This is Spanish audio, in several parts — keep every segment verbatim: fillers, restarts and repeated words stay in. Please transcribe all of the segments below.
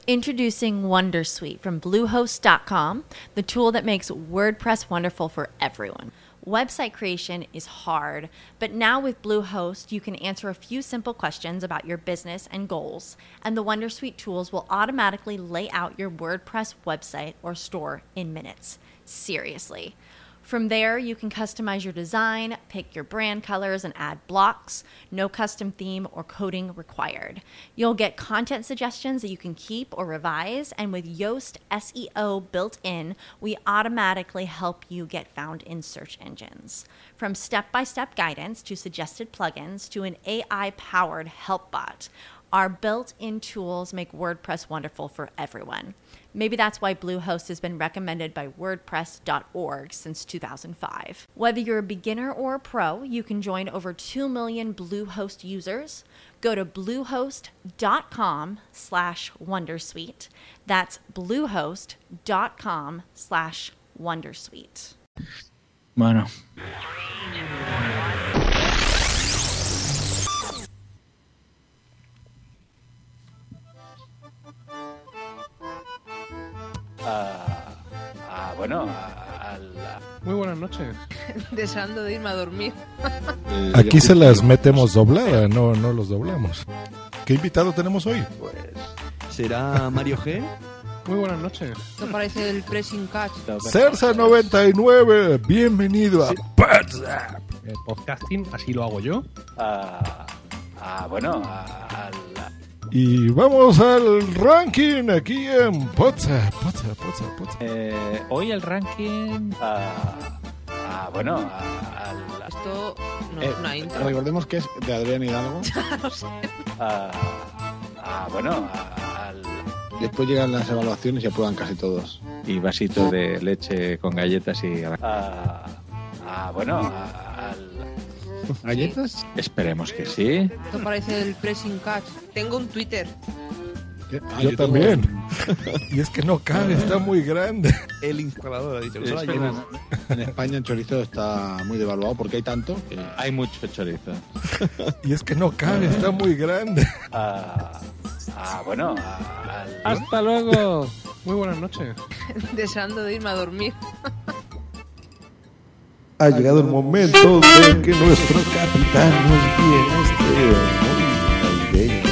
Introducing Wondersuite from Bluehost dot com, the tool that makes WordPress wonderful for everyone. Website creation is hard, but now with Bluehost, you can answer a few simple questions about your business and goals, and the Wondersuite tools will automatically lay out your WordPress website or store in minutes. Seriously. From there, you can customize your design, pick your brand colors, and add blocks. No custom theme or coding required. You'll get content suggestions that you can keep or revise, and with Yoast S E O built in, we automatically help you get found in search engines. From step-by-step guidance to suggested plugins to an A I-powered help bot, our built-in tools make WordPress wonderful for everyone. Maybe that's why Bluehost has been recommended by WordPress dot org since two thousand five. Whether you're a beginner or a pro, you can join over two million Bluehost users. Go to bluehost dot com slash wondersuite. That's bluehost dot com slash wondersuite. Bueno. Ah, ah, bueno, a, a la... Muy buenas noches. Deseando de irme a dormir. Eh, Aquí se las metemos doblada, no, no los doblamos. ¿Qué invitado tenemos hoy? Pues... ¿Será Mario G? Muy buenas noches. Esto parece el pressing catch. Cersa noventa y nueve, bienvenido a WhatsApp. El podcasting, así lo hago yo. Ah, ah, bueno, a, a la... Y vamos al ranking aquí en WhatsApp, WhatsApp, WhatsApp, WhatsApp. Eh, hoy el ranking... Ah, ah, bueno, a, a la... Esto no Eh, es una intro. Recordemos que es de Adrián Hidalgo. Ya lo sé. Ah, ah, bueno, a, a la... Después llegan las evaluaciones y aprueban casi todos. Y vasito de leche con galletas y... Ah, ah, bueno, a, a la... ¿Galletas? Esperemos que sí. Esto parece el pressing catch. Tengo un Twitter. ¿Qué? Ah, Yo tengo- también. Y es que no cabe, está muy grande. El instalador ha dicho. Es "Solo hay verdad, uno". En España el chorizo está muy devaluado porque hay tanto que... Hay mucho chorizo. Y es que no cabe, está muy grande. Ah, ah, bueno, a, a la... ¡Hasta luego! Muy buenas noches. Deseando de irme a dormir. Ha llegado el momento de que nuestro capitán nos guíe en este muy navideño.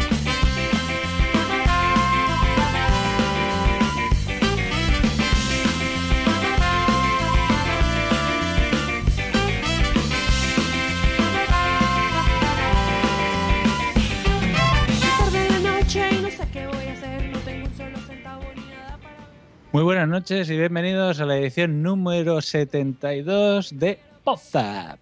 Es tarde de noche y no sé qué voy a hacer. No tengo un solo centavo ni nada para... Muy buenas noches y bienvenidos a la edición número setenta y dos de WhatsApp.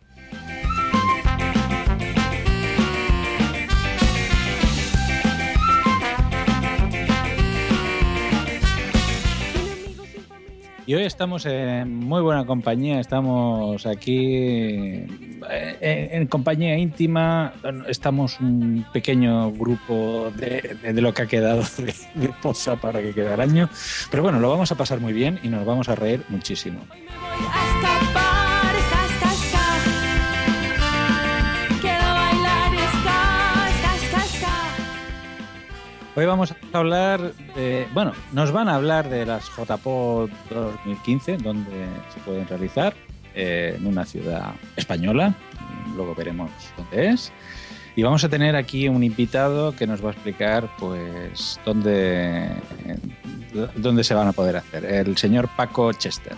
Sin amigos, sin familia. Y hoy estamos en muy buena compañía, estamos aquí eh, en, en compañía íntima, estamos un pequeño grupo de, de, de lo que ha quedado de, de posa para que quede el año, pero bueno, lo vamos a pasar muy bien y nos vamos a reír muchísimo. Hoy me voy a escapar, ska, ska, ska. Quiero bailar ska, ska, ska, ska. Hoy vamos a hablar de, bueno, nos van a hablar de las J P O D dos mil quince, donde se pueden realizar eh, en una ciudad española, luego veremos dónde es. Y vamos a tener aquí un invitado que nos va a explicar pues dónde, dónde se van a poder hacer, el señor Paco Chester.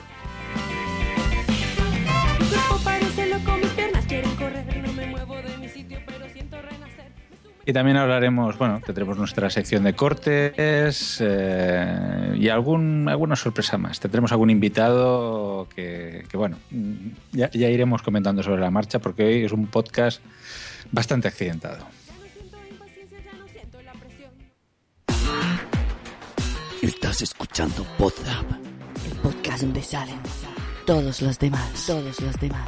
Mi cuerpo parece loco, mis piernas quieren correr. No me muevo de mi sitio, pero siento renacer. Me sumo- Y también hablaremos, bueno, tendremos nuestra sección de cortes eh, y algún, alguna sorpresa más. Tendremos algún invitado que, que bueno, ya, ya iremos comentando sobre la marcha porque hoy es un podcast bastante accidentado. Ya no siento impaciencia, ya no siento la presión. Estás escuchando WhatsApp, el podcast donde salen todos los demás, todos los demás.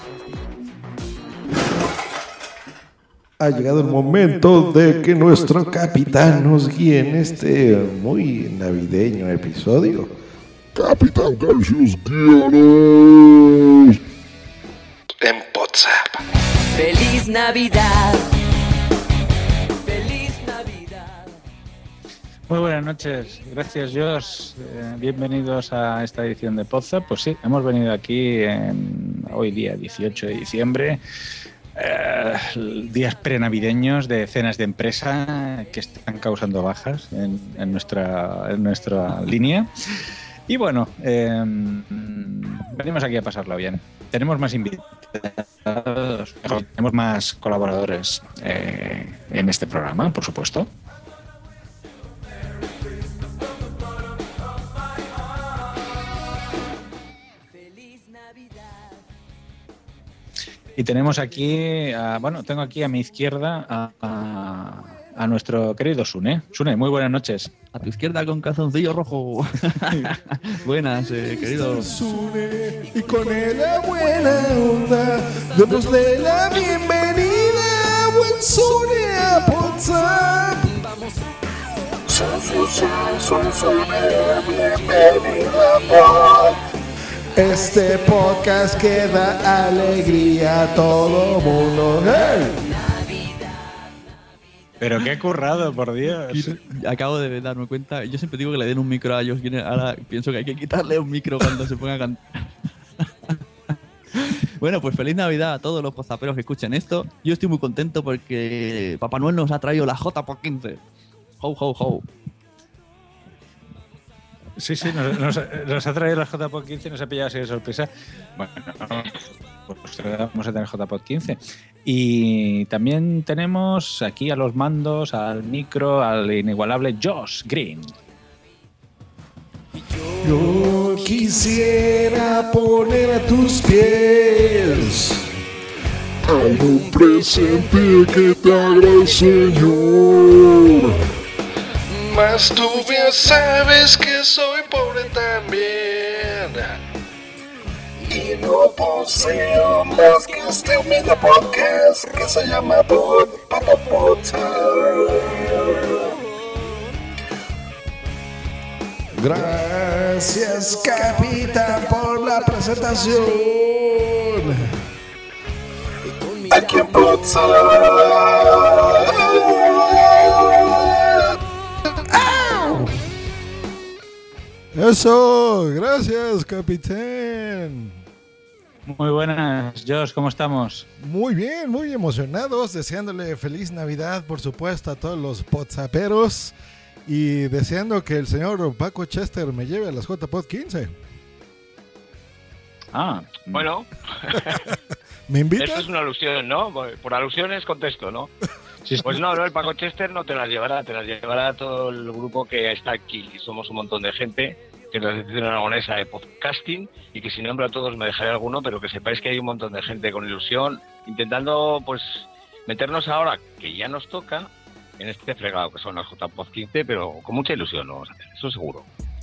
Ha llegado el momento de que nuestro capitán nos guíe en este muy navideño episodio. Capitán Cassius, guíanos. En WhatsApp. ¡Feliz Navidad! ¡Feliz Navidad! Muy buenas noches, gracias Josh. Eh, bienvenidos a esta edición de Podzap. Pues sí, hemos venido aquí en, hoy día dieciocho de diciembre, eh, días prenavideños de cenas de empresa que están causando bajas en, en, nuestra, en nuestra línea. Y bueno, eh, venimos aquí a pasarlo bien. Tenemos más invitados, tenemos más colaboradores eh, en este programa, por supuesto. Y tenemos aquí, a, bueno, tengo aquí a mi izquierda a, a, a nuestro querido Sune. Sune, muy buenas noches. A tu izquierda con calzoncillo rojo. Buenas, eh, querido Sune, y con él la buena onda, démosle la bienvenida, buen Sune, a Podzap. Son Sune, bienvenida por este podcast que da alegría a todo mundo. ¡Hey! Pero qué currado, por Dios. Acabo de darme cuenta. Yo siempre digo que le den un micro a ellos. Ahora pienso que hay que quitarle un micro cuando se ponga a cantar. Bueno, pues feliz Navidad a todos los pozaperos que escuchen esto. Yo estoy muy contento porque Papá Noel nos ha traído la J P O D quince. Ho, ho, ho. Sí, sí, nos, nos, nos ha traído la J P O D quince y nos ha pillado así de sorpresa. Bueno, pues vamos a tener J P O D quince. Y también tenemos aquí a los mandos, al micro, al inigualable Josh Green. Yo quisiera poner a tus pies hay un presente que te haga el Señor. Mas tú bien sabes que soy pobre también y no poseo más que este humilde podcast que se llama Pod Papa Podzap. Gracias, capitán, por la presentación. Aquí en Podzap. Eso, gracias, capitán. Muy buenas, Josh, ¿cómo estamos? Muy bien, muy emocionados, deseándole feliz Navidad, por supuesto, a todos los podzaperos y deseando que el señor Paco Chester me lleve a las J P O D quince. Ah, bueno. ¿Me invitas? Esto es una alusión, ¿no? Por alusiones contesto, ¿no? Pues no, no, el Paco Chester no te las llevará, te las llevará todo el grupo que está aquí. Somos un montón de gente, que es la Asociación Aragonesa de Podcasting, y que si nombro a todos me dejaré alguno, pero que sepáis que hay un montón de gente con ilusión, intentando pues meternos ahora, que ya nos toca, en este fregado que son las J P O D quince, pero con mucha ilusión lo vamos a hacer, eso seguro.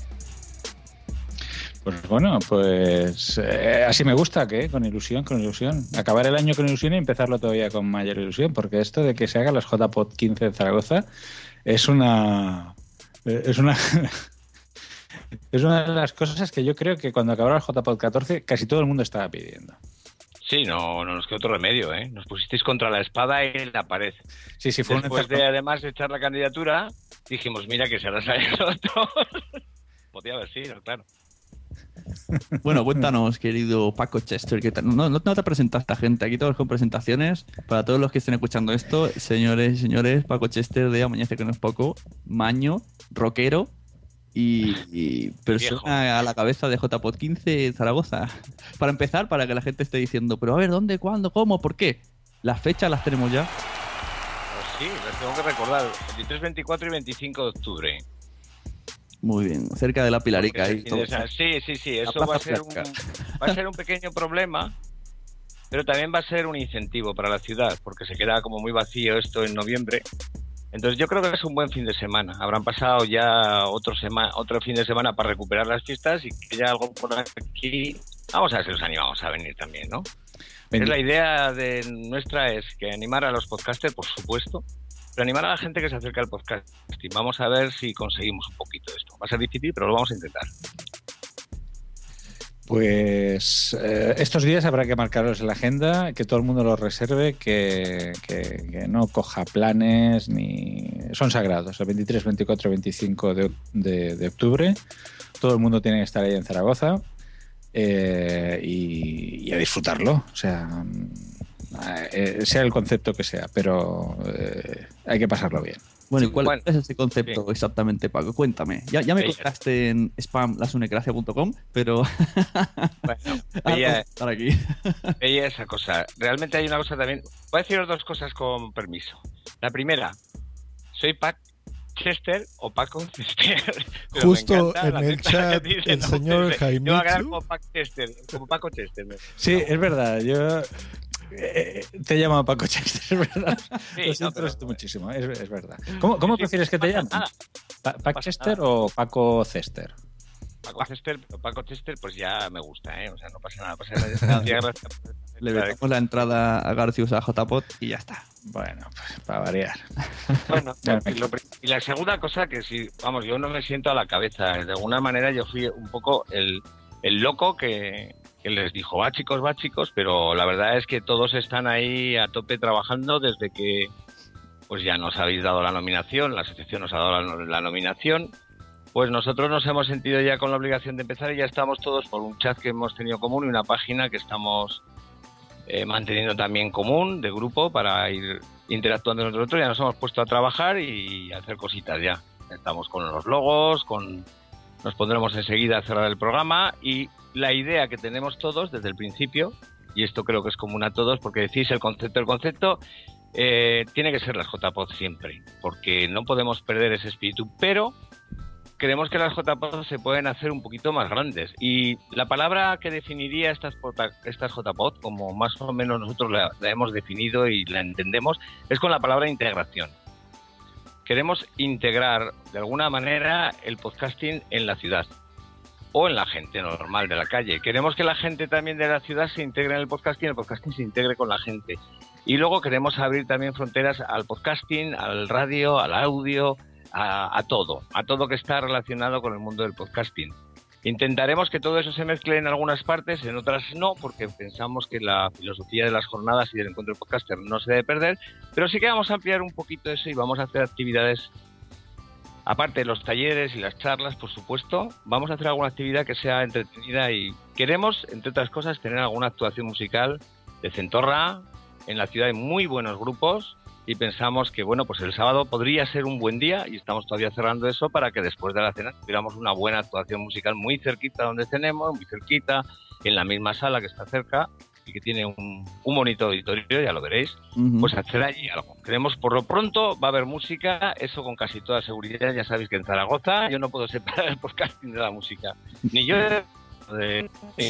Pues bueno, pues eh, así me gusta, que con ilusión, con ilusión. Acabar el año con ilusión y empezarlo todavía con mayor ilusión, porque esto de que se hagan las J P O D quince en Zaragoza es una... es una... es una de las cosas que yo creo que cuando acabara el J P O D catorce casi todo el mundo estaba pidiendo. Sí, no, no nos quedó otro remedio, ¿eh? Nos pusisteis contra la espada y la pared. Sí, sí, fue Después de además echar la candidatura, dijimos, mira que se hará salir otro. Podía haber sido, claro. Bueno, cuéntanos, querido Paco Chester, que no, no, no te presenta esta gente, aquí todos con presentaciones. Para todos los que estén escuchando esto, señores y señores, Paco Chester de Amanece que no es poco, maño, rockero y, y persona Viejo. A la cabeza de J P O D quince en Zaragoza. Para empezar, para que la gente esté diciendo, pero a ver, ¿dónde, cuándo, cómo, por qué? Las fechas las tenemos ya. Pues sí, las tengo que recordar, veintitrés, veinticuatro y veinticinco de octubre. Muy bien, cerca de la Pilarica. Ahí, todo. Sí, sí, sí, eso va a, ser un, va a ser un pequeño problema, pero también va a ser un incentivo para la ciudad, porque se queda como muy vacío esto en noviembre. Entonces yo creo que es un buen fin de semana. Habrán pasado ya otro, sema, otro fin de semana para recuperar las fiestas y que haya algo por aquí. Vamos a ver si los animamos a venir también, ¿no? Es la idea de nuestra es que animar a los podcasters, por supuesto, pero animar a la gente que se acerca al podcast. Vamos a ver si conseguimos un poquito de esto. Va a ser difícil, pero lo vamos a intentar. Pues eh, estos días habrá que marcarlos en la agenda, que todo el mundo los reserve, que, que, que no coja planes ni son sagrados, el veintitrés, veinticuatro, veinticinco de, de, de octubre. Todo el mundo tiene que estar ahí en Zaragoza eh, y, y a disfrutarlo. O sea, eh, sea el concepto que sea, pero eh, hay que pasarlo bien. Bueno, ¿y cuál Bueno, es ese concepto sí. exactamente, Paco? Cuéntame. Ya, ya me Ella. contaste en spam lasunecracia punto com, pero Bueno, ahora ella- vamos a estar aquí. Ella esa cosa. Realmente hay una cosa también. Voy a deciros dos cosas con permiso. La primera, soy Pac Chester o Paco Chester. Pero me Justo encanta en la el letra chat, que dice, el ¿no? señor Yo voy a quedar Jaimitsu. como Pac Chester, como Paco Chester. me- Sí, es verdad. Yo eh, te llamo Paco Chester, es verdad. Sí, lo no, siento, pero- lo siento muchísimo, es, es verdad. ¿Cómo, cómo Sí, prefieres que te no llamen? pasa Pa- ¿Pac pasa Chester nada. o Paco Cester? Paco Chester, pero Paco Chester, pues ya me gusta, ¿eh? O sea, no pasa nada. Pasa nada. Hacía gracia por- Le metemos la entrada a Garcius a J P O T y ya está. Bueno, pues para variar. Bueno, Ya me y, lo pri- y la segunda cosa que sí, vamos, yo no me siento a la cabeza. De alguna manera yo fui un poco el, el loco que, que les dijo, va chicos, va chicos, pero la verdad es que todos están ahí a tope trabajando desde que pues ya nos habéis dado la nominación, la asociación nos ha dado la, la nominación. Pues nosotros nos hemos sentido ya con la obligación de empezar y ya estamos todos por un chat que hemos tenido común y una página que estamos eh, manteniendo también común de grupo para ir interactuando entre nosotros. Ya nos hemos puesto a trabajar y a hacer cositas ya. Estamos con los logos, con nos pondremos enseguida a cerrar el programa y la idea que tenemos todos desde el principio, y esto creo que es común a todos porque decís el concepto, el concepto eh, tiene que ser las J P O D siempre, porque no podemos perder ese espíritu, pero creemos que las J P O D se pueden hacer un poquito más grandes. Y la palabra que definiría estas, pota- estas J P O D, como más o menos nosotros la, la hemos definido y la entendemos, es con la palabra integración. Queremos integrar de alguna manera el podcasting en la ciudad o en la gente normal de la calle. Queremos que la gente también de la ciudad se integre en el podcasting y el podcasting se integre con la gente. Y luego queremos abrir también fronteras al podcasting, al radio, al audio, a, a todo, a todo que está relacionado con el mundo del podcasting. Intentaremos que todo eso se mezcle en algunas partes, en otras no, porque pensamos que la filosofía de las jornadas y del encuentro del podcaster no se debe perder, pero sí que vamos a ampliar un poquito eso y vamos a hacer actividades, aparte de los talleres y las charlas, por supuesto, vamos a hacer alguna actividad que sea entretenida y queremos, entre otras cosas, tener alguna actuación musical de Centorra. En la ciudad hay muy buenos grupos y pensamos que, bueno, pues el sábado podría ser un buen día y estamos todavía cerrando eso para que después de la cena tuviéramos una buena actuación musical muy cerquita donde tenemos, muy cerquita, en la misma sala que está cerca y que tiene un, un bonito auditorio, ya lo veréis, Ujú. pues hacer allí algo. Creemos, por lo pronto, va a haber música, eso con casi toda seguridad. Ya sabéis que en Zaragoza yo no puedo separar el podcasting de la música. Ni yo de... de-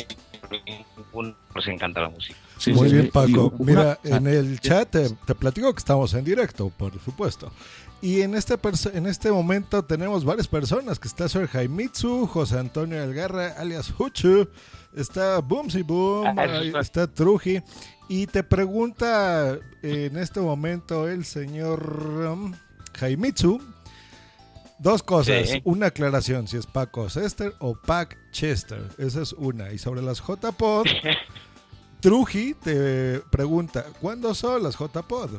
nos encanta la música. Sí, Muy sí, bien, sí. Paco. Y Mira, una- en el chat te, te platico que estamos en directo, por supuesto. Y en este perso- en este momento tenemos varias personas, que está Sir Jaimitsu, José Antonio Algarra, alias Huchu, está Boomsy Boom, Ah, eso ahí está. está Truji. Y te pregunta eh, en este momento el señor um, Jaimitsu dos cosas. Sí. Una aclaración, si es Paco Chester o Pac Chester. Esa es una. Y sobre las J P O D, Truji te pregunta, ¿cuándo son las J P O D?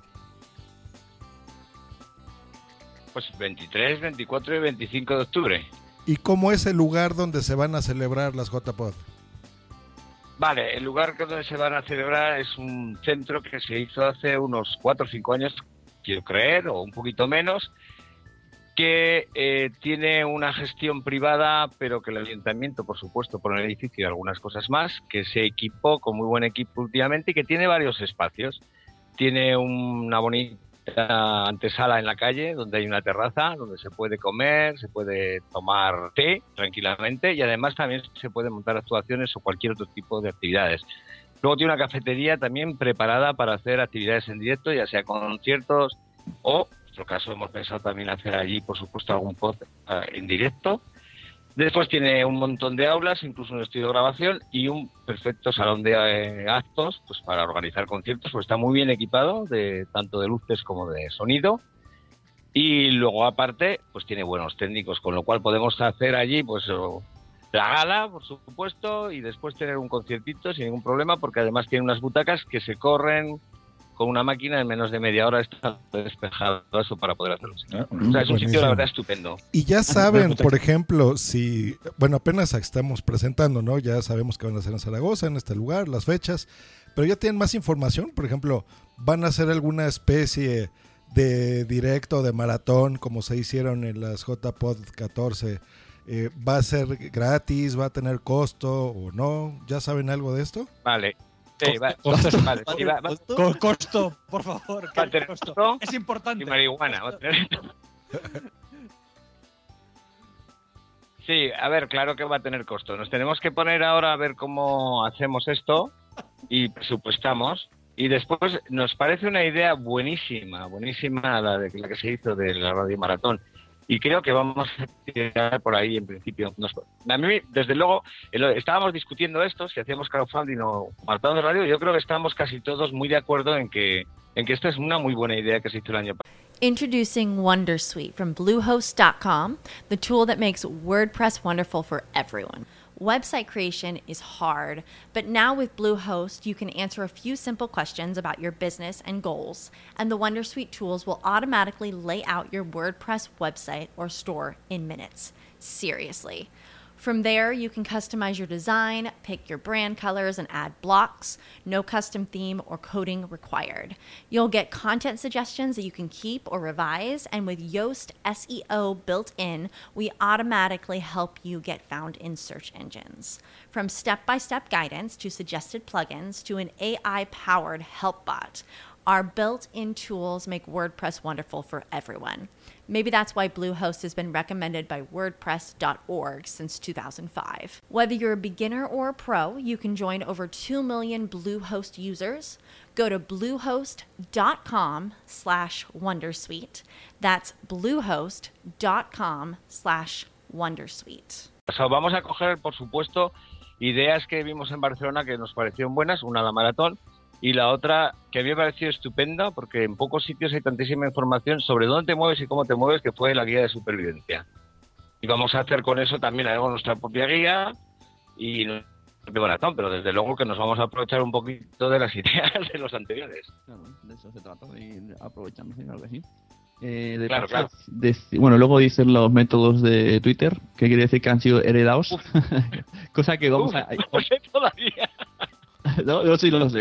Pues veintitrés, veinticuatro y veinticinco de octubre. ¿Y cómo es el lugar donde se van a celebrar las J P O D? Vale, el lugar donde se van a celebrar es un centro que se hizo hace unos cuatro o cinco años, quiero creer, o un poquito menos, que eh, tiene una gestión privada, pero que el ayuntamiento, por supuesto, por el edificio y algunas cosas más, que se equipó con muy buen equipo últimamente y que tiene varios espacios. Tiene una bonita antesala en la calle, donde hay una terraza, donde se puede comer, se puede tomar té tranquilamente y además también se pueden montar actuaciones o cualquier otro tipo de actividades. Luego tiene una cafetería también preparada para hacer actividades en directo, ya sea conciertos o, en nuestro caso, hemos pensado también hacer allí, por supuesto, algún pod uh, en directo. Después tiene un montón de aulas, incluso un estudio de grabación y un perfecto salón de eh, actos pues para organizar conciertos, pues está muy bien equipado, de tanto de luces como de sonido. Y luego, aparte, pues tiene buenos técnicos, con lo cual podemos hacer allí pues o, la gala, por supuesto, y después tener un conciertito sin ningún problema, porque además tiene unas butacas que se corren con una máquina en menos de media hora está despejado eso para poder hacerlo. Ah, O sea, es un sitio, buenísimo. la verdad, estupendo. Y ya saben, por ejemplo, si, bueno, apenas estamos presentando, ¿no? Ya sabemos que van a ser en Zaragoza, en este lugar, las fechas, pero ya tienen más información. Por ejemplo, van a hacer alguna especie de directo, de maratón, como se hicieron en las J P O D catorce. Eh, ¿Va a ser gratis? ¿Va a tener costo o no? ¿Ya saben algo de esto? Vale. Sí, va, Costo. vale, sí, va- va- Con costo, por favor. va a tener costo Es importante. y marihuana. Va a tener- Sí, a ver, claro que va a tener costo. Nos tenemos que poner ahora a ver cómo hacemos esto y presupuestamos. Y después nos parece una idea buenísima, buenísima la, de, la que se hizo de la Radio Maratón. Y creo que vamos a tirar por ahí en principio. Nos, a mí, desde luego, el- estábamos discutiendo esto, si hacíamos crowdfunding o maratón de radio. Yo creo que estamos casi todos muy de acuerdo en que, en que esta es una muy buena idea que se hizo el año pasado. Introducing Wondersuite from Bluehost dot com, the tool that makes WordPress wonderful for everyone. Website creation is hard, but now with Bluehost, you can answer a few simple questions about your business and goals, and the Wondersuite tools will automatically lay out your WordPress website or store in minutes. Seriously. From there, you can customize your design, pick your brand colors, and add blocks. No custom theme or coding required. You'll get content suggestions that you can keep or revise, and with Yoast S E O built in, we automatically help you get found in search engines. From step-by-step guidance to suggested plugins to an A I-powered help bot, our built-in tools make WordPress wonderful for everyone. Maybe that's why Bluehost has been recommended by WordPress dot org since two thousand five. Whether you're a beginner or a pro, you can join over two million Bluehost users. Go to bluehost.com slash Wondersuite. That's bluehost.com slash Wondersuite. O sea, vamos a coger, por supuesto, ideas que vimos en Barcelona que nos parecieron buenas, una la maratón, y la otra que a mí me pareció estupenda, porque en pocos sitios hay tantísima información sobre dónde te mueves y cómo te mueves, que fue la guía de supervivencia. Y vamos a hacer con eso también algo nuestra propia guía y no de maratón, pero desde luego que nos vamos a aprovechar un poquito de las ideas de los anteriores. Claro, de eso se trata, de ir aprovechando, sí, claro que sí. Eh, de Claro, pasar- claro. de- bueno, luego dicen los métodos de Twitter, que quiere decir que han sido heredados, cosa que vamos Uf, a... no sé todavía. No, yo sí lo sé.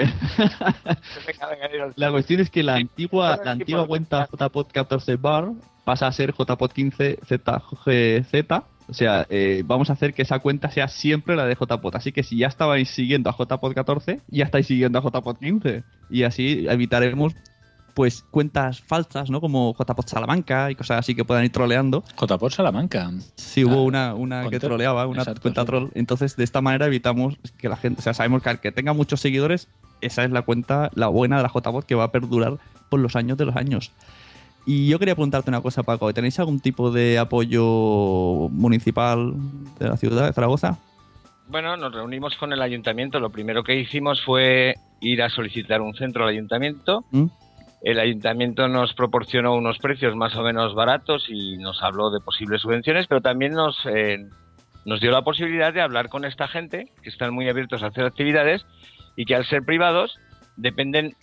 Venga, venga, dinos. La cuestión es que la antigua, Ahora la sí antigua podemos- cuenta J P O D catorce bar pasa a ser J P O D quince Z G Z. O sea, eh, vamos a hacer que esa cuenta sea siempre la de J P O D. Así que si ya estabais siguiendo a J P O D catorce, ya estáis siguiendo a J P O D quince. Y así evitaremos pues cuentas falsas, ¿no? Como J P O D Salamanca y cosas así que puedan ir troleando. J P O D Salamanca. Sí, hubo una, una que Conte- troleaba, una Exacto, cuenta sí. troll. Entonces, de esta manera evitamos que la gente, o sea, sabemos que al que tenga muchos seguidores, esa es la cuenta, la buena de la J P O D que va a perdurar por los años de los años. Y yo quería preguntarte una cosa, Paco. ¿Tenéis algún tipo de apoyo municipal de la ciudad de Zaragoza? Bueno, nos reunimos con el ayuntamiento. Lo primero que hicimos fue ir a solicitar un centro al ayuntamiento. ¿Mm? El ayuntamiento nos proporcionó unos precios más o menos baratos y nos habló de posibles subvenciones, pero también nos, eh, nos dio la posibilidad de hablar con esta gente, que están muy abiertos a hacer actividades y que al ser privados dependen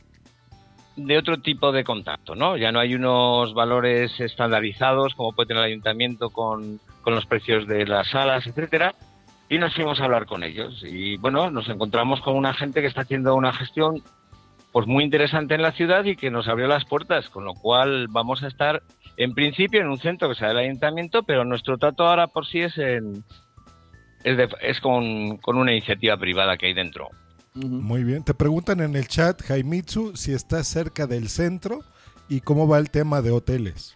de otro tipo de contacto, ¿no? Ya no hay unos valores estandarizados como puede tener el ayuntamiento con, con los precios de las salas, etcétera, y nos fuimos a hablar con ellos. Y bueno, nos encontramos con una gente que está haciendo una gestión pues muy interesante en la ciudad y que nos abrió las puertas, con lo cual vamos a estar en principio en un centro que sea del ayuntamiento, pero nuestro trato ahora por sí es en es, de- es con, con una iniciativa privada que hay dentro. Muy bien. Te preguntan en el chat, Jaimitsu, si estás cerca del centro y cómo va el tema de hoteles.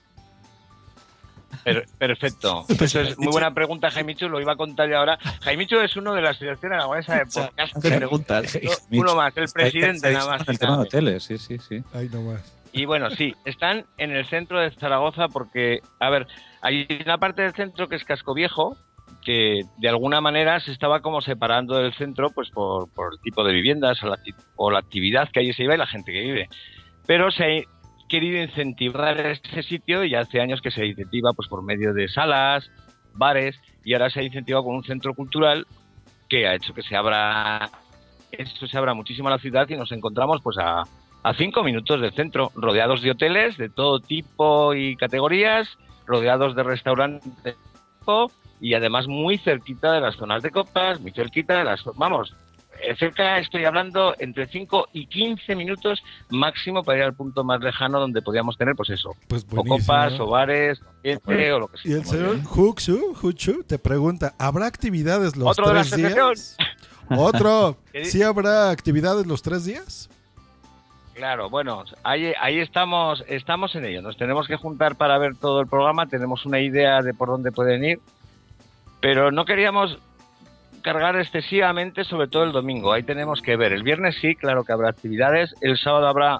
Per- perfecto. Eso es muy buena pregunta, Jaimichu, lo iba a contar yo ahora. Jaimichu es uno de la Asociación Aragonesa de Podcast. Hace preguntas. Uno más, el presidente nada más. El tema de hoteles, sí, sí, sí. Ahí nomás. Y bueno, sí, están en el centro de Zaragoza porque, a ver, hay una parte del centro que es Casco Viejo, que de alguna manera se estaba como separando del centro pues por, por el tipo de viviendas o la, acti- o la actividad que allí se iba y la gente que vive. Pero se ha querido incentivar este sitio y hace años que se incentiva pues por medio de salas, bares, y ahora se ha incentivado con un centro cultural que ha hecho que se abra, esto se abra muchísimo a la ciudad y nos encontramos pues a a cinco minutos del centro, rodeados de hoteles de todo tipo y categorías, rodeados de restaurantes y además muy cerquita de las zonas de copas, muy cerquita de las... Vamos, cerca estoy hablando entre cinco y quince minutos máximo para ir al punto más lejano donde podíamos tener, pues eso, Pues o copas, o bares, ambiente, o lo que sea. Y el señor Huchu, Huchu te pregunta, ¿habrá actividades los Otro de la tres días? asociación. Otro, ¿Qué ¿sí habrá actividades los tres días? Claro, bueno, ahí, ahí estamos, estamos en ello. Nos tenemos que juntar para ver todo el programa, tenemos una idea de por dónde pueden ir, pero no queríamos cargar excesivamente, sobre todo el domingo. Ahí tenemos que ver. El viernes sí, claro que habrá actividades. El sábado habrá,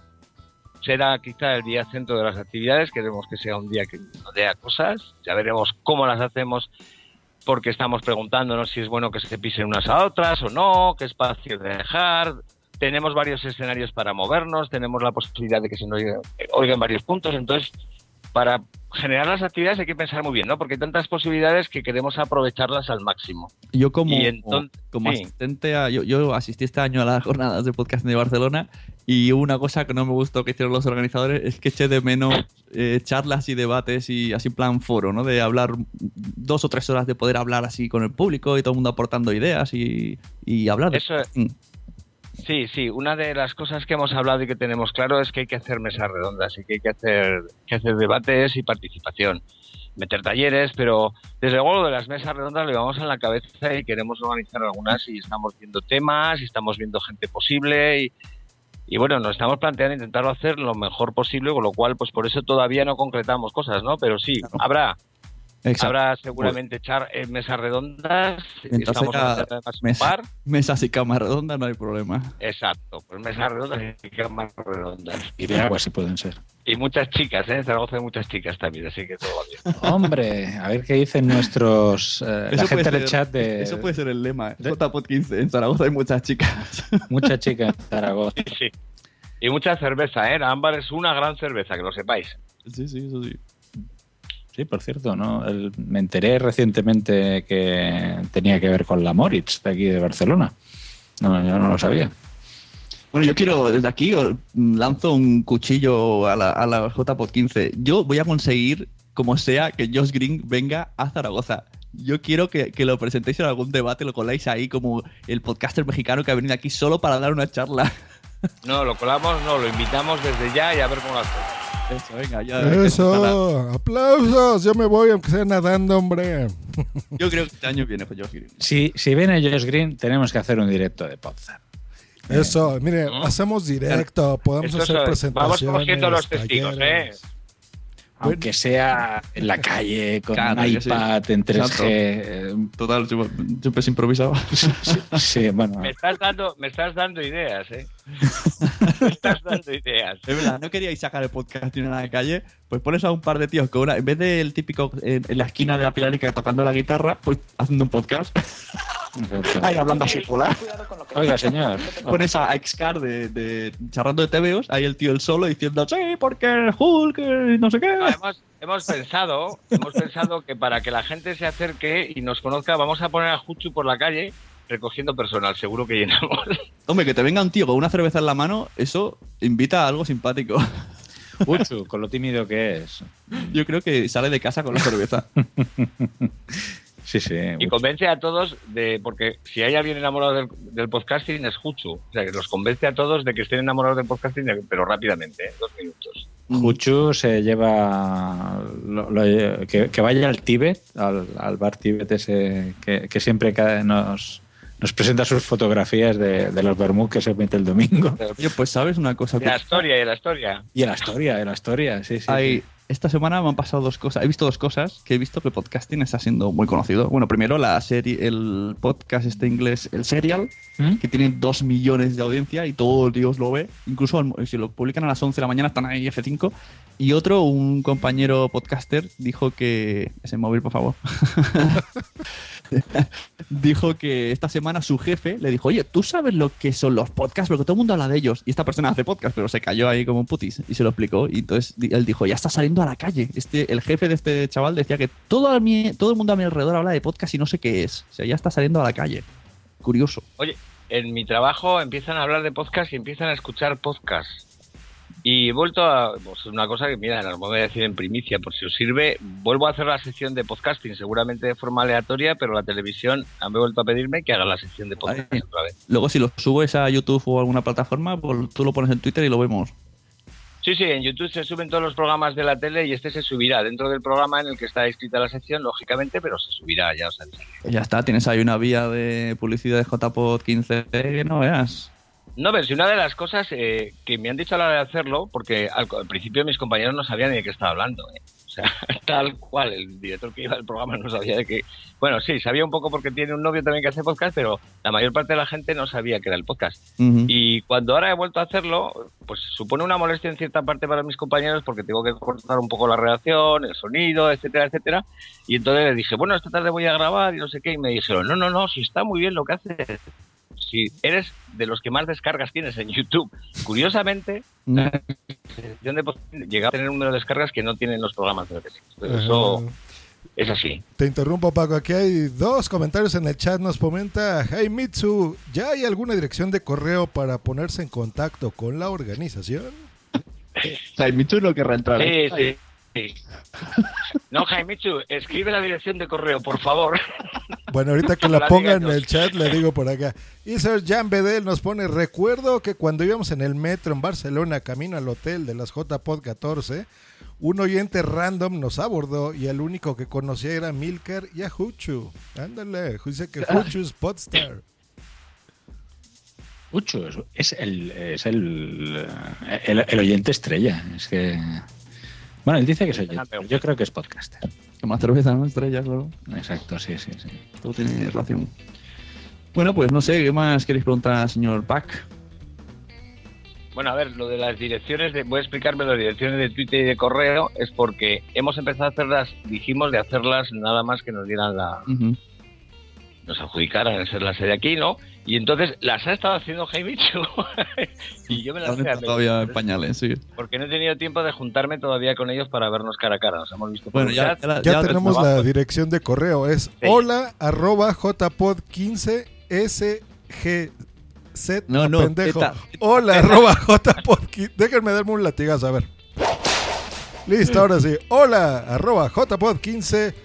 será quizá el día centro de las actividades. Queremos que sea un día que nos dé a cosas. Ya veremos cómo las hacemos, porque estamos preguntándonos si es bueno que se pisen unas a otras o no, qué espacio dejar. Tenemos varios escenarios para movernos, tenemos la posibilidad de que se nos oiga, oigan varios puntos. Entonces, para generar las actividades hay que pensar muy bien, ¿no? Porque hay tantas posibilidades que queremos aprovecharlas al máximo. Yo como, Y entonces- como sí. asistente, a, yo, yo asistí este año a las jornadas de podcast de Barcelona y una cosa que no me gustó que hicieron los organizadores es que eché de menos eh, charlas y debates y así en plan foro, ¿no? De hablar dos o tres horas, de poder hablar así con el público y todo el mundo aportando ideas y, y hablar de... Eso es. Sí, sí, una de las cosas que hemos hablado y que tenemos claro es que hay que hacer mesas redondas y que hay que hacer, que hacer debates y participación, meter talleres, pero desde luego lo de las mesas redondas le vamos en la cabeza y queremos organizar algunas y estamos viendo temas y estamos viendo gente posible y, y bueno, nos estamos planteando intentarlo hacer lo mejor posible, con lo cual pues por eso todavía no concretamos cosas, ¿no? Pero sí, habrá... Exacto. Habrá seguramente echar en mesas redondas. Entonces Estamos ya organizando además un mesa- par. mesas y camas redondas, no hay problema. Exacto, pues mesas redondas y camas redondas. Y de agua si pueden ser. Y muchas chicas, ¿eh? En Zaragoza hay muchas chicas también, así que todo va bien. Hombre, a ver qué dicen nuestros... eh, la gente del chat de... Eso puede ser el lema. de- J P O D quince, en Zaragoza hay muchas chicas. Mucha chica en Zaragoza. Sí, sí. Y mucha cerveza, ¿eh? La Ámbar es una gran cerveza, que lo sepáis. Sí, sí, eso sí. Sí, por cierto, ¿no? El- me enteré recientemente que tenía que ver con la Moritz de aquí de Barcelona. No, yo no lo sabía. Bueno, yo quiero, desde aquí os lanzo un cuchillo a la, a la J P O D quince. Yo voy a conseguir, como sea, que Josh Green venga a Zaragoza. Yo quiero que, que lo presentéis en algún debate, lo coláis ahí como el podcaster mexicano que ha venido aquí solo para dar una charla. No, lo colamos, no, lo invitamos desde ya y a ver cómo lo hacemos. Eso, venga, ya. Eso, aplausos, yo me voy aunque sea nadando, hombre. Yo creo que este año viene con Josh Green. Si, si viene Josh Green, tenemos que hacer un directo de Podzap. Eso, mire, ¿No? hacemos directo, podemos Esto hacer es- presentaciones. vamos cogiendo los testigos, talleres. ¿eh? Aunque sea en la calle, con Claro, un que sí. iPad en tres Exacto. G. eh, Total, siempre es improvisado. Sí, bueno. Me estás dando, me estás dando ideas, ¿eh? Me estás dando ideas. Es verdad, ¿no queríais sacar el podcast en la calle? Pues pones a un par de tíos con una, en vez del típico en, en la esquina de la Pilarica tocando la guitarra, pues haciendo un podcast. Ahí hablando así, hola. Oiga, señor. Pones a Xcar de, de charrando de T V Os, ahí el tío el solo diciendo, sí, porque Hulk, eh, no sé qué. No, hemos, hemos pensado, hemos pensado que para que la gente se acerque y nos conozca, vamos a poner a Juchu por la calle recogiendo personal, seguro que llenamos. Hombre, que te venga un tío con una cerveza en la mano, eso invita a algo simpático. Uchu, con lo tímido que es. Yo creo que sale de casa con la cerveza. Sí, sí. Y convence a todos de, porque si hay alguien enamorado del, del podcasting es Juchu. O sea, que los convence a todos de que estén enamorados del podcasting, pero rápidamente, ¿eh? Dos minutos. Juchu se lleva lo- lo- que, que vaya al Tíbet, al, al bar Tíbet ese que, que siempre ca- nos, nos presenta sus fotografías de, de los vermut que se mete el domingo. Oye, pues sabes una cosa. Y la historia, y la historia. Y en la historia, en la historia, sí, sí. Hay, sí. esta semana me han pasado dos cosas. He visto dos cosas que he visto que el podcasting está siendo muy conocido. Bueno, primero la serie, el podcast este inglés, el Serial, ¿Mm? que tiene dos millones de audiencia y todo Dios lo ve. Incluso al- si lo publican a las once de la mañana están ahí F cinco. Y otro, un compañero podcaster, dijo que... Ese móvil, por favor. Dijo que esta semana su jefe le dijo, oye, ¿tú sabes lo que son los podcasts? Porque todo el mundo habla de ellos. Y esta persona hace podcast, pero se cayó ahí como un putis y se lo explicó. Y entonces di- él dijo, ya está saliendo a la calle. Este, el jefe de este chaval decía que todo, a mi, todo el mundo a mi alrededor habla de podcast y no sé qué es. O sea, ya está saliendo a la calle. Curioso. Oye, en mi trabajo empiezan a hablar de podcast y empiezan a escuchar podcast. Y he vuelto a... Pues una cosa que, mira, os voy a decir en primicia, por si os sirve, vuelvo a hacer la sección de podcasting, seguramente de forma aleatoria, pero la televisión han vuelto a pedirme que haga la sección de podcasting Ay. otra vez. Luego, si lo subes a YouTube o alguna plataforma, pues tú lo pones en Twitter y lo vemos. Sí, sí, en YouTube se suben todos los programas de la tele y este se subirá dentro del programa en el que está escrita la sección, lógicamente, pero se subirá, ya os avisaré. Ya está, tienes ahí una vía de publicidad de J P O D quince que no veas. No, pero si una de las cosas eh, que me han dicho a la hora de hacerlo, porque al, al principio mis compañeros no sabían ni de qué estaba hablando, ¿eh? O sea, tal cual, el director que iba al programa no sabía de qué... Bueno, sí, sabía un poco porque tiene un novio también que hace podcast, pero la mayor parte de la gente no sabía que era el podcast. Uh-huh. Y cuando ahora he vuelto a hacerlo, pues supone una molestia en cierta parte para mis compañeros porque tengo que cortar un poco la redacción, el sonido, etcétera, etcétera. Y entonces les dije, bueno, esta tarde voy a grabar y no sé qué. Y me dijeron, no, no, no, si está muy bien lo que haces. Si eres de los que más descargas tienes en YouTube. Curiosamente, Mm. la sección de podcast llega a tener un número de descargas que no tienen los programas de Netflix. Pero eso Ajá. es así. Te interrumpo, Paco. Aquí hay dos comentarios en el chat. Nos comenta Hey Mitsu, ¿ya hay alguna dirección de correo para ponerse en contacto con la organización? Jaimichu no querrá entrar. Sí, sí. Sí. No, Jaimichu, escribe la dirección de correo, por favor. Bueno, ahorita que No la la ponga en digas, no. el chat, le digo por acá. Y Sir Jan Bedel nos pone, recuerdo que cuando íbamos en el metro en Barcelona, camino al hotel de las J P O D catorce, un oyente random nos abordó y el único que conocía era Milcar y a Huchu. Ándale, dice que Huchu es Podstar. Ucho, es- es el, es el, el, el oyente estrella. Es que. Bueno, él dice que es oyente, pero yo creo que es podcaster. Toma cerveza, ¿no? Estrella, claro. Exacto, sí, sí, sí. Todo tiene relación. Bueno, pues no sé, ¿qué más queréis preguntar, señor Pac? Bueno, a ver, lo de las direcciones, de, voy a explicarme las direcciones de Twitter y de correo, es porque hemos empezado a hacerlas, dijimos de hacerlas nada más que nos dieran la, Uh-huh. nos adjudicaran el ser la sede aquí, ¿no? Y entonces las ha estado haciendo Jaimichu y yo me las Están he todavía en pañales, sí. porque no he tenido tiempo de juntarme todavía con ellos para vernos cara a cara. Nos hemos visto por Bueno, un ya, chat. ya, la- Ya, ya tenemos abajo. la dirección de correo, es hola arroba jpod quince sgz. No, no, pendejo. zeta. Hola arroba jpod quince. Déjenme darme un latigazo, a ver. Listo, ahora sí. Hola arroba jpod quince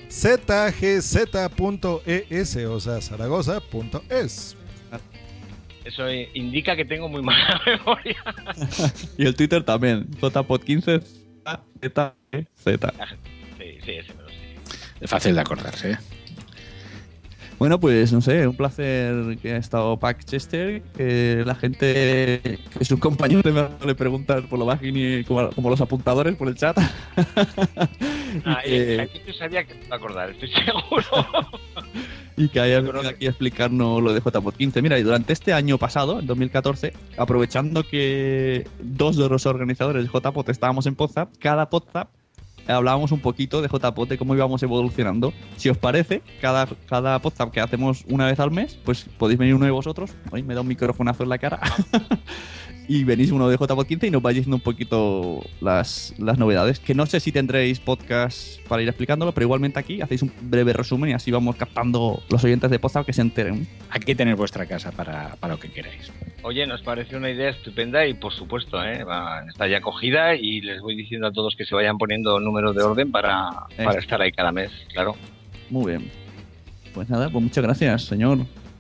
zgz.es, o sea, zaragoza.es. Eso indica que tengo muy mala memoria. Y el Twitter también. J P O D quince Z Z. Sí, sí, ese me lo sé. Es fácil de acordarse, ¿eh? Bueno, pues no sé, un placer que ha estado Pac Chester, que la gente, que sus compañeros me le preguntan por lo bajín y como, como los apuntadores por el chat. Ah, y, que, aquí tú sabía que te iba a acordar, estoy seguro. y que haya venido aquí a explicarnos lo de J P O D quince. Mira, y durante este año pasado, en dos mil catorce, aprovechando que dos de los organizadores de J P O D estábamos en Podzap, cada Podzap hablábamos un poquito de J P O D, de cómo íbamos evolucionando. Si os parece, cada, cada podcast que hacemos una vez al mes, pues podéis venir uno de vosotros. Hoy me da un microfonazo en la cara. Y venís uno de J P O D quince y nos vais diciendo un poquito las, las novedades. Que no sé si tendréis podcast para ir explicándolo, pero igualmente aquí hacéis un breve resumen y así vamos captando los oyentes de podcast que se enteren. Aquí tenéis vuestra casa para, para lo que queráis. Oye, nos parece una idea estupenda y por supuesto, ¿eh? Va, está ya cogida y les voy diciendo a todos que se vayan poniendo números de orden para, para estar ahí cada mes, claro. Muy bien. Pues nada, pues muchas gracias, señor.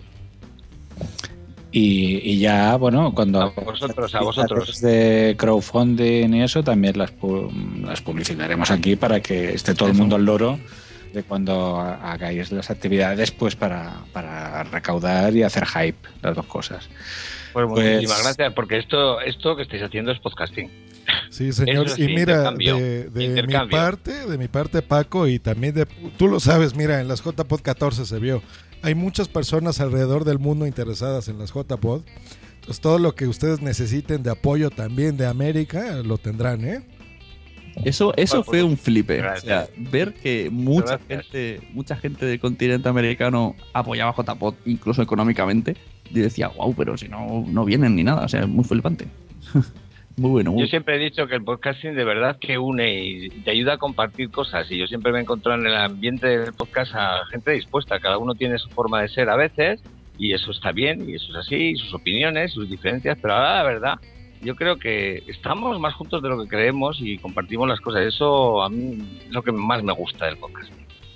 Y, y ya, bueno, cuando A vosotros, a vosotros. de crowdfunding y eso, también las, pu- las publicitaremos aquí para que esté todo el mundo al loro de cuando hagáis las actividades, pues para, para recaudar y hacer hype, las dos cosas. Pues Pues- muchísimas gracias, porque esto, esto que estáis haciendo es podcasting. Sí, señor. Eso sí, Y mira, intercambio, de, de mi intercambio. parte, de mi parte, Paco, y también de, tú lo sabes, mira, en las J P O D catorce se vio. Hay muchas personas alrededor del mundo interesadas en las J P O D. Entonces, todo lo que ustedes necesiten de apoyo también de América, lo tendrán, ¿eh? Eso, eso Bueno, fue un flipe. gracias. O sea, ver que mucha Gracias. gente, mucha gente del continente americano apoyaba a J P O D, incluso económicamente. Y decía, wow, pero si no, no vienen ni nada. O sea, es muy flipante. Muy bueno. Muy... Yo siempre he dicho que el podcasting de verdad que une y te ayuda a compartir cosas. Y yo siempre me he encontrado en el ambiente del podcast a gente dispuesta. Cada uno tiene su forma de ser a veces y eso está bien y eso es así, y sus opiniones, sus diferencias. Pero ahora la verdad, yo creo que estamos más juntos de lo que creemos y compartimos las cosas. Eso a mí es lo que más me gusta del podcast.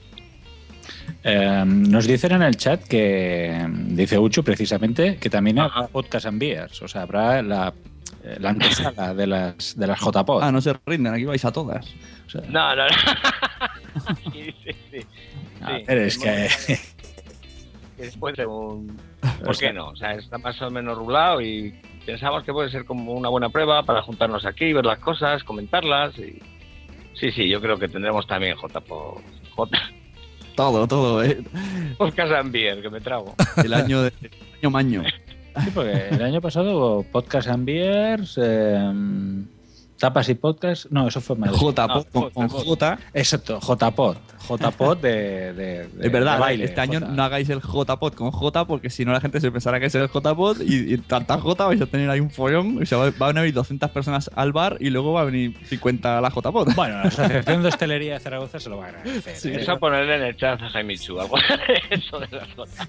Eh, nos dicen en el chat que, dice Uchu precisamente, que también habrá podcast and beers, o sea, habrá la, la antesala de las, de las J P O D. Ah, no se rinden, aquí vais a todas. O sea, No, no, no. Sí, sí, sí. a Sí, ver, es que... que después de un... ¿Por qué no? O sea, está más o menos rulado y pensamos que puede ser como una buena prueba para juntarnos aquí, ver las cosas, comentarlas y... Sí, sí, yo creo que tendremos también J P O D. J... Todo, todo, ¿eh? Podcast and beer, que me trago. El año de el año maño. Sí, porque el año pasado hubo podcast and beers, eh, tapas y podcast. No, eso fue más. J P O D Ah, con, con J. Exacto, J P O D. J P O D de, de, de- Es verdad, de baile. este año J. no hagáis el J P O D con J porque si no la gente se pensará que es el J P O D y, y tanta J vais a tener ahí un follón. O sea, va- van a venir doscientas personas al bar y luego va a venir cincuenta a la J P O D. Bueno, la Asociación de Hostelería de Zaragoza se lo va a agradecer. Sí. ¿eh? Eso a ponerle en el chat a Jaime Chu, algo eso de las notas.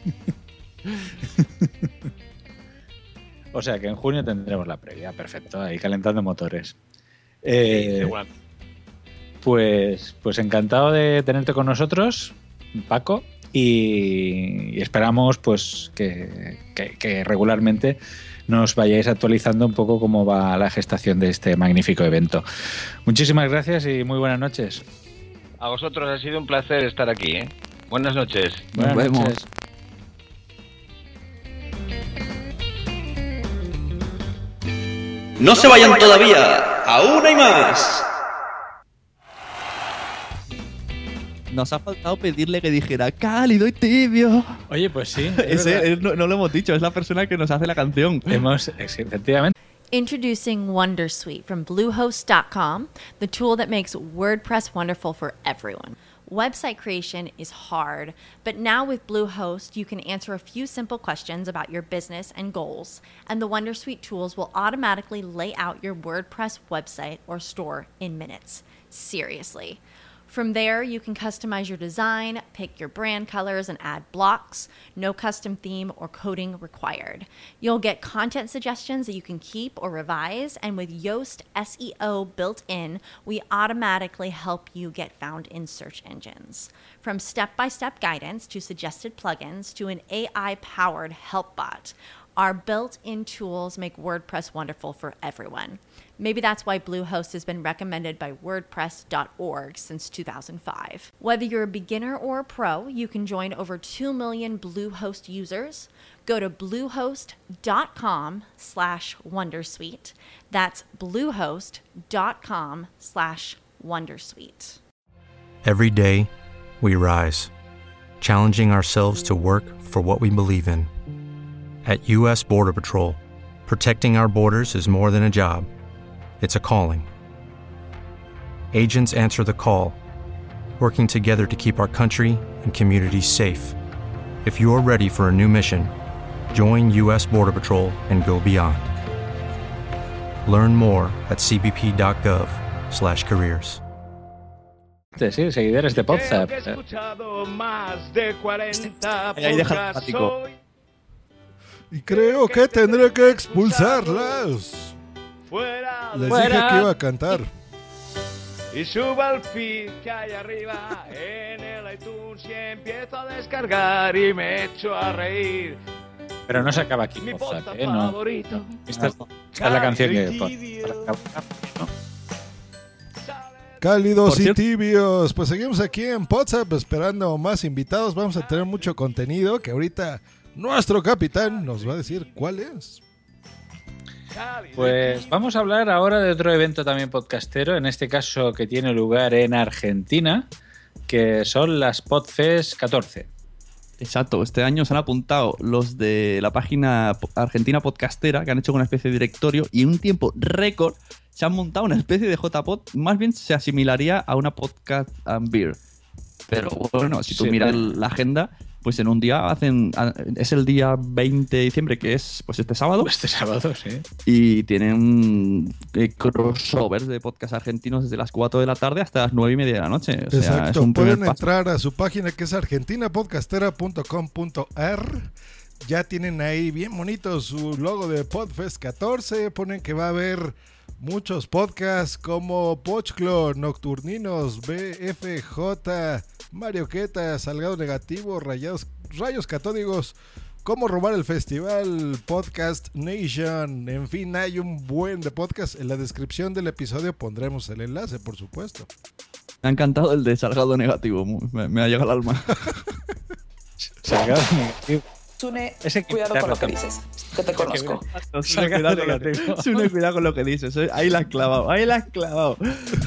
O sea que en junio tendremos la previa, perfecto, ahí calentando motores. Eh, Sí, seguramente. pues, pues encantado de tenerte con nosotros, Paco, y, y esperamos pues que, que- que regularmente nos vayáis actualizando un poco cómo va la gestación de este magnífico evento. Muchísimas gracias y muy buenas noches. A vosotros ha sido un placer estar aquí, ¿eh? Buenas noches. Buenas vemos. noches. No se vayan todavía, aún hay más. Nos ha faltado pedirle que dijera cálido y tibio. Oye, pues sí, es Ese, verdad. es- no, no lo hemos dicho, es la persona que nos hace la canción. Hemos, efectivamente. Introducing Wondersuite from Bluehost dot com, the tool that makes WordPress wonderful for everyone. Website creation is hard, but now with Bluehost, you can answer a few simple questions about your business and goals, and the Wondersuite tools will automatically lay out your WordPress website or store in minutes. Seriously. From there, you can customize your design, pick your brand colors, and add blocks. No custom theme or coding required. You'll get content suggestions that you can keep or revise, and with Yoast S E O built in, we automatically help you get found in search engines. From step-by-step guidance to suggested plugins to an A I-powered help bot, our built-in tools make WordPress wonderful for everyone. Maybe that's why Bluehost has been recommended by WordPress dot org since two thousand five. Whether you're a beginner or a pro, you can join over two million Bluehost users. Go to bluehost.com slash wondersuite. That's bluehost.com slash wondersuite. Every day, we rise, challenging ourselves to work for what we believe in. At U S Border Patrol, protecting our borders is more than a job. It's a calling. Agents answer the call, working together to keep our country and communities safe. If you're ready for a new mission, join U S Border Patrol and go beyond. Learn more at c b p dot gov slash careers. Sí, seguidores de WhatsApp. Creo que he escuchado más de cuarenta Ahí deja el podcasts plático. hoy. Y creo que tendré que expulsarlas. Fuera Les de- dije que iba a cantar. Y subo al feed que hay arriba en el iTunes y empiezo a descargar y me echo a reír. Pero no se acaba aquí Mi WhatsApp, podcast ¿eh? No. favorito. Esta, es- esta es la canción que... Cálidos Por y cierto- tibios. Pues seguimos aquí en WhatsApp esperando más invitados. Vamos a tener mucho contenido que ahorita nuestro capitán nos va a decir cuál es. Pues vamos a hablar ahora de otro evento también podcastero, en este caso que tiene lugar en Argentina, que son las Podfest catorce. Exacto, este año se han apuntado los de la página Argentina Podcastera, que han hecho una especie de directorio y en un tiempo récord se han montado una especie de J P O D, más bien se asimilaría a una podcast and beer. Pero bueno, si tú Sí, miras pero- la agenda, pues en un día hacen. Es el día veinte de diciembre, que es pues este sábado. Este sábado, sí. Y tienen eh, crossovers de podcast argentinos desde las cuatro de la tarde hasta las nueve y media de la noche. O sea, Exacto, es un primer pueden paso. entrar a su página que es argentina podcastera punto com punto a r ya tienen ahí bien bonito su logo de Podfest catorce. Ponen que va a haber muchos podcasts como Pochclo, Nocturninos, B F J, Mario Queta, Salgado Negativo, Rayados, Rayos Catódicos, Cómo robar el festival, Podcast Nation. En fin, hay un buen de podcast. En la descripción del episodio pondremos el enlace, por supuesto. Me ha encantado el de Salgado Negativo. Me, me ha llegado al alma. Salgado Negativo. Sune, Ese que cuidado con lo que dices, que te conozco. Sune, cuidado con lo que, Sune, cuidado con lo que dices. Ahí la has clavado, ahí la has clavado.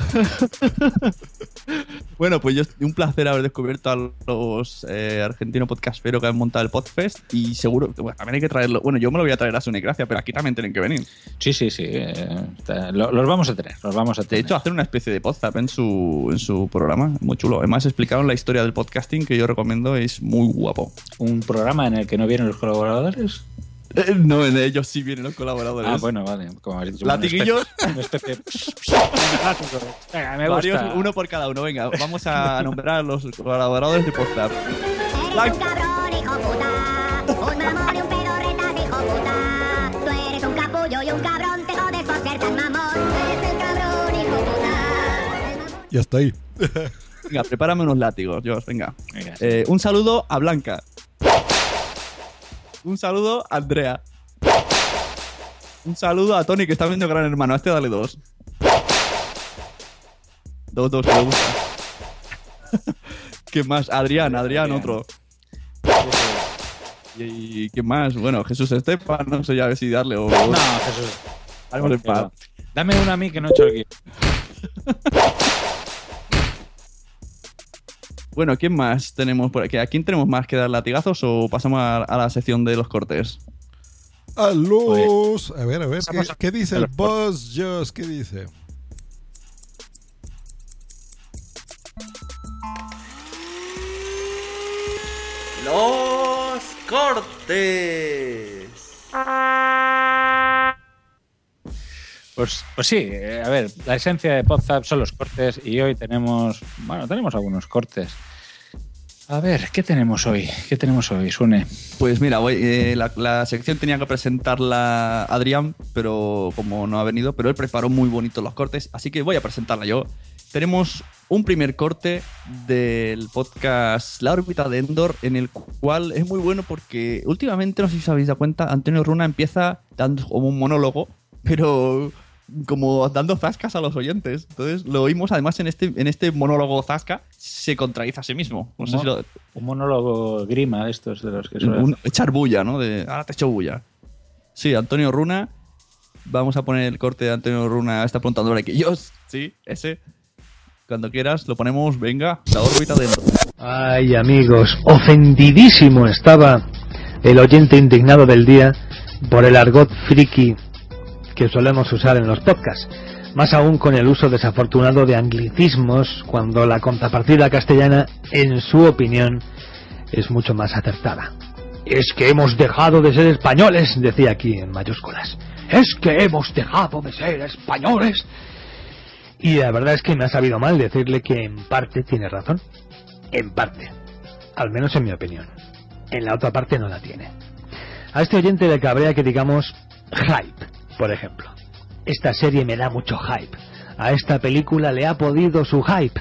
Bueno, pues yo un placer haber descubierto a los eh, argentinos podcastferos que han montado el Podfest y seguro, bueno, también hay que traerlo. Bueno, yo me lo voy a traer a Sune Gracia, pero aquí también tienen que venir. Sí, sí, sí. Eh, lo, los vamos a tener, los vamos a tener. De hecho, hacer una especie de podzap en su, en su programa, muy chulo. Además, explicaron la historia del podcasting que yo recomiendo, es muy guapo. Un programa en el que no vienen los colaboradores. Eh, no, en ellos sí vienen los colaboradores. Ah, bueno, vale. Como habéis dicho, latiguillos. Una especie, una especie de... Venga, me Varios, gusta. uno por cada uno. Venga, vamos a nombrar a los colaboradores de Podzap. Eres un cabrón, hijo puta. Un mamón y un pedorretas, hijo puta. Tú eres un capullo y un cabrón. Te jodes por ser tan mamón. Eres el cabrón, hijo puta. Y hasta ahí. Venga, prepárame unos látigos, Dios, venga. Venga, sí. eh, un saludo a Blanca. Un saludo a Andrea. Un saludo a Tony, que está viendo Gran Hermano. A este dale dos. Dos, dos, que le gusta. ¿Qué más? Adrián, Adrián, otro. ¿Y, y qué más? Bueno, Jesús Estepa, no sé ya si darle o... No, Jesús. Algo de paz. Dame una a mí que no he hecho el guión. Bueno, ¿quién más tenemos por aquí? ¿A quién tenemos más que dar latigazos o pasamos a, a la sección de los cortes? A los... A ver, a ver, ¿qué, a- ¿qué dice el Boss Joss? ¿Qué dice? Los cortes. Pues, pues sí, eh, a ver, la esencia de Podzap son los cortes y hoy tenemos, bueno, tenemos algunos cortes. A ver, ¿qué tenemos hoy? ¿Qué tenemos hoy, Sune? Pues mira, voy, eh, la, la sección tenía que presentarla Adrián, pero como no ha venido, pero él preparó muy bonitos los cortes, así que voy a presentarla yo. Tenemos un primer corte del podcast La órbita de Endor, en el cual es muy bueno porque últimamente, no sé si os habéis dado cuenta, Antonio Runa empieza dando como un monólogo, pero como dando zascas a los oyentes. Entonces lo oímos además en este, en este monólogo zasca, se contradice a sí mismo. No sé si lo, Un monólogo grima de estos de los que suele un, echar bulla, ¿no? De, ahora te echo bulla. Sí, Antonio Runa. Vamos a poner el corte de Antonio Runa. Está preguntando por aquí. Yo, sí, ese. Cuando quieras, lo ponemos. Venga, La órbita de Endor. Ay, amigos, ofendidísimo estaba el oyente indignado del día por el argot friki que solemos usar en los podcasts. Más aún con el uso desafortunado de anglicismos, cuando la contrapartida castellana, en su opinión, es mucho más acertada. Es que hemos dejado de ser españoles, decía aquí en mayúsculas. Es que hemos dejado de ser españoles. Y la verdad es que me ha sabido mal decirle que en parte tiene razón. En parte. Al menos en mi opinión. En la otra parte no la tiene. A este oyente le cabrea que digamos hype, por ejemplo. Esta serie me da mucho hype. A esta película le ha podido su hype.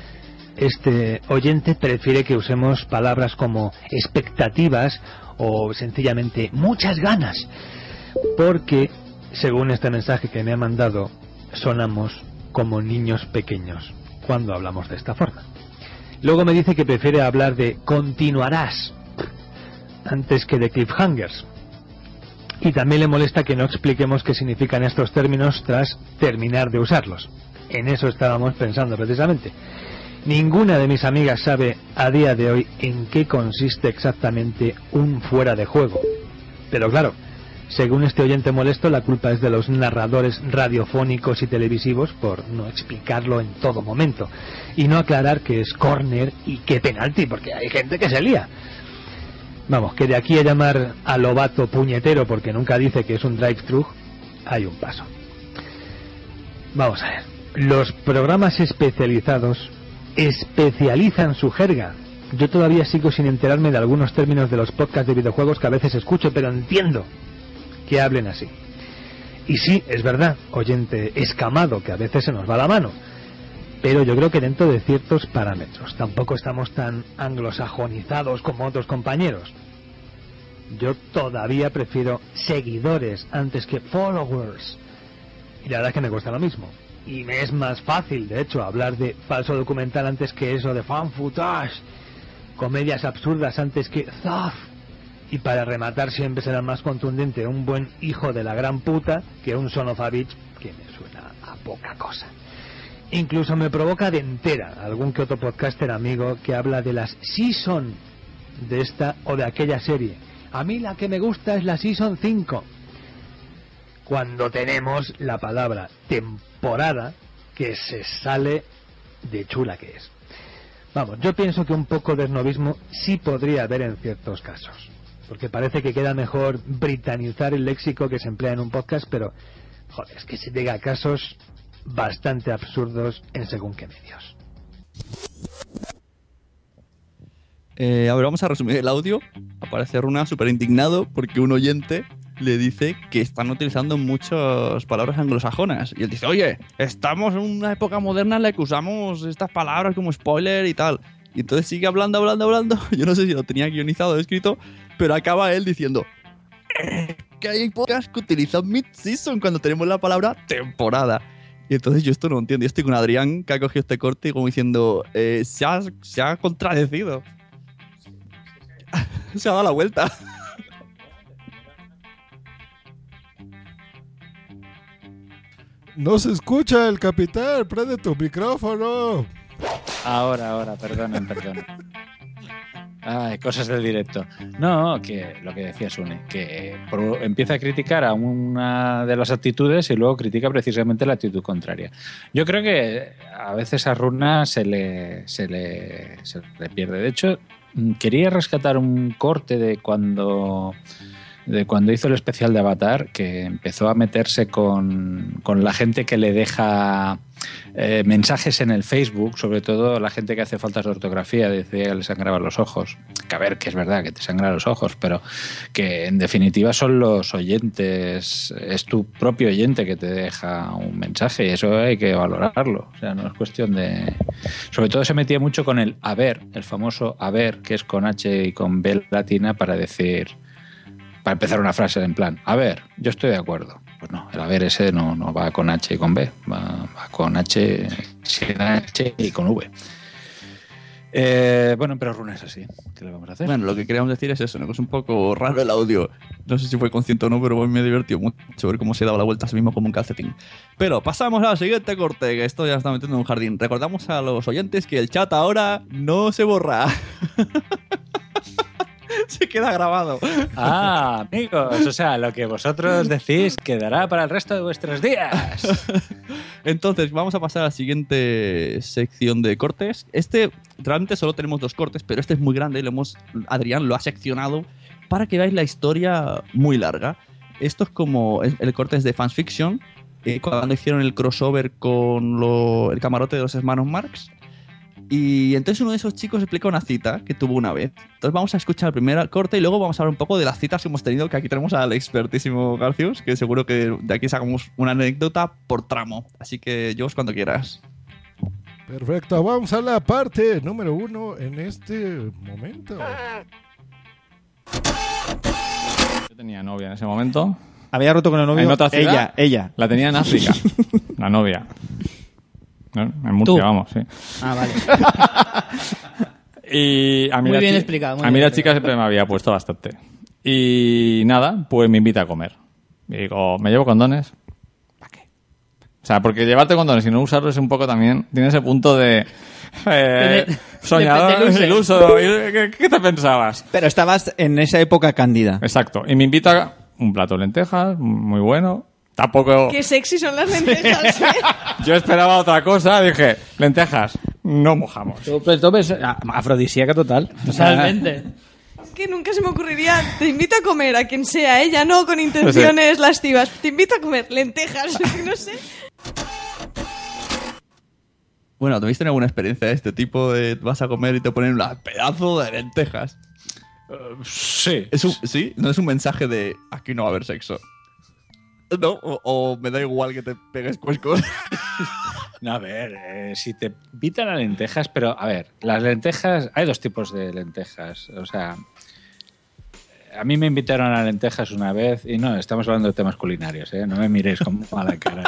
Este oyente prefiere que usemos palabras como expectativas o sencillamente muchas ganas. Porque, según este mensaje que me ha mandado, sonamos como niños pequeños cuando hablamos de esta forma. Luego me dice que prefiere hablar de continuarás antes que de cliffhangers. Y también le molesta que no expliquemos qué significan estos términos tras terminar de usarlos. En eso estábamos pensando precisamente. Ninguna de mis amigas sabe a día de hoy en qué consiste exactamente un fuera de juego. Pero claro, según este oyente molesto, la culpa es de los narradores radiofónicos y televisivos por no explicarlo en todo momento y no aclarar qué es córner y qué penalti, porque hay gente que se lía. Vamos, que de aquí a llamar a Lobato puñetero porque nunca dice que es un drive-thru, hay un paso. Vamos a ver. Los programas especializados especializan su jerga Yo todavía sigo sin enterarme de algunos términos de los podcasts de videojuegos que a veces escucho, pero entiendo que hablen así. Y sí, es verdad, oyente escamado, que a veces se nos va la mano, pero yo creo que dentro de ciertos parámetros. Tampoco estamos tan anglosajonizados como otros compañeros. Yo todavía prefiero seguidores antes que followers. Y la verdad es que me cuesta lo mismo. Y me es más fácil, de hecho, hablar de falso documental antes que eso de fan footage. Comedias absurdas antes que zaf. Y para rematar siempre será más contundente un buen hijo de la gran puta que un son of a bitch, que me suena a poca cosa. Incluso me provoca de entera algún que otro podcaster amigo que habla de las season de esta o de aquella serie. A mí la que me gusta es la season cinco. Cuando tenemos la palabra temporada que se sale de chula que es. Vamos, yo pienso que un poco de snobismo sí podría haber en ciertos casos. Porque parece que queda mejor britanizar el léxico que se emplea en un podcast, pero joder, es que se llega a casos bastante absurdos en según qué medios. Eh, a ver, vamos a resumir el audio. Aparece Runa súper indignado porque un oyente le dice que están utilizando muchas palabras anglosajonas. Y él dice, oye, estamos en una época moderna en la que usamos estas palabras como spoiler y tal. Y entonces sigue hablando, hablando, hablando. Yo no sé si lo tenía guionizado o escrito, pero acaba él diciendo eh, que hay podcasts que utilizan mid-season cuando tenemos la palabra temporada. Y entonces yo esto no entiendo. Yo estoy con Adrián, que ha cogido este corte y como diciendo, eh, se, ha, se ha contradecido. Se ha dado la vuelta. No se escucha el capitán, prende tu micrófono. Ahora, ahora, perdonen, perdonen. Ay, cosas del directo. No, que lo que decía Sune, que por, empieza a criticar a una de las actitudes y luego critica precisamente la actitud contraria. Yo creo que a veces a Runa se le, se le, se le pierde. De hecho, quería rescatar un corte de cuando... de cuando hizo el especial de Avatar, que empezó a meterse con, con la gente que le deja eh, mensajes en el Facebook, sobre todo la gente que hace faltas de ortografía, decía que le sangraban los ojos. Que a ver, que es verdad que te sangran los ojos, pero que en definitiva son los oyentes, es tu propio oyente que te deja un mensaje y eso hay que valorarlo. O sea, no es cuestión de... Sobre todo se metía mucho con el haber, el famoso haber, que es con H y con B latina para decir... Para empezar una frase en plan, a ver, yo estoy de acuerdo. Pues no, el haber ese no, no va con H y con B, va, va con H, sin H y con V. Eh, bueno, pero Runa es así. ¿Qué le vamos a hacer? Bueno, lo que queríamos decir es eso, ¿no? Que es un poco raro el audio. No sé si fue consciente o no, pero a mí me divertió mucho ver cómo se daba la vuelta a sí mismo como un calcetín. Pero pasamos al siguiente corte, que esto ya está metiendo en un jardín. Recordamos a los oyentes que el chat ahora no se borra. Se queda grabado. Ah, amigos, o sea, lo que vosotros decís quedará para el resto de vuestros días. Entonces, vamos a pasar a la siguiente sección de cortes. Este, realmente solo tenemos dos cortes, pero este es muy grande y lo hemos, Adrián lo ha seccionado para que veáis la historia muy larga. Esto es como, el corte es de Fans Fiction, eh, cuando hicieron el crossover con lo, el camarote de los hermanos Marx. Y entonces uno de esos chicos explica una cita que tuvo una vez. Entonces vamos a escuchar el primer corte y luego vamos a hablar un poco de las citas que hemos tenido, que aquí tenemos al expertísimo Garcius, que seguro que de aquí sacamos una anécdota por tramo. Así que, Jos, cuando quieras. Perfecto, vamos a la parte número uno en este momento. Yo tenía novia en ese momento. ¿Había roto con el novio? En otra ciudad, ella, ella. La tenía en África, la novia. ¿No? En Murcia, ¿tú? Vamos, sí. Ah, vale. Y a mí muy la bien chi- explicado. Muy a mí bien la explicado. chica siempre me había puesto bastante. Y nada, pues me invita a comer. Y digo, ¿me llevo condones? ¿Para qué? O sea, porque llevarte condones y no usarlos es un poco también... Tiene ese punto de... Eh, De- soñador, de- de- de- iluso. ¿Qué, ¿Qué te pensabas? Pero estabas en esa época cándida. Exacto. Y me invita un plato de lentejas, muy bueno. Tampoco... Qué sexy son las lentejas, ¿eh? Yo esperaba otra cosa, dije, lentejas, no mojamos. Tú, pues, tú ves, a- afrodisíaca total. Totalmente. Es que nunca se me ocurriría. Te invito a comer a quien sea, ella no con intenciones lascivas. Te invito a comer lentejas, no sé. Bueno, ¿tuviste alguna experiencia de este tipo? De vas a comer y te ponen un pedazo de lentejas. Uh, sí. ¿Es un, ¿Sí? ¿No es un mensaje de aquí no va a haber sexo? ¿No? O, o me da igual que te pegues cuescos. No, a ver, eh, si te invitan a lentejas, pero a ver, las lentejas, hay dos tipos de lentejas. O sea, a mí me invitaron a lentejas una vez y no, estamos hablando de temas culinarios, ¿eh? No me miréis con mala cara.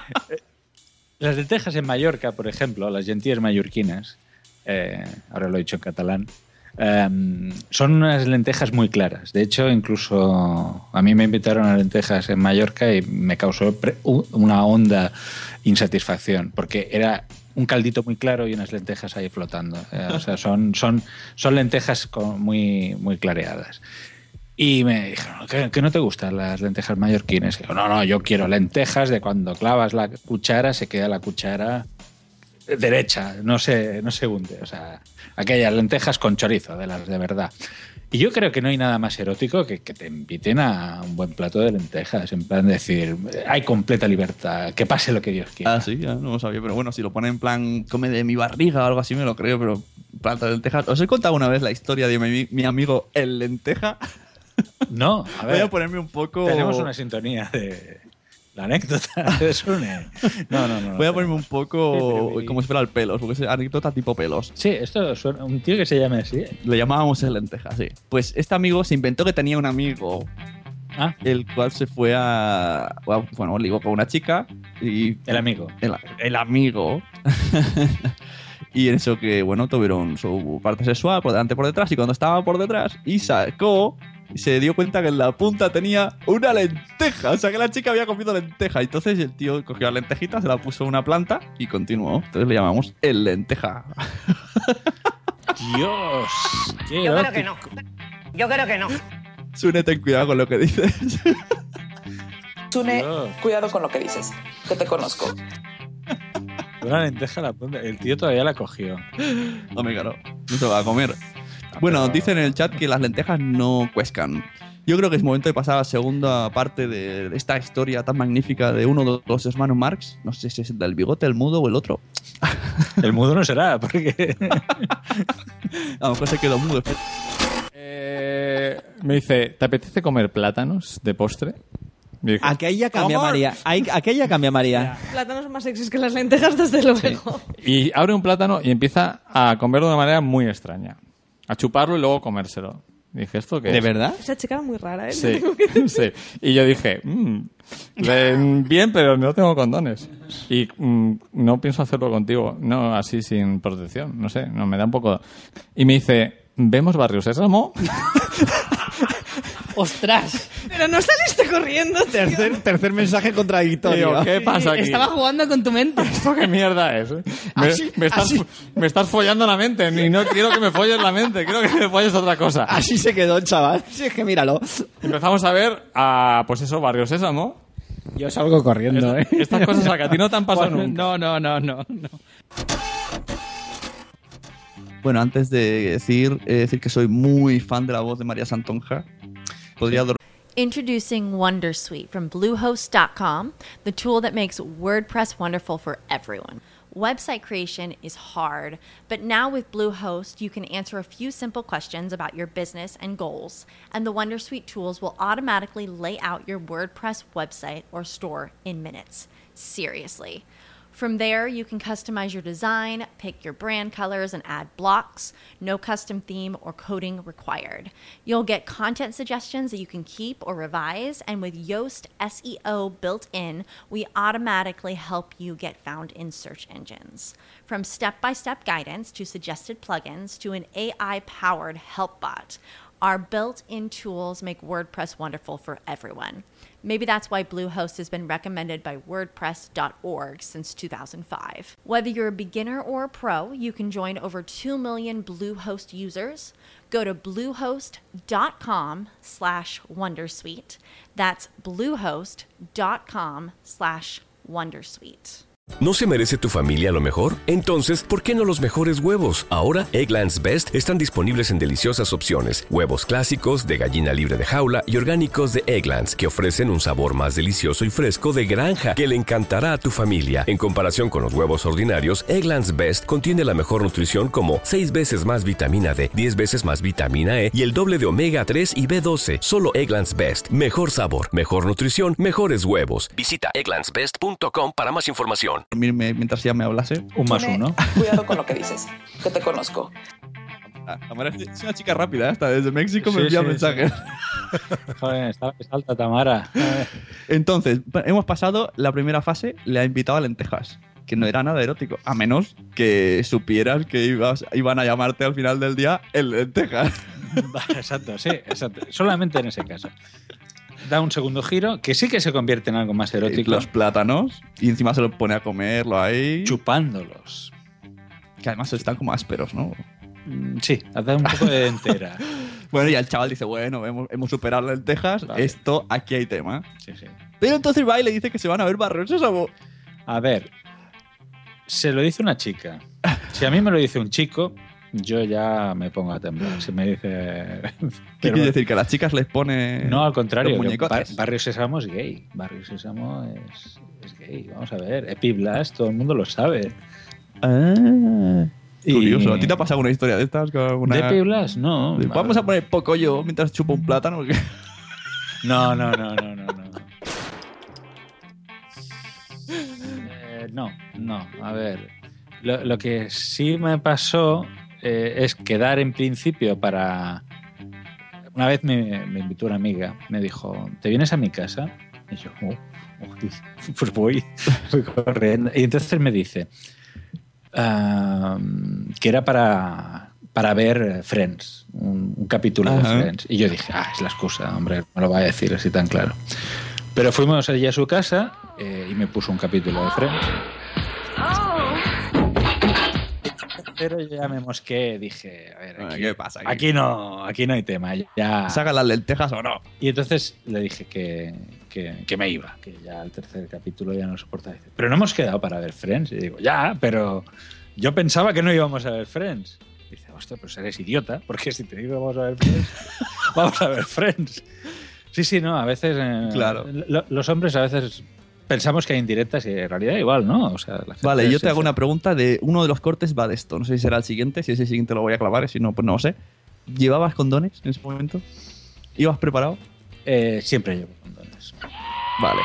Las lentejas en Mallorca, por ejemplo, las llenties mallorquinas, eh, ahora lo he dicho en catalán, Um, son unas lentejas muy claras. De hecho, incluso a mí me invitaron a lentejas en Mallorca y me causó pre- una honda insatisfacción, porque era un caldito muy claro y unas lentejas ahí flotando. Eh, o sea, son, son, son lentejas con muy, muy clareadas. Y me dijeron, ¿que, que no te gustan las lentejas mallorquines? Y digo, no, no, yo quiero lentejas de cuando clavas la cuchara, se queda la cuchara derecha, no se, no se hunde. O sea, aquellas lentejas con chorizo, de las de verdad. Y yo creo que no hay nada más erótico que que te inviten a un buen plato de lentejas, en plan de decir, hay completa libertad, que pase lo que Dios quiera. Ah, sí, ya no lo sabía, pero bueno, si lo pone en plan, come de mi barriga o algo así, me lo creo, pero plato de lentejas. ¿Os he contado una vez la historia de mi, mi amigo el lenteja? No, a ver. Voy a ponerme un poco... Tenemos una sintonía de... La anécdota de Sune. No, no, no. Voy a ponerme un poco como si fuera el pelos, porque es anécdota tipo pelos. Sí, esto suena un tío que se llame así. Le llamábamos el lenteja, sí. Pues este amigo se inventó que tenía un amigo, ah. el cual se fue a... Bueno, ligó con una chica y... El amigo. El, el amigo. Y en eso que, bueno, tuvieron su parte sexual por delante y por detrás, y cuando estaba por detrás y sacó... Y se dio cuenta que en la punta tenía una lenteja. O sea, que la chica había comido lenteja. Entonces el tío cogió la lentejita, se la puso en una planta y continuó. Entonces le llamamos el lenteja. Dios. Qué Yo creo que no. Yo creo que no. Sune, ten cuidado con lo que dices. Sune, cuidado con lo que dices. Que te conozco. Una lenteja a la punta. El tío todavía la cogió. Hombre, claro. No se va a comer. Bueno, dice en el chat que las lentejas no cuescan. Yo creo que es momento de pasar a la segunda parte de esta historia tan magnífica de uno de los hermanos Marx. No sé si es el del bigote, el mudo o el otro. El mudo no será, porque... A lo mejor se quedó mudo. Eh, me dice, ¿te apetece comer plátanos de postre? Dije, aquella cambia María. Aquella cambia María. Plátanos son más sexys que las lentejas, desde luego. Sí. Y abre un plátano y empieza a comerlo de una manera muy extraña. A chuparlo y luego comérselo. Dije, ¿esto qué es? ¿De verdad? Esa chica era muy rara, ¿eh? Sí, sí. Y yo dije, mmm, bien, pero no tengo condones. Y mmm, no pienso hacerlo contigo. No, así sin protección. No sé, no me da un poco... Y me dice, ¿vemos Barrio Sésamo? ¡Ostras! Pero no saliste corriendo, tío. Tercer, tercer mensaje contradictorio. Digo, ¿qué pasa aquí? Estaba jugando con tu mente. ¿Esto qué mierda es? Me, así, me, estás, así. me estás follando la mente y no quiero que me folles la mente, quiero que me folles otra cosa. Así se quedó el chaval. Si es que míralo. Empezamos a ver a, pues eso, Barrio Sésamo. Yo salgo corriendo, Esta, ¿eh? Estas cosas a que a ti no te han pasado Bueno, nunca. No, no, no, no, no. Bueno, antes de decir, eh, decir que soy muy fan de la voz de María Santonja, podría dormir. Introducing Wondersuite from Bluehost dot com, the tool that makes WordPress wonderful for everyone. Website creation is hard, but now with Bluehost, you can answer a few simple questions about your business and goals, and the Wondersuite tools will automatically lay out your WordPress website or store in minutes. Seriously. From there, you can customize your design, pick your brand colors, and add blocks. No custom theme or coding required. You'll get content suggestions that you can keep or revise, and with Yoast S E O built in, we automatically help you get found in search engines. From step-by-step guidance to suggested plugins to an A I-powered help bot, our built-in tools make WordPress wonderful for everyone. Maybe that's why Bluehost has been recommended by WordPress dot org since two thousand five. Whether you're a beginner or a pro, you can join over two million Bluehost users. Go to bluehost dot com slash wondersuite. That's bluehost dot com slash wondersuite. ¿No se merece tu familia lo mejor? Entonces, ¿por qué no los mejores huevos? Ahora, Eggland's Best están disponibles en deliciosas opciones. Huevos clásicos, de gallina libre de jaula y orgánicos de Eggland's, que ofrecen un sabor más delicioso y fresco de granja que le encantará a tu familia. En comparación con los huevos ordinarios, Eggland's Best contiene la mejor nutrición como seis veces más vitamina D, diez veces más vitamina E y el doble de omega tres y B doce. Solo Eggland's Best. Mejor sabor, mejor nutrición, mejores huevos. Visita egglands best punto com para más información. Dormirme mientras ya me hablase. Un más Tiene- uno. Cuidado con lo que dices, que te conozco. Tamara es una chica rápida, hasta desde México me Sí, envía sí, mensajes. Joder, está salta Tamara. Entonces, hemos pasado la primera fase, le ha invitado a lentejas, que no era nada erótico, a menos que supieras que ibas, iban a llamarte al final del día el lentejas. Exacto, sí, exacto. Solamente en ese caso. Da un segundo giro, que sí que se convierte en algo más erótico. Los plátanos, y encima se los pone a comerlo ahí. Chupándolos. Que además están como ásperos, ¿no? Sí, hace un poco de entera. Bueno, y el chaval dice, bueno, hemos, hemos superado las lentejas, Vale. esto, aquí hay tema. Sí, sí. Pero entonces va y le dice que se van a ver Barrios Sésamo. A ver, se lo dice una chica. Si a mí me lo dice un chico, yo ya me pongo a temblar. Si me dice... ¿Qué Pero- quiere decir? ¿Que a las chicas les pone No, al contrario. los que muñecotes? Bar- Barrio Sésamo es gay. Barrio Sésamo es, es gay. Vamos a ver. Epiblas, todo el mundo lo sabe. Ah, Y- curioso. ¿A ti te ha pasado una historia de estas? Con alguna... ¿De Epiblas? No. Vamos a poner pocoyo mientras chupo un plátano. No, no, no, no, no. no. Eh, no, no. A ver. Lo, lo que sí me pasó eh, es quedar en principio para... Una vez me, me invitó una amiga, me dijo, ¿te vienes a mi casa? Y yo, oh, oh, pues voy, voy corriendo. Y entonces me dice ah, que era para, para ver Friends, un, un capítulo Ajá. de Friends. Y yo dije, ah, es la excusa, hombre, no lo va a decir así tan claro. Pero fuimos allí a su casa eh, y me puso un capítulo de Friends. Pero yo ya me mosqué, dije, a ver, aquí, ¿Qué pasa aquí? aquí no, aquí no hay tema, ya. ¿Sacan las lentejas o no? Y entonces le dije que, que, que me iba, que ya el tercer capítulo ya no soportaba. Dice, pero no hemos quedado para ver Friends. Y digo, ya, pero yo pensaba que no íbamos a ver Friends. Y dice, hostia, pues eres idiota, porque si te digo que vamos a ver Friends, vamos a ver Friends. Sí, sí, no, a veces... eh, Claro. lo- los hombres a veces pensamos que hay indirectas y en realidad igual, ¿no? O sea, la gente Vale, yo es- te hago una pregunta de uno de los cortes va de esto. No sé si será el siguiente, si ese siguiente lo voy a clavar, si no, pues no lo sé. ¿Llevabas condones en ese momento? ¿Ibas preparado? Eh, siempre llevo condones. Vale.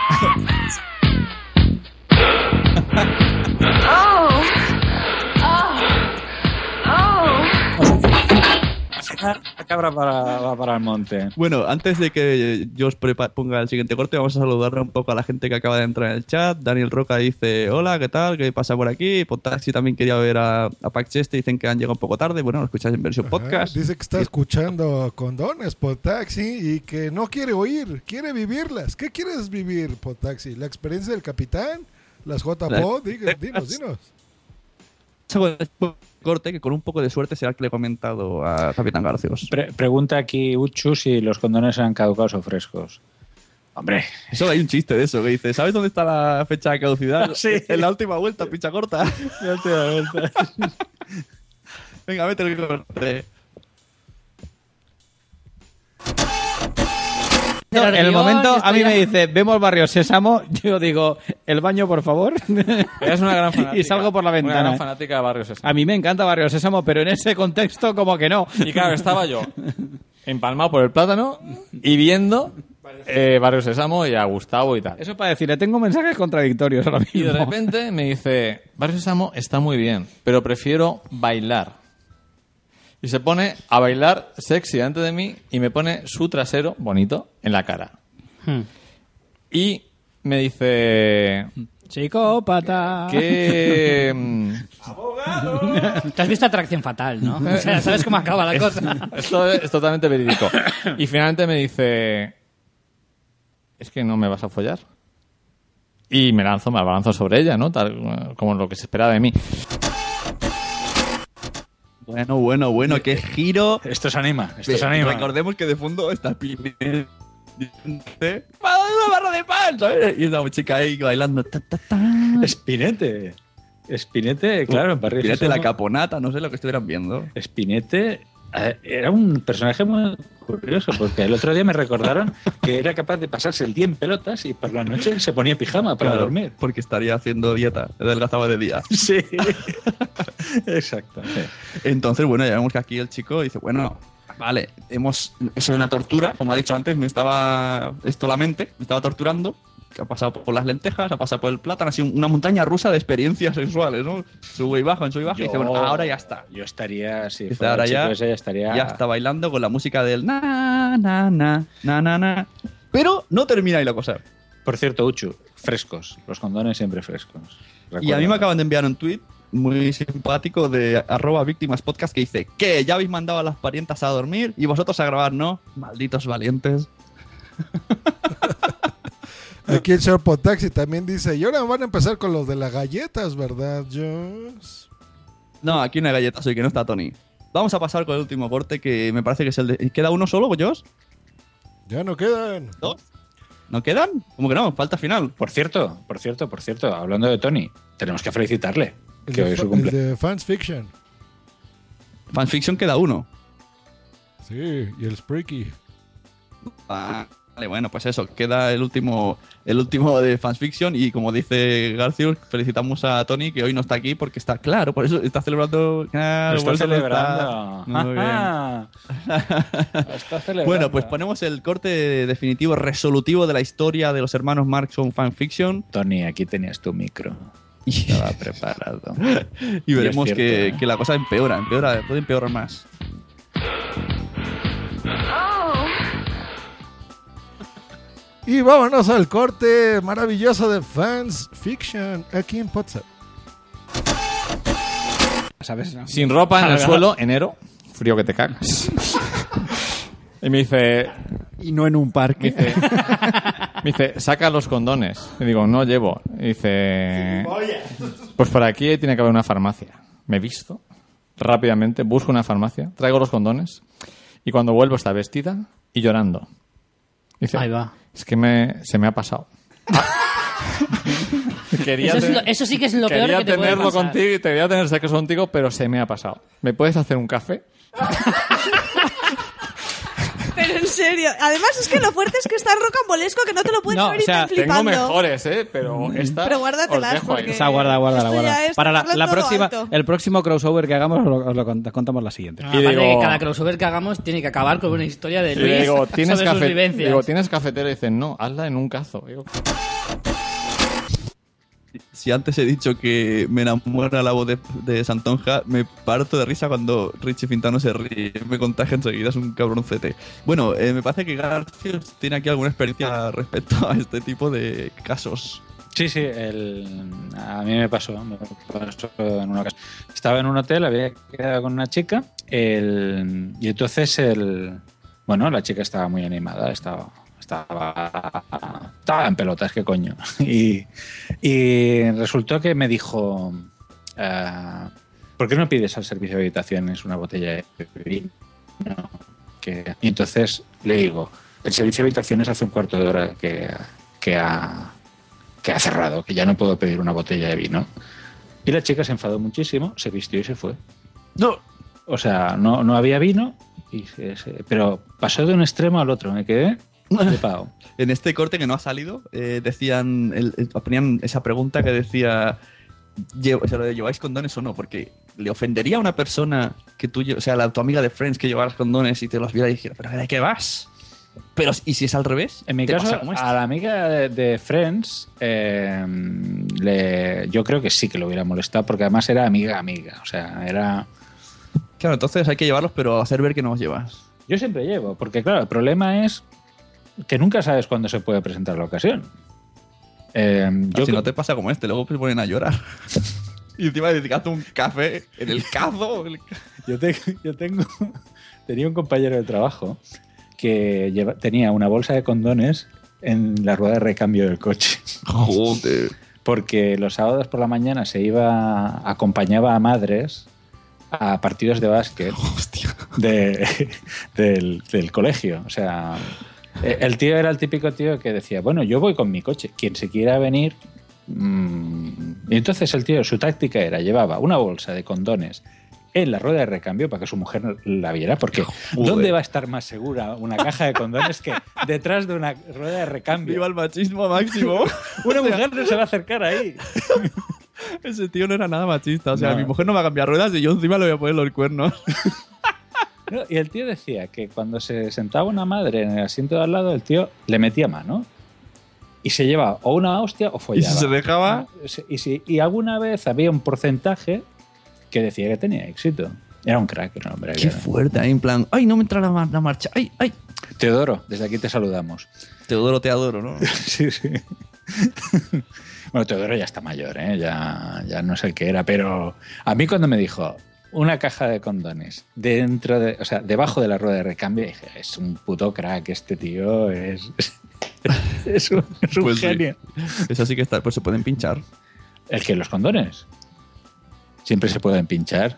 La cabra para, va para el monte. Bueno, antes de que yo os prepa- ponga el siguiente corte, vamos a saludar un poco a la gente que acaba de entrar en el chat. Daniel Roca dice, hola, ¿qué tal? ¿Qué pasa por aquí? Potaxi también quería ver a, a Pac Cheste, dicen que han llegado un poco tarde. Bueno, lo escucháis en versión podcast. Dice que está escuchando condones, Potaxi, y que no quiere oír, quiere vivirlas. ¿Qué quieres vivir, Potaxi? ¿La experiencia del capitán? ¿Las J P O? Diga- Dinos, dinos. Corte que con un poco de suerte será el que le he comentado a Capitán Garcios. Pre- pregunta aquí Uchu si los condones eran caducados o frescos. Hombre. Eso hay un chiste de eso que dice, ¿sabes dónde está la fecha de caducidad? Sí. En la última vuelta, picha corta. La última vuelta. Venga, vete el corte. No, en el guión, momento esto a mí ya- me dice, vemos Barrio Sésamo, yo digo, el baño, por favor. Eres una gran fanática. Y salgo por la Una ventana. gran fanática de Barrio Sésamo. A mí me encanta Barrio Sésamo, pero en ese contexto como que no. Y claro, estaba yo empalmado por el plátano y viendo eh, Barrio Sésamo y a Gustavo y tal. Eso para decirle, tengo mensajes contradictorios ahora mismo. Y de repente me dice, Barrio Sésamo está muy bien, pero prefiero bailar. Y se pone a bailar sexy delante de mí y me pone su trasero bonito en la cara. Hmm. Y me dice... Psicópata. Que... mm, Te has visto Atracción Fatal, ¿no? O sea, sabes cómo acaba la Es- cosa. Esto es totalmente verídico. Y finalmente me dice... Es que no me vas a follar. Y me lanzo, me abalanzo sobre ella, ¿no? Tal como lo que se esperaba de mí. Bueno, bueno, bueno, qué giro. Esto se anima, esto Ve, se anima. Recordemos que de fondo está Pime. ¡Para una barra de pan! ¿sabes? Y una chica ahí bailando. ta, ta, ta, Spinete. Spinete, claro, en Barrio Spinete, Sésamo. la caponata, no sé lo que estuvieran viendo. Spinete eh, era un personaje muy curioso, porque el otro día me recordaron que era capaz de pasarse el día en pelotas y por la noche se ponía pijama para Claro, dormir. Porque estaría haciendo dieta, adelgazaba de día. Sí, exacto. Sí. Entonces, bueno, ya vemos que aquí el chico dice, bueno, vale, hemos, eso es una tortura, como ha dicho antes, me estaba, esto la mente, me estaba torturando, que ha pasado por las lentejas, ha pasado por el plátano, ha sido una montaña rusa de experiencias sexuales, ¿no? Sube y baja, sube y baja, y dice, bueno, ahora ya está. Yo estaría, si Dice, fuera ahora el chico ya, ese, ya estaría... ya está bailando con la música del na, na, na, na, na, na. Pero no termina ahí la cosa. Por cierto, Uchu, frescos, los condones siempre frescos. Y a mí Recuerda. me acaban de enviar un tweet muy simpático de arroba víctimas podcast que dice que ya habéis mandado a las parientas a dormir y vosotros a grabar, ¿no? Malditos valientes. Aquí el señor Potaxi también dice, y ahora van a empezar con los de las galletas, ¿verdad, Joss? No, aquí una galleta soy que no está Tony. Vamos a pasar con el último corte que me parece que es el de... ¿Queda uno solo, Joss? Ya no quedan. ¿Dos? ¿No quedan? ¿Cómo que no? Falta final. Por cierto, por cierto, por cierto, hablando de Tony, tenemos que felicitarle. El Que de, hoy es su fa- el cumpleaños. de Fans Fiction. Fanfiction queda uno. Sí, y el Spreaky. Ah, vale, bueno, pues eso, queda el último el último de Fansfiction y como dice Garcius, felicitamos a Tony que hoy no está aquí porque está claro, por eso está celebrando. Claro, Lo está por eso no celebrando. está. Muy bien. Ajá. Lo está celebrando. Bueno, pues ponemos el corte definitivo, resolutivo de la historia de los hermanos Marx con Fanfiction. Tony, aquí tenías tu micro. Estaba preparado. Y veremos Y es que, cierto, ¿eh? que la cosa empeora, empeora, puede empeorar más. Y vámonos al corte maravilloso de Fans Fiction aquí en WhatsApp. ¿Sabes? No? Sin ropa en el Salga. suelo, enero, frío que te cagas. Y me dice, Y no en un me parque. dice, me dice, saca los condones. Y digo, no llevo. Y dice, pues por aquí tiene que haber una farmacia. Me he visto rápidamente, busco una farmacia, traigo los condones y cuando vuelvo está vestida y llorando. Dice, Ahí va. es que me, se me ha pasado. Quería Eso, es ten- lo- eso sí que es lo peor quería que te puede tenerlo pasar. contigo y quería tener sexo contigo, pero se me ha pasado. ¿Me puedes hacer un café? Pero en serio. Además, es que lo fuerte es que está rocambolesco que no te lo puedes No, ver o y sea, están flipando. tengo mejores, ¿eh? Pero esta Pero guárdatelas, os dejo ahí. porque- Esa guarda, guarda, Esto guarda. ya es Para la, tocarlo la todo próxima, alto. el próximo crossover que hagamos os lo, os lo cont- contamos la siguiente. No, Y aparte digo- que cada crossover que hagamos tiene que acabar con una historia de Y Luis le digo, ¿tienes, sobre sus cafe- vivencias. digo, ¿tienes cafetera? Y dicen, no, hazla en un cazo. Digo, Si antes he dicho que me enamora la voz de, de Santonja, me parto de risa cuando Richie Fintano se ríe. Me contagia enseguida, es un cabroncete. Bueno, eh, me parece que Garcius tiene aquí alguna experiencia respecto a este tipo de casos. Sí, sí, el, a mí me pasó, me pasó en una ocasión. Estaba en un hotel, había quedado con una chica, el, y entonces el, bueno, la chica estaba muy animada, estaba, estaba, estaba en pelotas, qué coño. Y, y resultó que me dijo, eh, ¿por qué no pides al servicio de habitaciones una botella de vino? Que, y entonces le digo, el servicio de habitaciones hace un cuarto de hora que, que ha... que ha cerrado, que ya no puedo pedir una botella de vino. Y la chica se enfadó muchísimo, se vistió y se fue. No. O sea, no, no había vino, y se- se- pero pasó de un extremo al otro. Me quedé flipado. En este corte que no ha salido, eh, decían, el- el- ponían esa pregunta que decía, "Lle- o sea, lo de ¿lleváis condones o no? Porque le ofendería a una persona que tú, lle- o sea, la, tu amiga de Friends que llevaras condones y te los viera y dijera, ¿pero de qué vas? Pero, ¿y si es al revés? En mi ¿Te caso, pasa como esto? a la amiga de, de Friends, eh, le, yo creo que sí que lo hubiera molestado, porque además era amiga amiga. O sea, era... Claro, entonces hay que llevarlos, pero hacer ver que no los llevas. Yo siempre llevo, porque claro, el problema es que nunca sabes cuándo se puede presentar la ocasión. Eh, yo si no te pasa como este, luego se ponen a llorar. Y encima de dedicarte un café en el cazo. el ca- Yo, te- yo tengo, tenía un compañero de trabajo que lleva- tenía una bolsa de condones en la rueda de recambio del coche. Joder. Porque los sábados por la mañana se iba, acompañaba a madres a partidos de básquet de- del, del colegio. O sea, el tío era el típico tío que decía, bueno, yo voy con mi coche, quien se quiera venir, Mm, y entonces el tío, su táctica era, llevaba una bolsa de condones en la rueda de recambio para que su mujer la viera, porque Joder. ¿dónde va a estar más segura una caja de condones que detrás de una rueda de recambio? Viva el machismo máximo. Una mujer no se va a acercar ahí. Ese tío no era nada machista. O sea, No. mi mujer no va a cambiar ruedas y yo encima le voy a poner los cuernos. No, y el tío decía que cuando se sentaba una madre en el asiento de al lado, el tío le metía mano y se llevaba o una hostia o follaba. Y si se dejaba... Y, si, y alguna vez había un porcentaje que decía que tenía éxito. Era un crack, era un hombre. Qué fuerte, ahí en plan, ay, no me entra la, mar- la marcha, ay, ay. Teodoro, desde aquí te saludamos. Teodoro, te adoro, ¿no? Sí, sí. Bueno, Teodoro ya está mayor, ¿eh? ya, ya no sé el que era, pero a mí cuando me dijo una caja de condones dentro de, o sea, debajo de la rueda de recambio, dije, es un puto crack, este tío es, es un, es un Pues sí. genio. Eso sí que está, pues se pueden pinchar. ¿El que los condones? Siempre se pueden pinchar.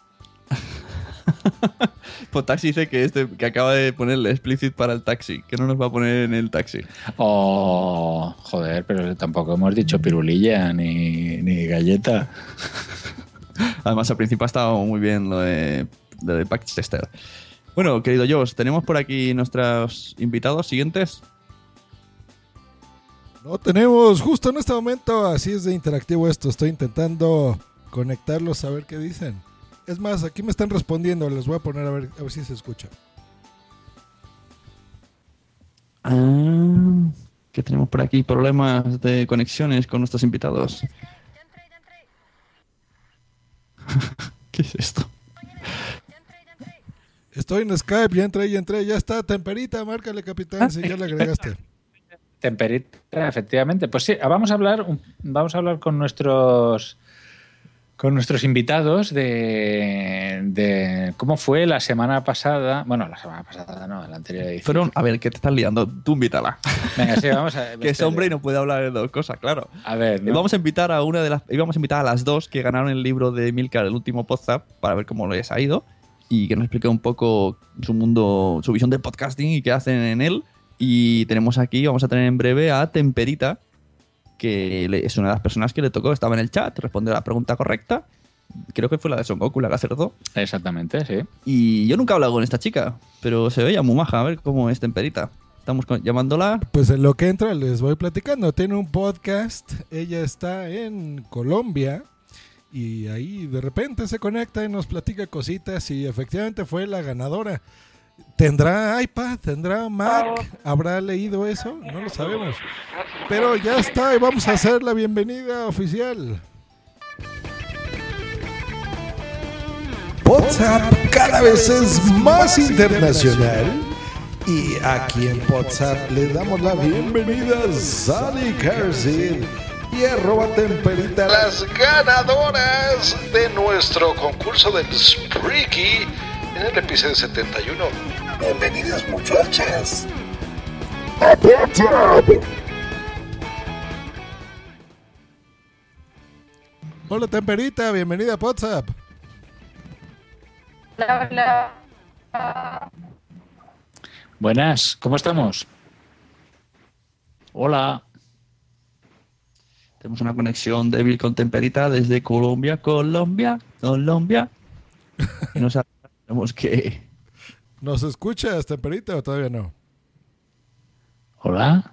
Pues Taxi dice que este que acaba de ponerle explicit para el taxi, que no nos va a poner en el taxi. Oh, joder, pero tampoco hemos dicho pirulilla ni, ni galleta. Además, al principio ha estado muy bien lo de, lo de Paxchester. Bueno, querido Josh, tenemos por aquí nuestros invitados siguientes. No tenemos justo en este momento, así es de interactivo esto. Estoy intentando conectarlos a ver qué dicen. Es más, aquí me están respondiendo, les voy a poner a ver, a ver si se escucha. Ah, que tenemos por aquí problemas de conexiones con nuestros invitados. ¿Qué es esto? Estoy en Skype, ya entré, ya entré, ya está. Temperita, márcale, capitán, si ya le agregaste. Temperita, efectivamente. Pues sí, vamos a hablar, vamos a hablar con nuestros con nuestros invitados de, de cómo fue la semana pasada. Bueno, la semana pasada no, la anterior edición. Fueron, a ver, ¿qué te estás liando? Tú invítala. Venga, sí, vamos a Que es hombre y no puede hablar de dos cosas, claro. A ver, ¿no? Y vamos a invitar a una de las, íbamos a invitar a las dos que ganaron el libro de Milcar, el último podcast, para ver cómo les ha ido y que nos explique un poco su mundo, su visión del podcasting y qué hacen en él. Y tenemos aquí, vamos a tener en breve a Temperita, que le- es una de las personas que le tocó, estaba en el chat, respondió a la pregunta correcta. Creo que fue la de Son Goku, la que acertó. Exactamente, sí. Y yo nunca he hablado con esta chica, pero se veía muy maja, a ver cómo es Temperita. Estamos con- llamándola. Pues en lo que entra les voy platicando. Tiene un podcast, ella está en Colombia y ahí de repente se conecta y nos platica cositas y efectivamente fue la ganadora. ¿Tendrá iPad? ¿Tendrá Mac? ¿Habrá leído eso? No lo sabemos. Pero ya está y vamos a hacer la bienvenida oficial. WhatsApp cada vez es más internacional y aquí en WhatsApp le damos la bienvenida a Sally Carson y arroba Temperita, las ganadoras de nuestro concurso del Spreaky en el episodio setenta y uno. Bienvenidas muchachas a WhatsApp. Hola Temperita, bienvenida a WhatsApp. Hola, hola. Buenas, ¿cómo estamos? Hola. Tenemos una conexión débil con Temperita desde Colombia, Colombia, Colombia. Y no sabemos qué. ¿Nos escuchas, Temperita, o todavía no? Hola.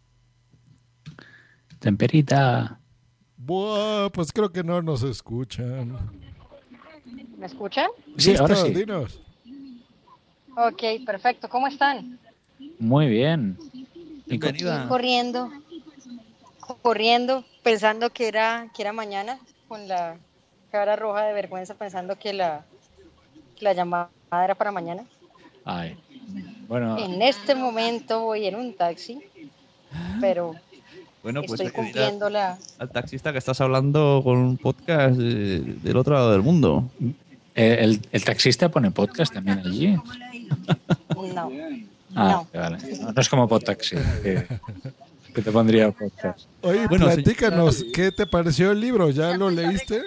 Temperita. Buah, pues creo que no nos escuchan. ¿Me escuchan? Sí, Listo, ahora sí. dinos. Ok, perfecto. ¿Cómo están? Muy bien. Bienvenida. Corriendo, corriendo, pensando que era, que era mañana, con la cara roja de vergüenza, pensando que la, que la llamada era para mañana. Ay. Bueno, En este momento voy en un taxi, pero Bueno, pues estoy hay que decir cumpliendo la... al, al taxista que estás hablando con un podcast de- del otro lado del mundo. eh, el, el taxista pone podcast también allí. No. Ah, vale. No, no es como Podtaxi, que, que te pondría podcast. Oye, Bueno, platícanos, ¿qué te pareció el libro? ¿Ya lo leíste?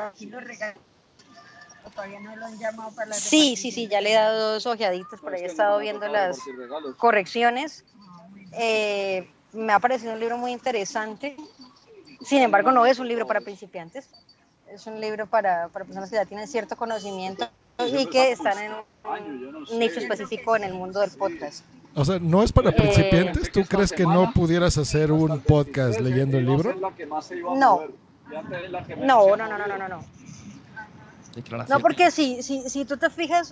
Sí, sí, sí, ya le he dado dos ojeaditas, por ahí he estado viendo las correcciones. Eh, me ha parecido un libro muy interesante. Sin embargo, no es un libro para principiantes, es un libro para, para personas que ya tienen cierto conocimiento y que están en un nicho específico en el mundo del podcast. O sea, ¿no es para principiantes? ¿Tú crees que no pudieras hacer un podcast leyendo el libro? No. No, no, no, no, no, no. No, no porque si, si, si tú te fijas...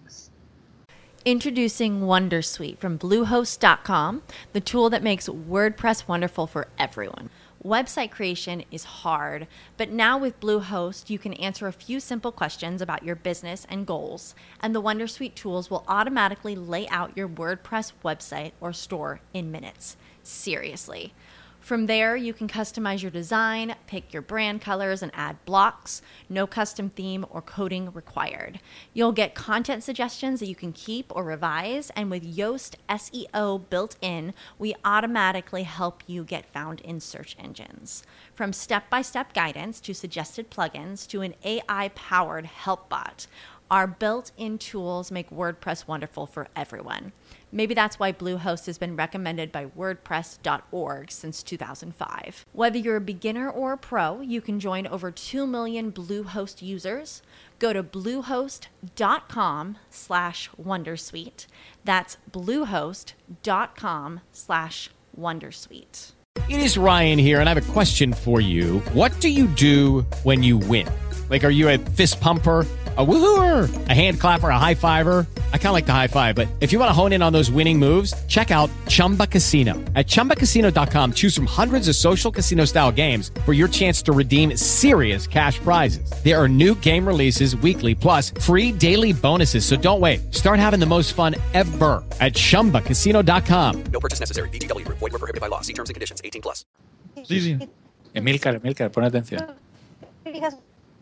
Introducing Wondersuite from Bluehost dot com, the tool that makes WordPress wonderful for everyone. Website creation is hard, but now with Bluehost, you can answer a few simple questions about your business and goals, and the Wondersuite tools will automatically lay out your WordPress website or store in minutes. Seriously. From there, you can customize your design, pick your brand colors, and add blocks. No custom theme or coding required. You'll get content suggestions that you can keep or revise, and with Yoast S E O built in, we automatically help you get found in search engines. From step-by-step guidance to suggested plugins to an A I-powered help bot, our built-in tools make WordPress wonderful for everyone. Maybe that's why Bluehost has been recommended by WordPress dot org since two thousand five. Whether you're a beginner or a pro, you can join over two million Bluehost users. Go to bluehost.com slash Wondersuite. That's bluehost.com slash Wondersuite. It is Ryan here, and I have a question for you. What do you do when you win? Like, are you a fist pumper, a woohooer, a hand clapper, a high fiver? I kind of like the high five, but if you want to hone in on those winning moves, check out Chumba Casino. At chumba casino dot com, choose from hundreds of social casino style games for your chance to redeem serious cash prizes. There are new game releases weekly, plus free daily bonuses. So don't wait. Start having the most fun ever at chumba casino dot com. No purchase necessary. V G W. Void where prohibited by law. See terms and conditions. eighteen plus. Sí, sí. Emilcar, Emilcar, pon atención. Fijas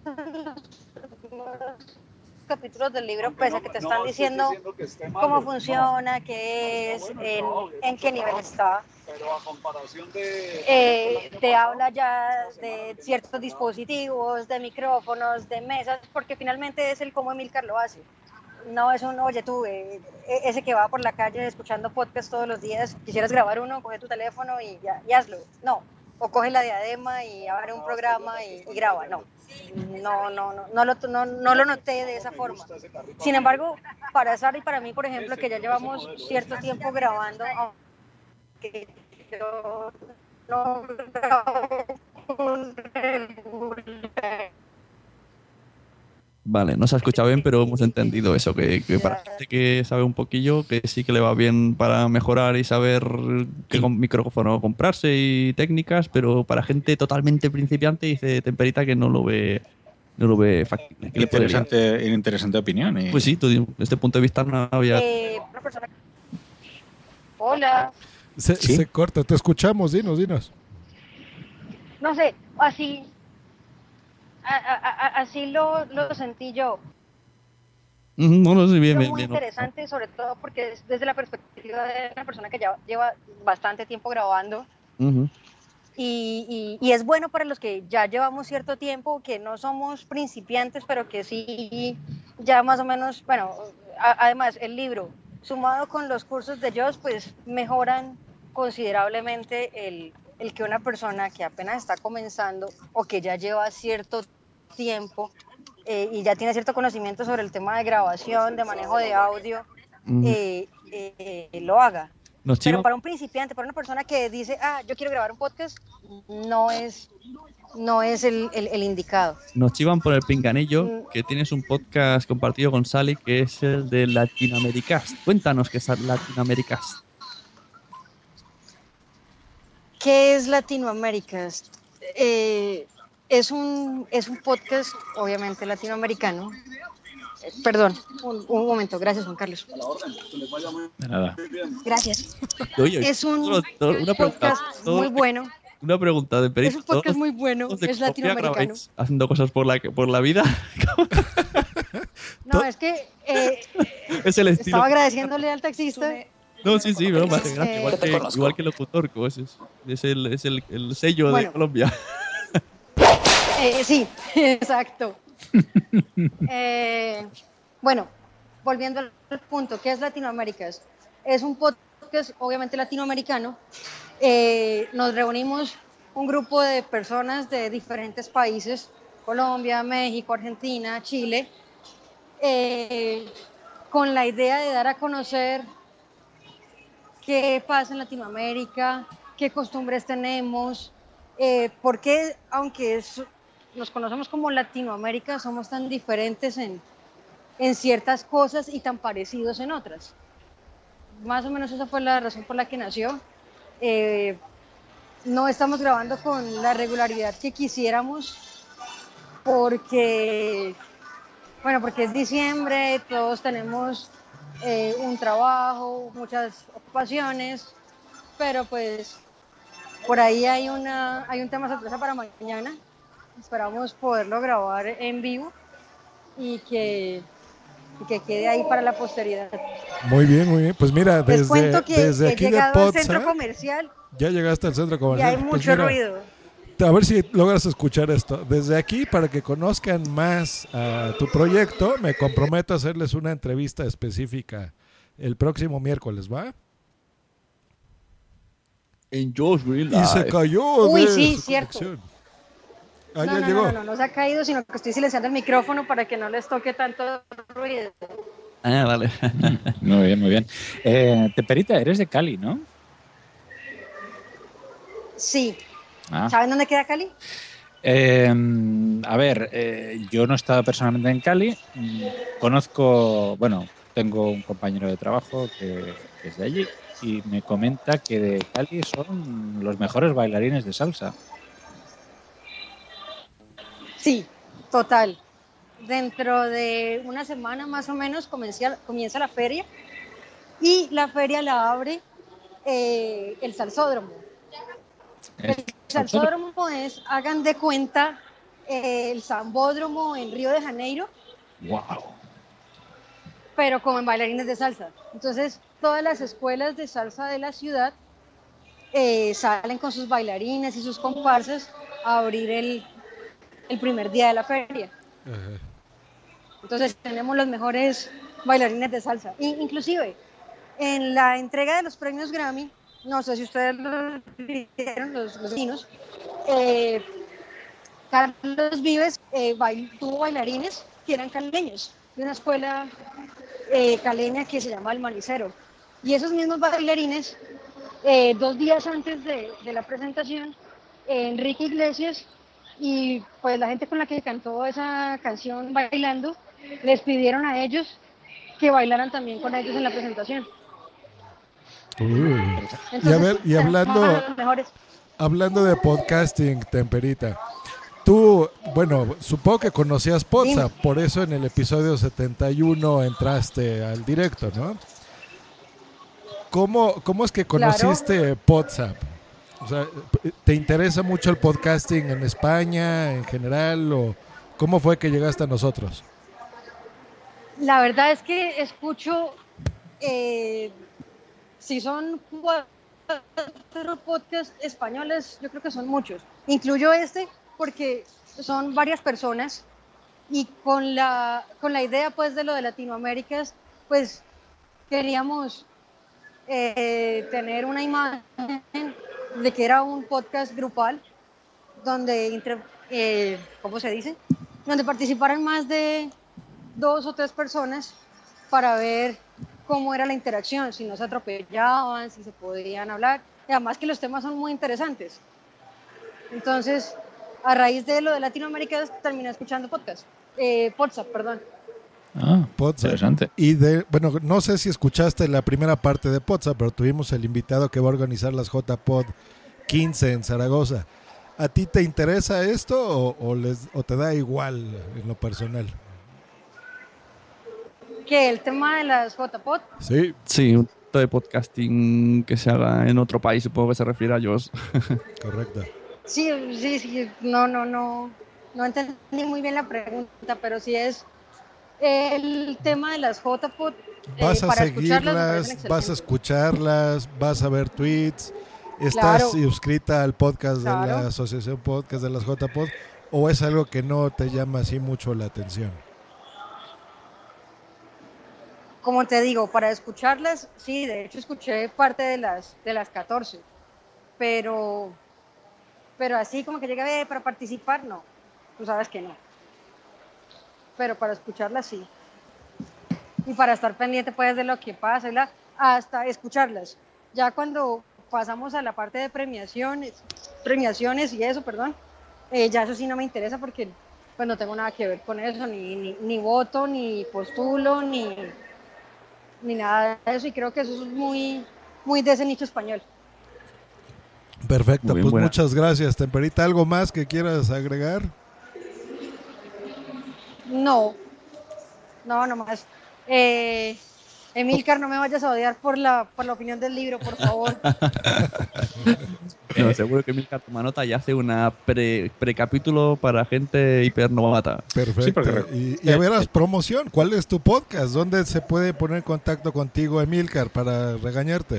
capítulos del libro, pese a que te están diciendo cómo funciona, qué es, en, en qué nivel está. Pero a comparación de... Eh, te habla ya de ciertos dispositivos, de micrófonos, de mesas, porque finalmente es el cómo Emilcar lo hace. No es un, oye tú, eh, ese que va por la calle escuchando podcast todos los días, quisieras grabar uno, coge tu teléfono y, ya, y hazlo. No. O coge la diadema y abre un programa y, y graba. No. No, no, no, no lo, no, no lo noté de esa forma. Sin embargo, para Sara y para mí, por ejemplo, que ya llevamos cierto tiempo grabando, aunque yo no grabo un regular. Vale, no se ha escuchado bien, pero hemos entendido eso, que, que para gente que sabe un poquillo, que sí que le va bien para mejorar y saber qué micrófono comprarse y técnicas, pero para gente totalmente principiante, dice Temperita que no lo ve no lo ve factible. Interesante, interesante opinión. Y... Pues sí, tú, desde este punto de vista no había... Eh, una persona... Hola. Se, ¿Sí? se corta, te escuchamos, dinos, dinos. No sé, así... A, a, a, así lo, lo sentí yo. No, no sé, bien, Fue bien, muy bien, interesante, no. sobre todo porque es desde la perspectiva de una persona que ya lleva bastante tiempo grabando. Uh-huh. Y, y, y es bueno para los que ya llevamos cierto tiempo, que no somos principiantes, pero que sí ya más o menos, bueno, a, además el libro, sumado con los cursos de Josh, pues mejoran considerablemente el, el que una persona que apenas está comenzando o que ya lleva cierto tiempo eh, y ya tiene cierto conocimiento sobre el tema de grabación, de manejo de audio, Mm. eh, eh, lo haga. Nos Pero chiva- para un principiante, para una persona que dice, ah, yo quiero grabar un podcast, no es, no es el, el, el indicado. Nos chivan por el Mm. pinganillo que tienes un podcast compartido con Sally que es el de Latinoamericast. Cuéntanos qué es Latinoamericast. ¿Qué es Latinoamérica? Eh, es, un, es un podcast, obviamente, latinoamericano. Eh, perdón, un, un momento. Gracias, Juan Carlos. De nada. Gracias. Oye, Es un todo- todo- una pregunta, podcast todo- muy bueno. Una pregunta de Es Perito. un podcast ¿Todos- muy bueno. todos de Es Colombia latinoamericano. grabáis haciendo cosas por la, por la vida? No, es que eh, Es el estilo. estaba agradeciéndole al taxista. No, sí, sí, pero me hace gracia. Eh, Igual te que, conozco. igual que locutor, como ese es, es, el, es el, el sello Bueno. de Colombia. Eh, sí, exacto. Eh, bueno, volviendo al punto, ¿qué es Latinoamérica? Es un podcast, obviamente, latinoamericano. Eh, nos reunimos un grupo de personas de diferentes países, Colombia, México, Argentina, Chile, eh, con la idea de dar a conocer qué pasa en Latinoamérica, qué costumbres tenemos, eh, por qué, aunque es, nos conocemos como Latinoamérica, somos tan diferentes en, en ciertas cosas y tan parecidos en otras. Más o menos esa fue la razón por la que nació. Eh, no estamos grabando con la regularidad que quisiéramos porque, bueno, porque es diciembre, todos tenemos eh, un trabajo, muchas ocupaciones, pero pues por ahí hay, una, hay un tema sorpresa para mañana. Esperamos poderlo grabar en vivo y que, y que quede ahí para la posteridad. Muy bien, muy bien. Pues mira, Les desde, cuento que desde he aquí de llegado al Potsdam, centro comercial ya llegaste al centro y comercial. hay Pues mucho mira, ruido. A ver si logras escuchar esto. Desde aquí, para que conozcan más a tu proyecto, me comprometo a hacerles una entrevista específica el próximo miércoles, ¿va? En Josh Green Y se cayó Uy, de sí, su cierto. conexión. Ah, No, ya no, llegó. no, no, no se ha caído, sino que estoy silenciando el micrófono para que no les toque tanto ruido. Ah, vale. Muy bien, muy bien. Eh, Temperita, eres de Cali, ¿no? Sí. Ah. ¿Saben dónde queda Cali? Eh, a ver, eh, yo no he estado personalmente en Cali. Mm, Conozco, bueno, tengo un compañero de trabajo que, que es de allí y me comenta que de Cali son los mejores bailarines de salsa. Sí, total. Dentro de una semana más o menos comienza, comienza la feria y la feria la abre eh, el Salsódromo. El Salsódromo es, hagan de cuenta, eh, el Sambódromo en Río de Janeiro, ¡Wow! pero como en bailarines de salsa. Entonces, todas las escuelas de salsa de la ciudad eh, salen con sus bailarines y sus comparsas a abrir el, el primer día de la feria. Ajá. Entonces, tenemos los mejores bailarines de salsa. I- inclusive, en la entrega de los premios Grammy, no sé si ustedes lo vieron, los, los niños, eh, Carlos Vives eh, bail, tuvo bailarines que eran caleños, de una escuela eh, caleña que se llama El Manicero. Y esos mismos bailarines, eh, dos días antes de, de la presentación, eh, Enrique Iglesias y pues la gente con la que cantó esa canción bailando, les pidieron a ellos que bailaran también con ellos en la presentación. Uy. Entonces, Y a ver, y tenemos hablando, a los mejores. hablando de podcasting, Temperita, tú, bueno, supongo que conocías Potsdam, por eso en el episodio setenta y uno entraste al directo, ¿no? ¿Cómo, cómo es que conociste Potsdam? O sea, ¿te interesa mucho el podcasting en España, en general, o cómo fue que llegaste a nosotros? La verdad es que escucho, eh, si son cuatro podcasts españoles, yo creo que son muchos. Incluyo este porque son varias personas y con la, con la idea pues de lo de Latinoamérica, pues queríamos eh, tener una imagen de que era un podcast grupal donde, entre, eh, ¿cómo se dice? Donde participaran más de dos o tres personas para ver cómo era la interacción, si no se atropellaban, si se podían hablar, y además que los temas son muy interesantes. Entonces, a raíz de lo de Latinoamérica, terminé escuchando podcast, eh, Potsdam, perdón. Ah, Potsdam. interesante. Y de, bueno, no sé si escuchaste la primera parte de Potsdam, pero tuvimos el invitado que va a organizar las J-Pod quince en Zaragoza. ¿A ti te interesa esto o, o, les, o te da igual en lo personal? ¿Qué? ¿El tema de las J-Pod? Sí. Sí, un tipo de podcasting que se haga en otro país, supongo que se refiere a Josh. Correcto. Sí, sí, sí, no, no, no, no entendí muy bien la pregunta, pero sí es el tema de las J-Pod. Vas eh, a para escucharlas me parecen seguirlas, excelentes. vas a escucharlas, vas a ver tweets, estás Claro. suscrita al podcast de Claro. la Asociación Podcast de las J-Pod, o es algo que no te llama así mucho la atención. Como te digo, para escucharlas, sí, de hecho escuché parte de las, de las catorce, pero Pero así como que llegue a ver para participar, no. Tú sabes que no. Pero para escucharlas sí. Y para estar pendiente pues de lo que pasa, ¿verdad? Hasta escucharlas. Ya cuando pasamos a la parte de premiaciones, premiaciones y eso, perdón, eh, ya eso sí no me interesa porque pues no tengo nada que ver con eso, ni, ni, ni voto, ni postulo, ni, ni nada de eso. Y creo que eso es muy, muy de ese nicho español. Perfecto, Muy pues buena. muchas gracias. Temperita, ¿algo más que quieras agregar? No, no, no más. Eh, Emilcar, no me vayas a odiar por la, por la opinión del libro, por favor. No, seguro que Milka toma nota y hace una pre, precapítulo para gente hipernovata. Perfecto. Sí, porque- y, y a verás, promoción, ¿cuál es tu podcast? ¿Dónde se puede poner en contacto contigo, Emilcar, para regañarte?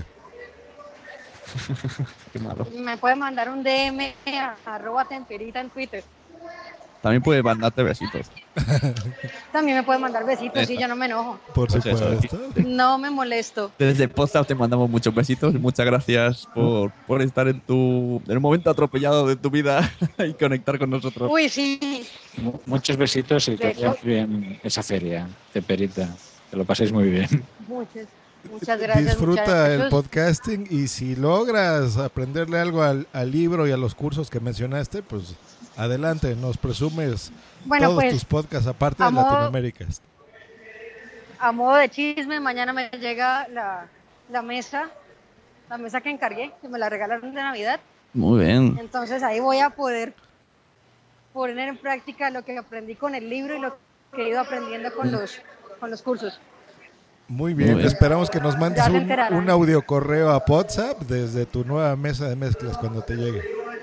Qué malo. Me puede mandar un D M a arroba temperita en Twitter. También puede mandarte besitos. También me puede mandar besitos, Eso. sí, yo no me enojo. Por Pues eso, supuesto. No me molesto. Desde Podcast te mandamos muchos besitos. Muchas gracias por, por estar en tu en el momento atropellado de tu vida y conectar con nosotros. Uy, sí. Mu- Muchos besitos y que De vaya muy bien esa feria, Temperita. Que lo paséis muy bien. Muchas, muchas gracias. Disfruta el muchachos. podcasting y si logras aprenderle algo al, al libro y a los cursos que mencionaste, pues adelante, nos presumes Bueno, todos pues, tus podcasts aparte a de modo- Latinoamérica. A modo de chisme, mañana me llega la, la mesa, la mesa que encargué, que me la regalaron de Navidad. Muy bien. Entonces ahí voy a poder poner en práctica lo que aprendí con el libro y lo que he ido aprendiendo con los, con los cursos. Muy bien, Muy bien. esperamos que nos mandes Ya se un, enterarán. un audio correo a WhatsApp desde tu nueva mesa de mezclas cuando te llegue.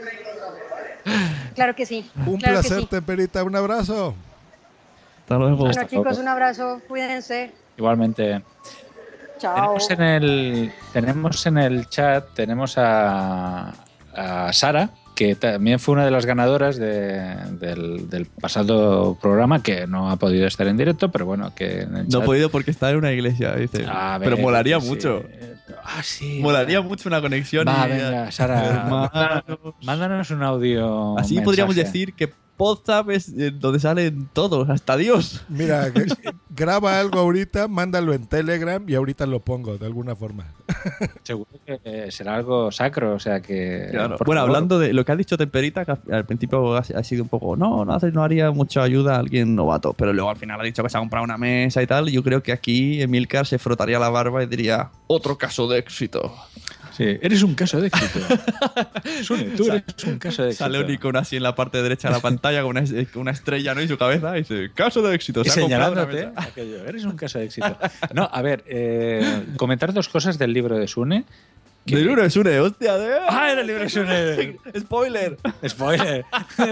Claro que sí. Un claro que placer, sí. Temperita, un abrazo. Hasta luego. Bueno, chicos, un abrazo. Cuídense. Igualmente. Chao. Tenemos en el, tenemos en el chat, tenemos a, a Sara, que también fue una de las ganadoras de- del, del pasado programa, que no ha podido estar en directo, pero bueno, que en el No he chat- podido porque está en una iglesia, dice. A ver, Pero molaría sí. mucho. Ah, sí. Molaría mucho una conexión. Va, y- venga, Sara, Hermanos. mándanos un audio. Así mensaje. podríamos decir que WhatsApp es eh, donde salen todos, hasta Dios. Mira, g- graba algo ahorita, mándalo en Telegram y ahorita lo pongo de alguna forma. Seguro que eh, será algo sacro, o sea que... Claro. por Bueno, favor. hablando de lo que ha dicho Temperita, que al principio ha, ha sido un poco, no, no, hace- no haría mucha ayuda a alguien novato, pero luego al final ha dicho que se ha comprado una mesa y tal, y yo creo que aquí Emilcar se frotaría la barba y diría, otro caso de éxito. Sí, eres un caso de éxito. Sune, tú eres un caso de éxito. Sale un icono así en la parte derecha de la pantalla con una, con una estrella, ¿no? Y su cabeza y dice, caso de éxito. Y Se ha comprado una señalándote mesa. aquello, eres un caso de éxito. No, a ver, eh, comentar dos cosas del libro de Sune. que- Del libro de Sune, hostia. De... ¡Ah, era el libro de Sune! Spoiler. Spoiler.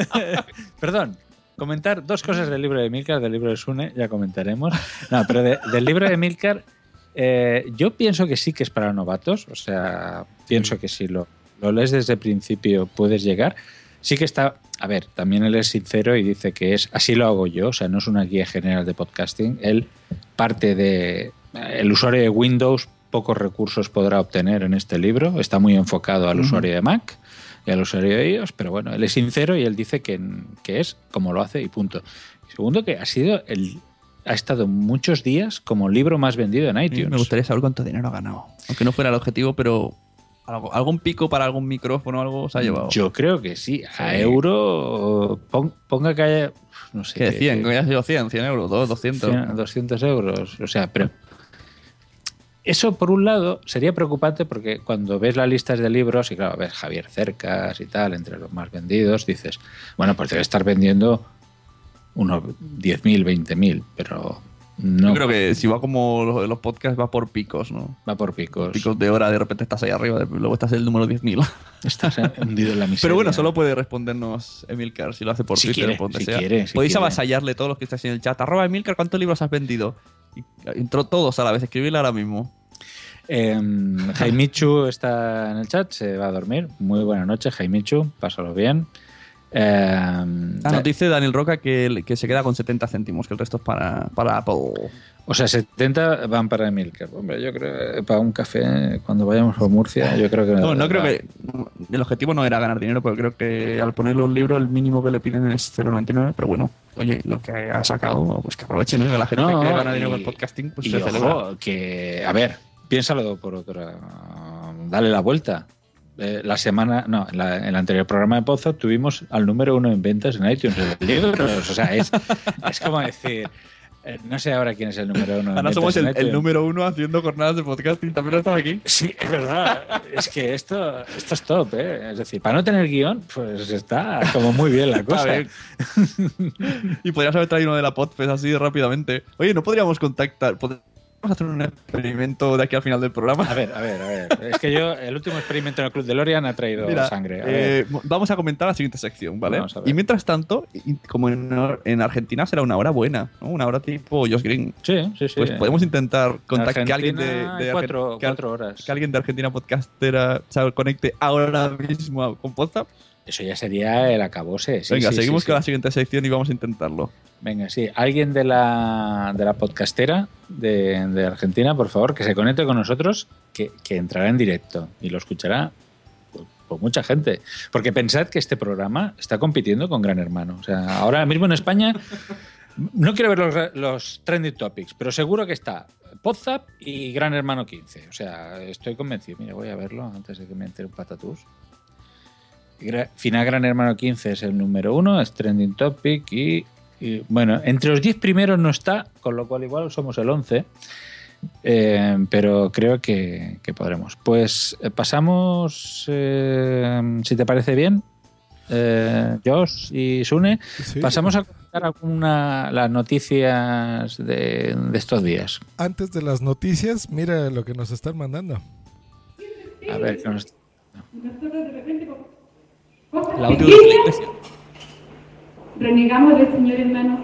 Perdón. Comentar dos cosas del libro de Milcar, del libro de Sune, ya comentaremos. No, pero de- del libro de Milcar, eh, yo pienso que sí que es para novatos. O sea, pienso que si lo, lo lees desde el principio puedes llegar. Sí que está. A ver, también él es sincero y dice que es así lo hago yo. O sea, no es una guía general de podcasting. Él parte de. El usuario de Windows pocos recursos podrá obtener en este libro. Está muy enfocado al Ujú. usuario de Mac y al usuario de iOS, pero bueno, él es sincero y él dice que, que es como lo hace y punto. Y segundo, que ha sido el ha estado muchos días como libro más vendido en iTunes. Me gustaría saber cuánto dinero ha ganado. Aunque no fuera el objetivo, pero algo, algún pico para algún micrófono o algo se ha llevado. Yo creo que sí. A Sí. euro, pon- ponga que haya, no sé. Que qué- cien, qué- que ha sido cien, cien euros, dos, doscientos. cien, doscientos euros. O sea, pero eso por un lado sería preocupante porque cuando ves las listas de libros y claro, ves Javier Cercas y tal, entre los más vendidos, dices, bueno, pues debe estar vendiendo unos diez mil, veinte mil, pero no. Yo creo que si va como los, los podcasts va por picos, ¿no? Va por picos. Picos de hora, de repente estás ahí arriba, de- luego estás en el número diez mil. Estás hundido en la miseria. Pero bueno, solo puede respondernos Emilcar si lo hace por Si Twitter quiere, o por donde si sea. quiere, si Podéis quiere. avasallarle todos los que estáis en el chat. Arroba Emilcar, ¿cuántos libros has vendido? Y, entró todos a la vez, escribirle ahora mismo. Eh, Jaimichu está en el chat, se va a dormir. Muy buena noche, Jaimichu, pásalo bien. Eh, Ah, nos dice Daniel Roca que, que se queda con setenta céntimos, que el resto es para, para Apple. O sea, setenta van para Emilcar. Hombre, yo creo que para un café, cuando vayamos a Murcia, yo creo que... No, no creo va. que. el objetivo no era ganar dinero, pero creo que al poner los libros el mínimo que le piden es cero coma noventa y nueve, pero bueno, oye, lo que ha sacado, pues que aprovechen, ¿no? La gente No, que gana y- dinero con el podcasting, pues y se ojo, celebra. que, a ver, piénsalo por otra. Dale la vuelta. Eh, la semana, no, en, la- en el anterior programa de Podzap tuvimos al número uno en ventas en iTunes de libros. O sea, es, es como decir, eh, no sé ahora quién es el número uno en Ahora ventas somos en el, el iTunes. número uno haciendo jornadas de podcasting, también estamos aquí. Sí, es verdad. Es que esto, esto es top, ¿eh? Es decir, para no tener guión, pues está como muy bien la Está cosa. bien. Y podríamos haber traído uno de la Podfest así de rápidamente. Oye, ¿no podríamos contactar? ¿Podríamos hacer un experimento de aquí al final del programa? A ver, a ver, a ver. Es que yo, el último experimento en el Club de Lorian ha traído Mira, sangre. A ver. eh, vamos a comentar la siguiente sección, ¿vale? Vamos a ver. Y mientras tanto, y- como en, en Argentina será una hora buena, ¿no? Una hora tipo Josh Green. Sí, sí, sí. Pues podemos intentar contactar que alguien de, Argentina hay de cuatro- Argen- que, cuatro horas. que alguien de Argentina Podcastera se conecte ahora mismo a- con Podzap. Eso ya sería el acabose. Sí, Venga, sí, seguimos sí, con sí. la siguiente sección y vamos a intentarlo. Venga, sí. Alguien de la, de la podcastera de, de Argentina, por favor, que se conecte con nosotros, que, que entrará en directo y lo escuchará pues, pues mucha gente. Porque pensad que este programa está compitiendo con Gran Hermano. O sea, ahora mismo en España, no quiero ver los, los trending topics, pero seguro que está Podzap y Gran Hermano quince. O sea, estoy convencido. Mira, voy a verlo antes de que me entere un patatús. Gra- Final Gran Hermano quince es el número uno, es trending topic y, y, bueno, entre los diez primeros no está, con lo cual igual somos el once, eh, pero creo que, que podremos. Pues eh, pasamos, eh, si te parece bien, eh, Josh y Sune, Sí. pasamos a contar alguna, las noticias de, de estos días. Antes de las noticias, mira lo que nos están mandando. A ver, ¿qué nos- El audio de la iglesia. Renegamos del Señor, hermano.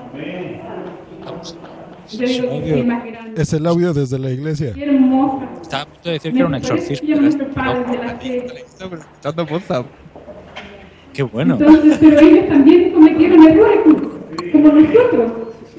Yo digo que soy más grande. Es el audio desde la iglesia. Qué hermosa. Estaba a punto de decir que era un exorcismo. Parecía nuestro padre de la fe. Escuchando Podzap. Qué bueno. Entonces, pero ellos también cometieron errores, como nosotros.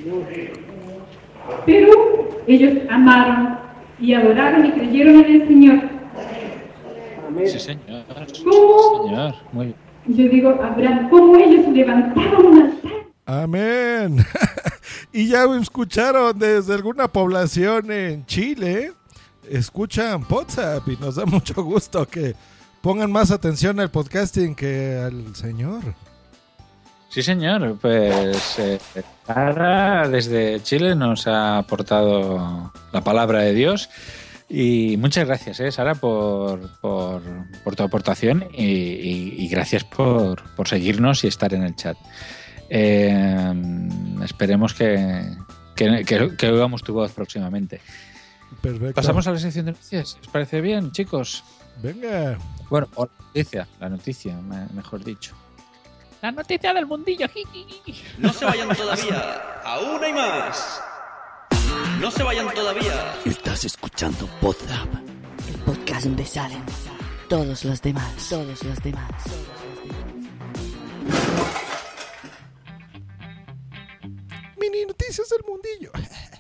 Pero ellos amaron y adoraron y creyeron en el Señor. Sí, señor. Sí, ¿Cómo? señor. Muy bien. Yo digo, Abraham, ¿cómo ellos levantaron un altar? Amén. Y ya escucharon desde alguna población en Chile, escuchan Podzap y nos da mucho gusto que pongan más atención al podcasting que al Señor. Sí, señor. Pues eh, Sara desde Chile nos ha aportado la palabra de Dios. Y muchas gracias, eh, Sara, por, por, por tu aportación y, y- y gracias por, por seguirnos y estar en el chat. Eh, esperemos que, que, que, que oigamos tu voz próximamente. Perfecto. Pasamos a la sección de noticias. ¿Os parece bien, chicos? Venga. Bueno, o la noticia, la noticia, me- mejor dicho. La noticia del mundillo. No se vayan todavía, aún hay más. No se vayan todavía. Estás escuchando Podzap, el podcast donde salen todos los demás, todos los demás. Mini noticias del mundillo.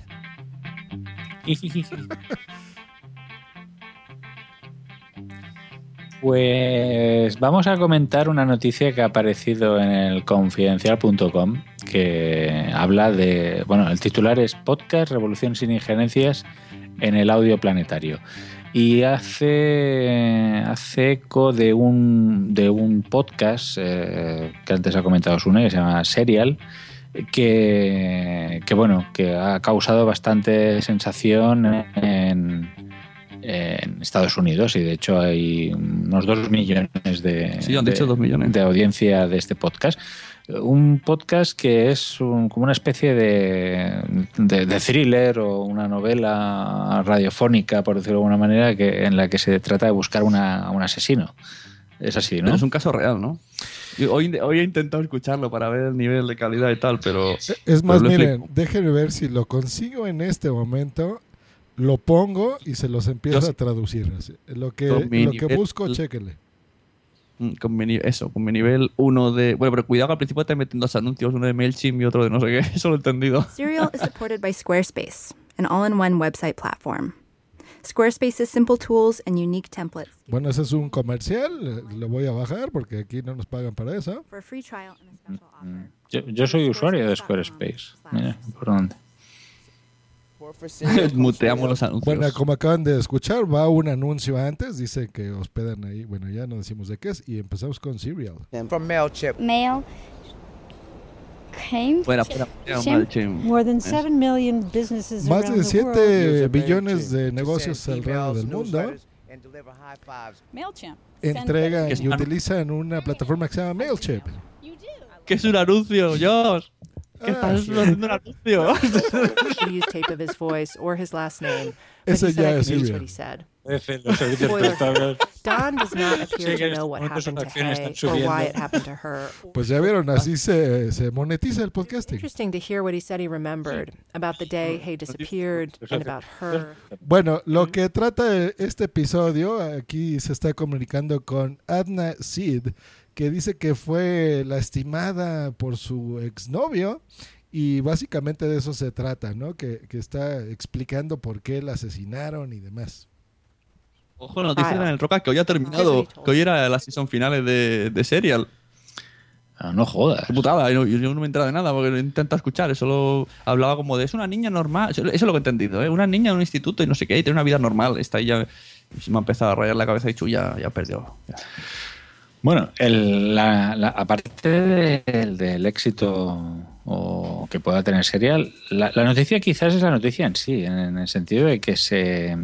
Pues vamos a comentar una noticia que ha aparecido en el confidencial punto com que habla de, bueno, el titular es Podcast Revolución sin injerencias en el audio planetario y hace, hace eco de un, de un podcast eh, que antes ha comentado Sune, que se llama Serial, que, que bueno, que ha causado bastante sensación en, en Estados Unidos y de hecho hay unos dos millones de, Sí, han de, dicho dos millones. de audiencia de este podcast. Un podcast que es un- como una especie de, de, de thriller o una novela radiofónica, por decirlo de alguna manera, que, en la que se trata de buscar una, a un asesino. Es así, ¿no? Pero es un caso real, ¿no? Yo hoy, hoy he intentado escucharlo para ver el nivel de calidad y tal, pero... Es más, pero lo miren, flipo. déjenme ver si lo consigo en este momento, lo pongo y se los empiezo Yo- a traducir. Así. Lo que, Con mi lo que nivel- busco, chéquele. Mm, Con mi, ni- eso, con mi nivel uno de... Bueno, pero cuidado que al principio te meten dos anuncios, uno de MailChimp y otro de no sé qué. Eso lo he entendido. Serial is supported by Squarespace, an all-in-one website platform. Squarespace's simple tools and unique templates. Bueno, ese es un comercial, lo voy a bajar porque aquí no nos pagan para eso. For a free trial and a special offer. Yo, yo soy usuario de Squarespace. Mira, ¿por dónde? Muteamos los anuncios. Bueno, como acaban de escuchar, va un anuncio antes, dice que hospedan ahí, bueno, ya no decimos de qué es, y empezamos con Serial. From MailChimp. Mail came Bueno, to espera, espera, Chimp. MailChimp. More than seven million businesses Más around de the siete world. billones de negocios alrededor del mundo MailChimp. entregan send- y utilizan una plataforma que se llama MailChimp. ¿Qué es un anuncio, Josh? ¿Qué Ah, estás sí. haciendo un anuncio? He used tape of his voice or his last name, but Ese he said ya I es could use Silvia. what he said. F, los servicios Spoiler. prestados. Don does not appear Sí, que to en know este what momento sus happened to acciones Hay están or why subiendo. it happened to her. Pues ya vieron, así se, se monetiza el podcasting. Interesting to hear what he said he remembered about the day Hay disappeared and about her. Bueno, lo que trata este episodio, aquí se está comunicando con Adna Sid, que dice que fue lastimada por su exnovio, y básicamente de eso se trata, ¿no? Que, que está explicando por qué la asesinaron y demás. Ojo, nos dicen en el Roca que hoy ha terminado, que hoy era la season finales de, de Serial. Ah, no jodas. Qué putada, yo, yo no me he enterado de nada porque no intento escuchar. Solo hablaba como de, es una niña normal. Eso es lo que he entendido, ¿eh? Una niña en un instituto y no sé qué, y tiene una vida normal. Está ahí ya, se me ha empezado a rayar la cabeza y chu, ya, ya perdió. Ya. Bueno, el, la, la, aparte del, del éxito o que pueda tener Serial, la, la noticia quizás es la noticia en sí, en, en el sentido de que se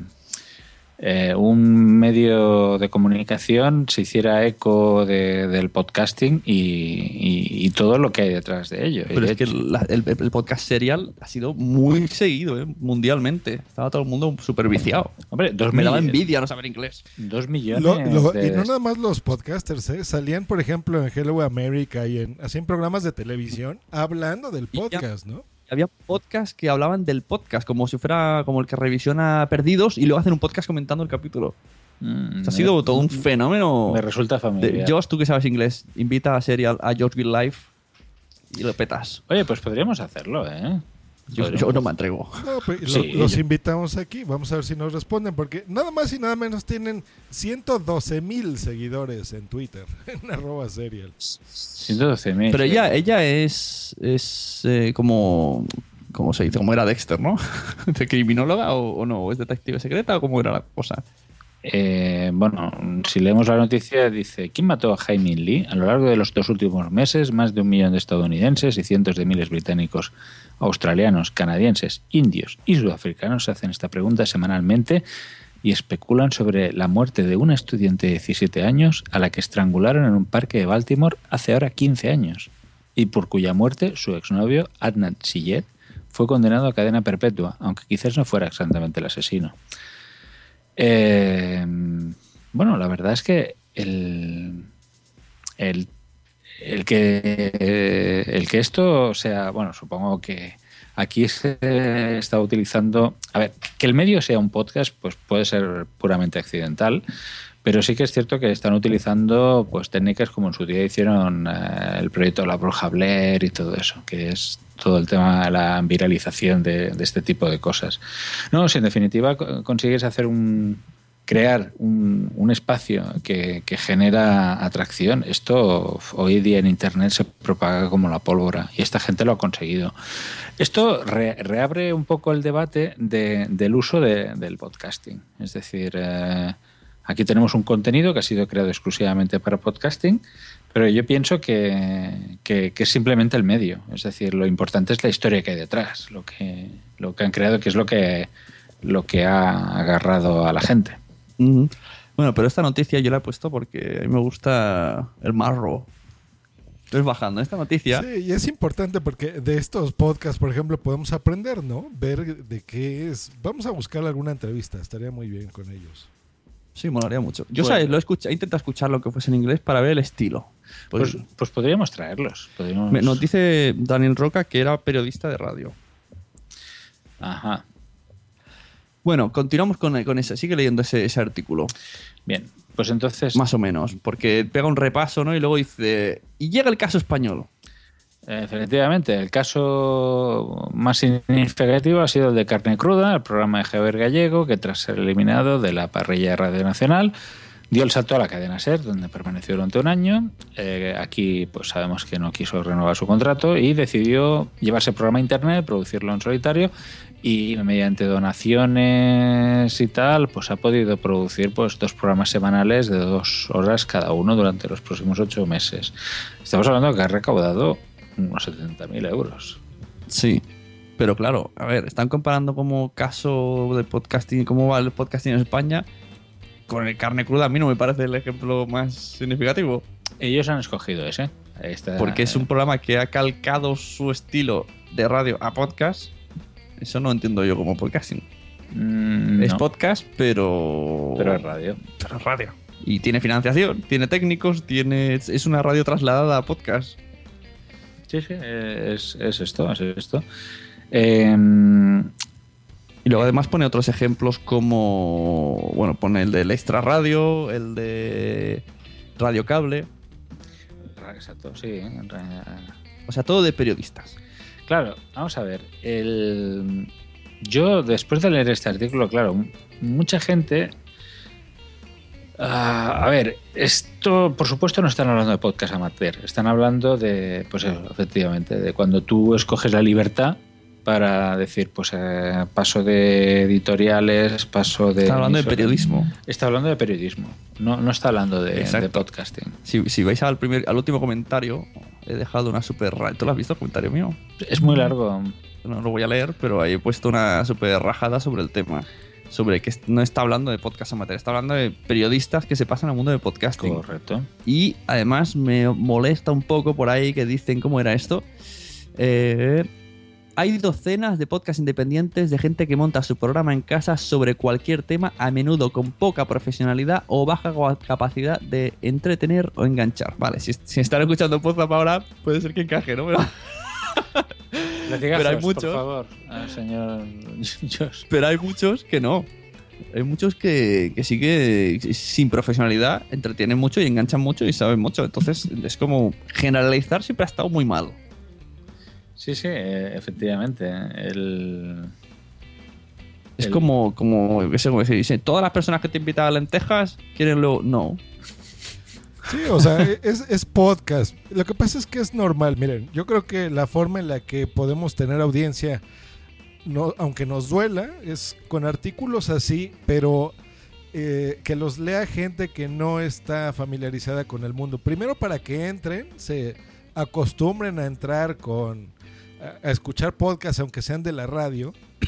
eh, un medio de comunicación se hiciera eco de, del podcasting y, y, y todo lo que hay detrás de ello. Pero de es hecho, que la, el, el podcast Serial ha sido muy seguido, ¿eh? Mundialmente. Estaba todo el mundo súper viciado. Hombre, dos me daba millones. envidia no saber inglés. Dos millones. Lo- lo- de- y no nada más los podcasters, ¿eh? Salían, por ejemplo, en Hello America y en, hacían programas de televisión hablando del podcast, ¿no? Había podcasts que hablaban del podcast, como si fuera como el que revisiona Perdidos y luego hacen un podcast comentando el capítulo. Mm, O sea, ha sido me- todo un fenómeno. Me resulta De, familiar. Josh, tú que sabes inglés, invita a Serial a George Will Life y lo petas. Oye, pues podríamos hacerlo, ¿eh? Yo, yo no me atrevo. No, pues, lo- Sí, los yo- invitamos aquí, vamos a ver si nos responden, porque nada más y nada menos tienen ciento doce mil seguidores en Twitter, en arroba serial. ciento doce mil. Pero ella, ella es, es eh, como, ¿cómo se dice? Como era Dexter, ¿no? ¿De criminóloga o, o no? ¿Es detective secreta o cómo era la cosa? Eh, bueno, si leemos la noticia, dice: ¿quién mató a Jaime Lee? A lo largo de los dos últimos meses, más de un millón de estadounidenses y cientos de miles británicos, australianos, canadienses, indios y sudafricanos se hacen esta pregunta semanalmente y especulan sobre la muerte de una estudiante de diecisiete años a la que estrangularon en un parque de Baltimore hace ahora quince años y por cuya muerte su exnovio, Adnan Syed, fue condenado a cadena perpetua, aunque quizás no fuera exactamente el asesino. Eh, bueno, la verdad es que el, el, el que el que esto sea, bueno, supongo que aquí se está utilizando, a ver, que el medio sea un podcast, pues puede ser puramente accidental, pero sí que es cierto que están utilizando pues técnicas como en su día hicieron eh, el proyecto La Bruja Blair y todo eso, que es todo el tema de la viralización de, de este tipo de cosas. No, si en definitiva co- consigues hacer un crear un, un espacio que, que genera atracción, esto hoy día en Internet se propaga como la pólvora y esta gente lo ha conseguido. Esto re- reabre un poco el debate de, del uso de, del podcasting. Es decir, eh, aquí tenemos un contenido que ha sido creado exclusivamente para podcasting, pero yo pienso que, que, que es simplemente el medio. Es decir, lo importante es la historia que hay detrás, lo que, lo que han creado, que es lo que, lo que ha agarrado a la gente. Ujú. Bueno, pero esta noticia yo la he puesto porque a mí me gusta el marro. Entonces, bajando esta noticia. Sí, y es importante porque de estos podcasts, por ejemplo, podemos aprender, ¿no? Ver de qué es. Vamos a buscar alguna entrevista, estaría muy bien con ellos. Sí, molaría mucho. Yo, Bueno. ¿sabes? Lo he escuchado, he intentado escuchar lo que fuese en inglés para ver el estilo. Pues, pues podríamos traerlos. Podríamos... Me- Nos dice Daniel Roca que era periodista de radio. Ajá. Bueno, continuamos con, con ese. Sigue leyendo ese, ese artículo. Bien, pues entonces... Más o menos, porque pega un repaso, ¿no? Y luego dice... Y llega el caso español. Efectivamente, el caso más significativo ha sido el de Carne Cruda, el programa de Javier Gallego, que tras ser eliminado de la parrilla de Radio Nacional, dio el salto a la cadena SER, donde permaneció durante un año. Eh, aquí pues sabemos que no quiso renovar su contrato y decidió llevarse el programa a internet, producirlo en solitario, y mediante donaciones y tal, pues ha podido producir pues dos programas semanales de dos horas cada uno durante los próximos ocho meses. Estamos hablando de que ha recaudado unos setenta mil euros. Sí, pero claro, a ver, están comparando como caso de podcasting, cómo va el podcasting en España con el Carne Cruda. A mí no me parece el ejemplo más significativo. Ellos han escogido ese. Está, porque es un programa que ha calcado su estilo de radio a podcast. Eso no entiendo yo como podcasting. Mm, es no. podcast, pero... Pero es radio. Pero es radio. Y tiene financiación, tiene técnicos, tiene es una radio trasladada a podcast. Sí, sí, es, es esto, es esto. Eh, y luego además pone otros ejemplos como... Bueno, pone el del Extra Radio, el de Radio Cable. Exacto, sí. O sea, todo de periodistas. Claro, vamos a ver. El... Yo, después de leer este artículo, claro, mucha gente... Uh, a ver, esto por supuesto no están hablando de podcast amateur, están hablando de, pues eso, efectivamente, de cuando tú escoges la libertad para decir, pues eh, paso de editoriales, paso de... Está hablando de periodismo. Está hablando de periodismo, no, no está hablando de, de podcasting. Si, si vais al primer, al último comentario, he dejado una super... ¿Tú lo has visto el comentario mío? Es muy largo. No lo voy a leer, pero ahí he puesto una super rajada sobre el tema. Sobre que no está hablando de podcast amateur, está hablando de periodistas que se pasan al mundo del podcasting. Correcto. Y además me molesta un poco por ahí que dicen, ¿cómo era esto? Eh, hay docenas de podcasts independientes de gente que monta su programa en casa sobre cualquier tema, a menudo con poca profesionalidad o baja capacidad de entretener o enganchar. Vale, si, si están escuchando podcast ahora, puede ser que encaje, ¿no? Pero... Pero hay muchos, por favor, ah, señor Josh. Pero hay muchos que no. Hay muchos que, que sí que sin profesionalidad entretienen mucho y enganchan mucho y saben mucho. Entonces es como generalizar siempre ha estado muy mal. Sí, sí, efectivamente. El... Es el... como, como, qué sé, como decir, dice, todas las personas que te invitan a lentejas quieren luego... No. Sí, o sea, es, es podcast. Lo que pasa es que es normal. Miren, yo creo que la forma en la que podemos tener audiencia, no, aunque nos duela, es con artículos así, pero eh, que los lea gente que no está familiarizada con el mundo. Primero para que entren, se acostumbren a entrar con a, a escuchar podcasts, aunque sean de la radio.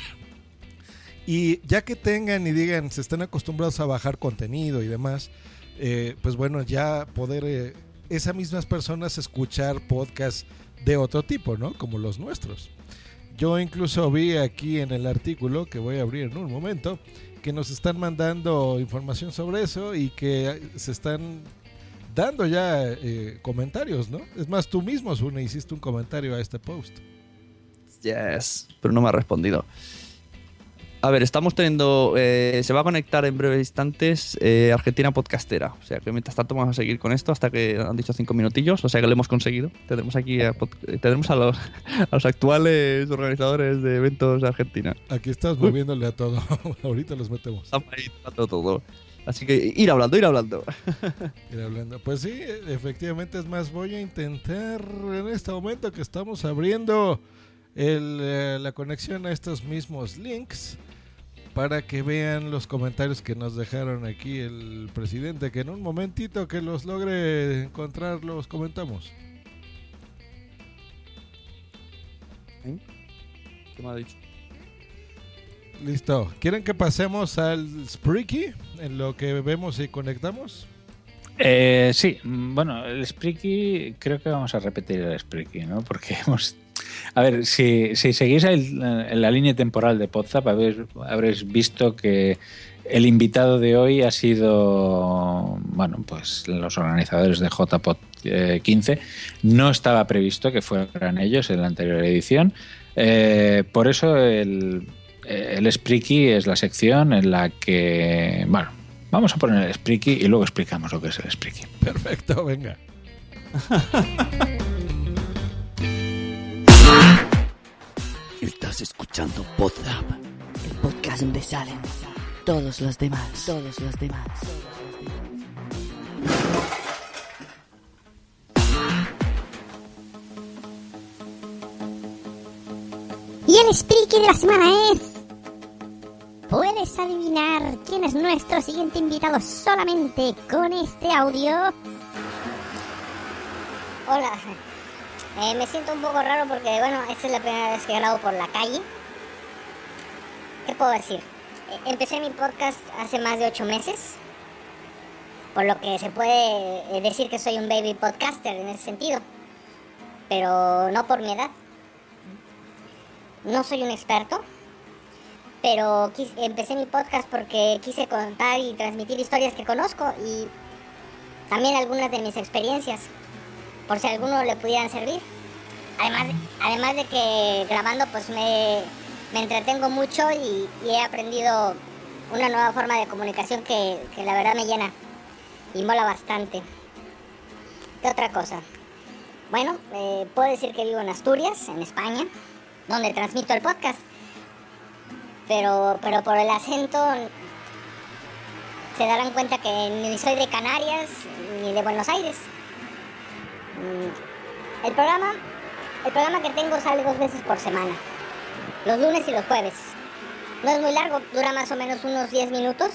Y ya que tengan y digan, se están acostumbrados a bajar contenido y demás... Eh, pues bueno, ya poder eh, esas mismas personas escuchar podcasts de otro tipo, ¿no? Como los nuestros. Yo incluso vi aquí en el artículo, que voy a abrir en un momento, que nos están mandando información sobre eso y que se están dando ya eh, comentarios, ¿no? Es más, tú mismo, Sune, hiciste un comentario a este post. Yes, pero no me ha respondido. A ver, estamos teniendo... Eh, se va a conectar en breves instantes eh, Argentina Podcastera. O sea que mientras tanto vamos a seguir con esto hasta que han dicho cinco minutillos. O sea que lo hemos conseguido. Tendremos aquí a, tendremos a, los, a los actuales organizadores de eventos de Argentina. Aquí estás moviéndole a todo. Ahorita los metemos. Estamos ahí tratando todo. Así que ir hablando, ir hablando. Ir hablando. Pues sí, efectivamente. Es más, voy a intentar en este momento que estamos abriendo el, eh, la conexión a estos mismos links, para que vean los comentarios que nos dejaron aquí el presidente, que en un momentito que los logre encontrar los comentamos. ¿Qué me ha dicho? Listo. ¿Quieren que pasemos al Spreaky en lo que vemos y conectamos? Eh, sí, bueno, el Spreaky creo que vamos a repetir el Spreaky, ¿no? Porque hemos... A ver, si, si seguís el, en la línea temporal de Podzap, habréis, habréis visto que el invitado de hoy ha sido, bueno, pues los organizadores de J P O D quince. No estaba previsto que fueran ellos en la anterior edición. Eh, por eso el, el Spreaky es la sección en la que, bueno, vamos a poner el Spreaky y luego explicamos lo que es el Spreaky. Perfecto, venga. Estás escuchando PodLab, el podcast donde salen todos los demás, todos los demás. Y el Spreaky de la semana es... ¿Puedes adivinar quién es nuestro siguiente invitado solamente con este audio? Hola, eh, me siento un poco raro porque, bueno, esta es la primera vez que grabo por la calle. ¿Qué puedo decir? Eh, empecé mi podcast hace más de ocho meses, por lo que se puede decir que soy un baby podcaster en ese sentido, pero no por mi edad. No soy un experto, pero quise, empecé mi podcast porque quise contar y transmitir historias que conozco y también algunas de mis experiencias, por si a alguno le pudieran servir. Además, además de que grabando pues me, me entretengo mucho y, y he aprendido una nueva forma de comunicación que, que la verdad me llena y mola bastante. ¿Qué otra cosa? Bueno, eh, puedo decir que vivo en Asturias, en España, donde transmito el podcast. Pero, pero por el acento se darán cuenta que ni soy de Canarias ni de Buenos Aires. El programa, el programa que tengo sale dos veces por semana, los lunes y los jueves. No es muy largo, dura más o menos unos diez minutos.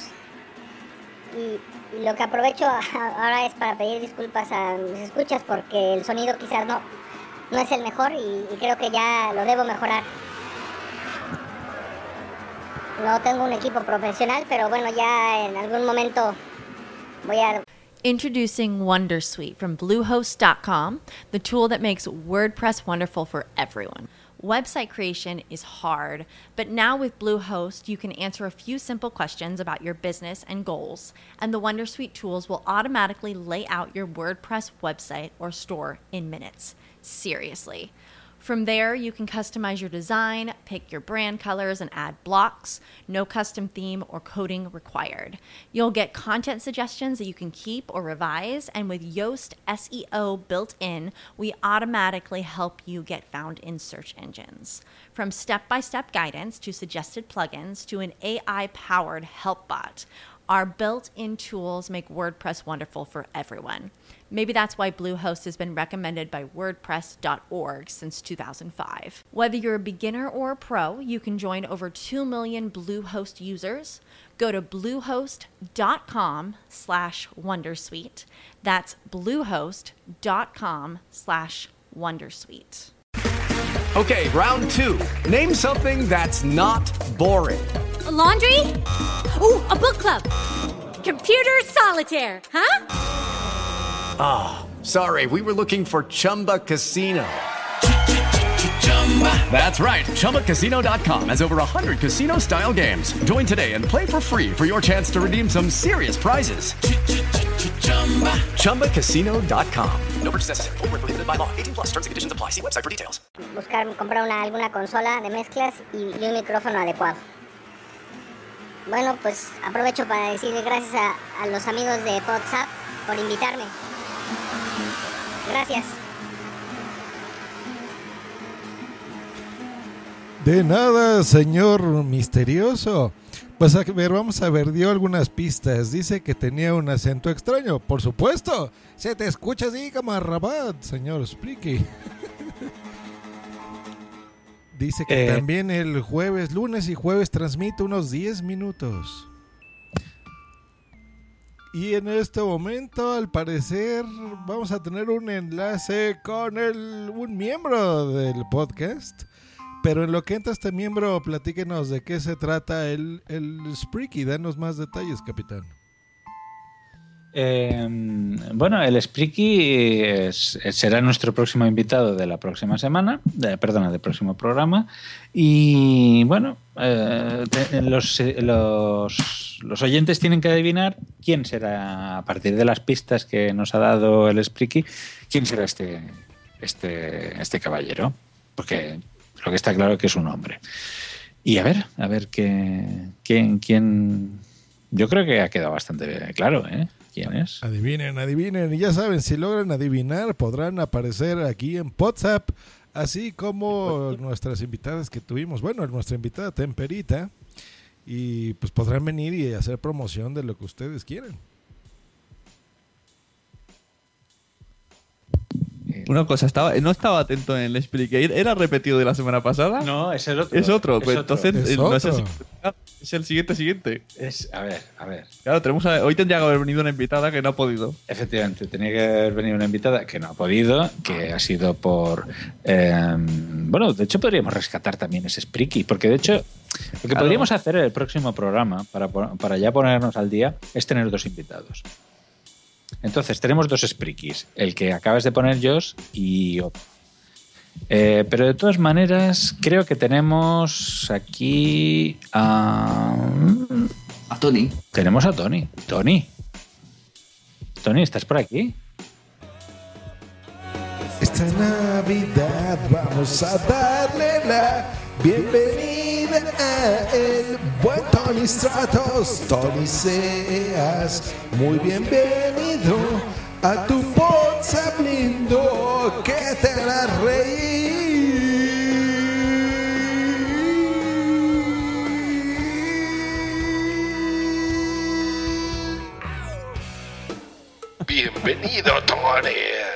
Y, y lo que aprovecho ahora es para pedir disculpas a mis escuchas porque el sonido quizás no, no es el mejor y, y creo que ya lo debo mejorar. No tengo un equipo profesional, pero bueno, ya en algún momento voy a... Introducing Wondersuite from Bluehost dot com, the tool that makes WordPress wonderful for everyone. Website creation is hard, but now with Bluehost, you can answer a few simple questions about your business and goals, and the Wondersuite tools will automatically lay out your WordPress website or store in minutes. Seriously. From there, you can customize your design, pick your brand colors, and add blocks. No custom theme or coding required. You'll get content suggestions that you can keep or revise, and with Yoast S E O built in, we automatically help you get found in search engines. From step-by-step guidance to suggested plugins to an A I-powered help bot, our built-in tools make WordPress wonderful for everyone. Maybe that's why Bluehost has been recommended by WordPress dot org since two thousand five. Whether you're a beginner or a pro, you can join over two million Bluehost users. Go to bluehost dot com slash wondersuite. That's bluehost dot com slash wondersuite. Okay, round two. Name something that's not boring. A laundry? Ooh, a book club. Computer solitaire, huh? Ah, oh, sorry, we were looking for Chumba Casino. That's right, Chumba Casino dot com has over one hundred casino-style games. Join today and play for free for your chance to redeem some serious prizes. Chumba Casino dot com. No purchase necessary. Void where prohibited by law. eighteen plus terms and conditions apply. See website for details. Buscar, comprar una, alguna consola de mezclas y, y un micrófono adecuado. Bueno, pues aprovecho para decirle gracias a, a los amigos de WhatsApp por invitarme. Gracias. De nada, señor misterioso. Pues a ver, vamos a ver, dio algunas pistas. Dice que tenía un acento extraño. Por supuesto, se te escucha así como a Rabat, señor Spreaky. Dice que eh. también el jueves, lunes y jueves transmite unos diez minutos. Y en este momento, al parecer, vamos a tener un enlace con el, un miembro del podcast. Pero en lo que entra este miembro, platíquenos de qué se trata el, el Spreaky. Danos más detalles, capitán. Eh, bueno, el Spreaky es, será nuestro próximo invitado de la próxima semana, de, perdona, del próximo programa. Y bueno, eh, los, los, los oyentes tienen que adivinar quién será, a partir de las pistas que nos ha dado el Spreaky, quién será este, este, este caballero. Porque lo que está claro es que es un hombre. Y a ver, a ver qué, quién, quién. Yo creo que ha quedado bastante claro, ¿eh? ¿Quién es? Adivinen, adivinen. Y ya saben, si logran adivinar, podrán aparecer aquí en WhatsApp así como nuestras invitadas que tuvimos. Bueno, nuestra invitada Temperita, y pues podrán venir y hacer promoción de lo que ustedes quieran. Una cosa, estaba, no estaba atento en el explique. ¿Era repetido de la semana pasada? No, es el otro. Es otro, es pues otro. entonces Es eh, no es el, otro. siguiente, es el siguiente siguiente. Es, a ver, a ver. Claro, tenemos a- hoy tendría que haber venido una invitada que no ha podido. Efectivamente, tenía que haber venido una invitada que no ha podido, que ha sido por... eh, bueno, de hecho podríamos rescatar también ese Spreaky, porque de hecho lo que Claro. podríamos hacer en el próximo programa, para, pon- para ya ponernos al día, es tener dos invitados. Entonces, tenemos dos Spreakys, el que acabas de poner, Josh, y otro. Eh, pero de todas maneras, creo que tenemos aquí a... A Tony. Tenemos a Tony. Tony. Tony, ¿estás por aquí? Esta Navidad vamos a darle la bienvenida a el buen Tony Stratos. Tony, seas muy bienvenido a tu WhatsApp lindo que te hará reír. Bienvenido, Tony.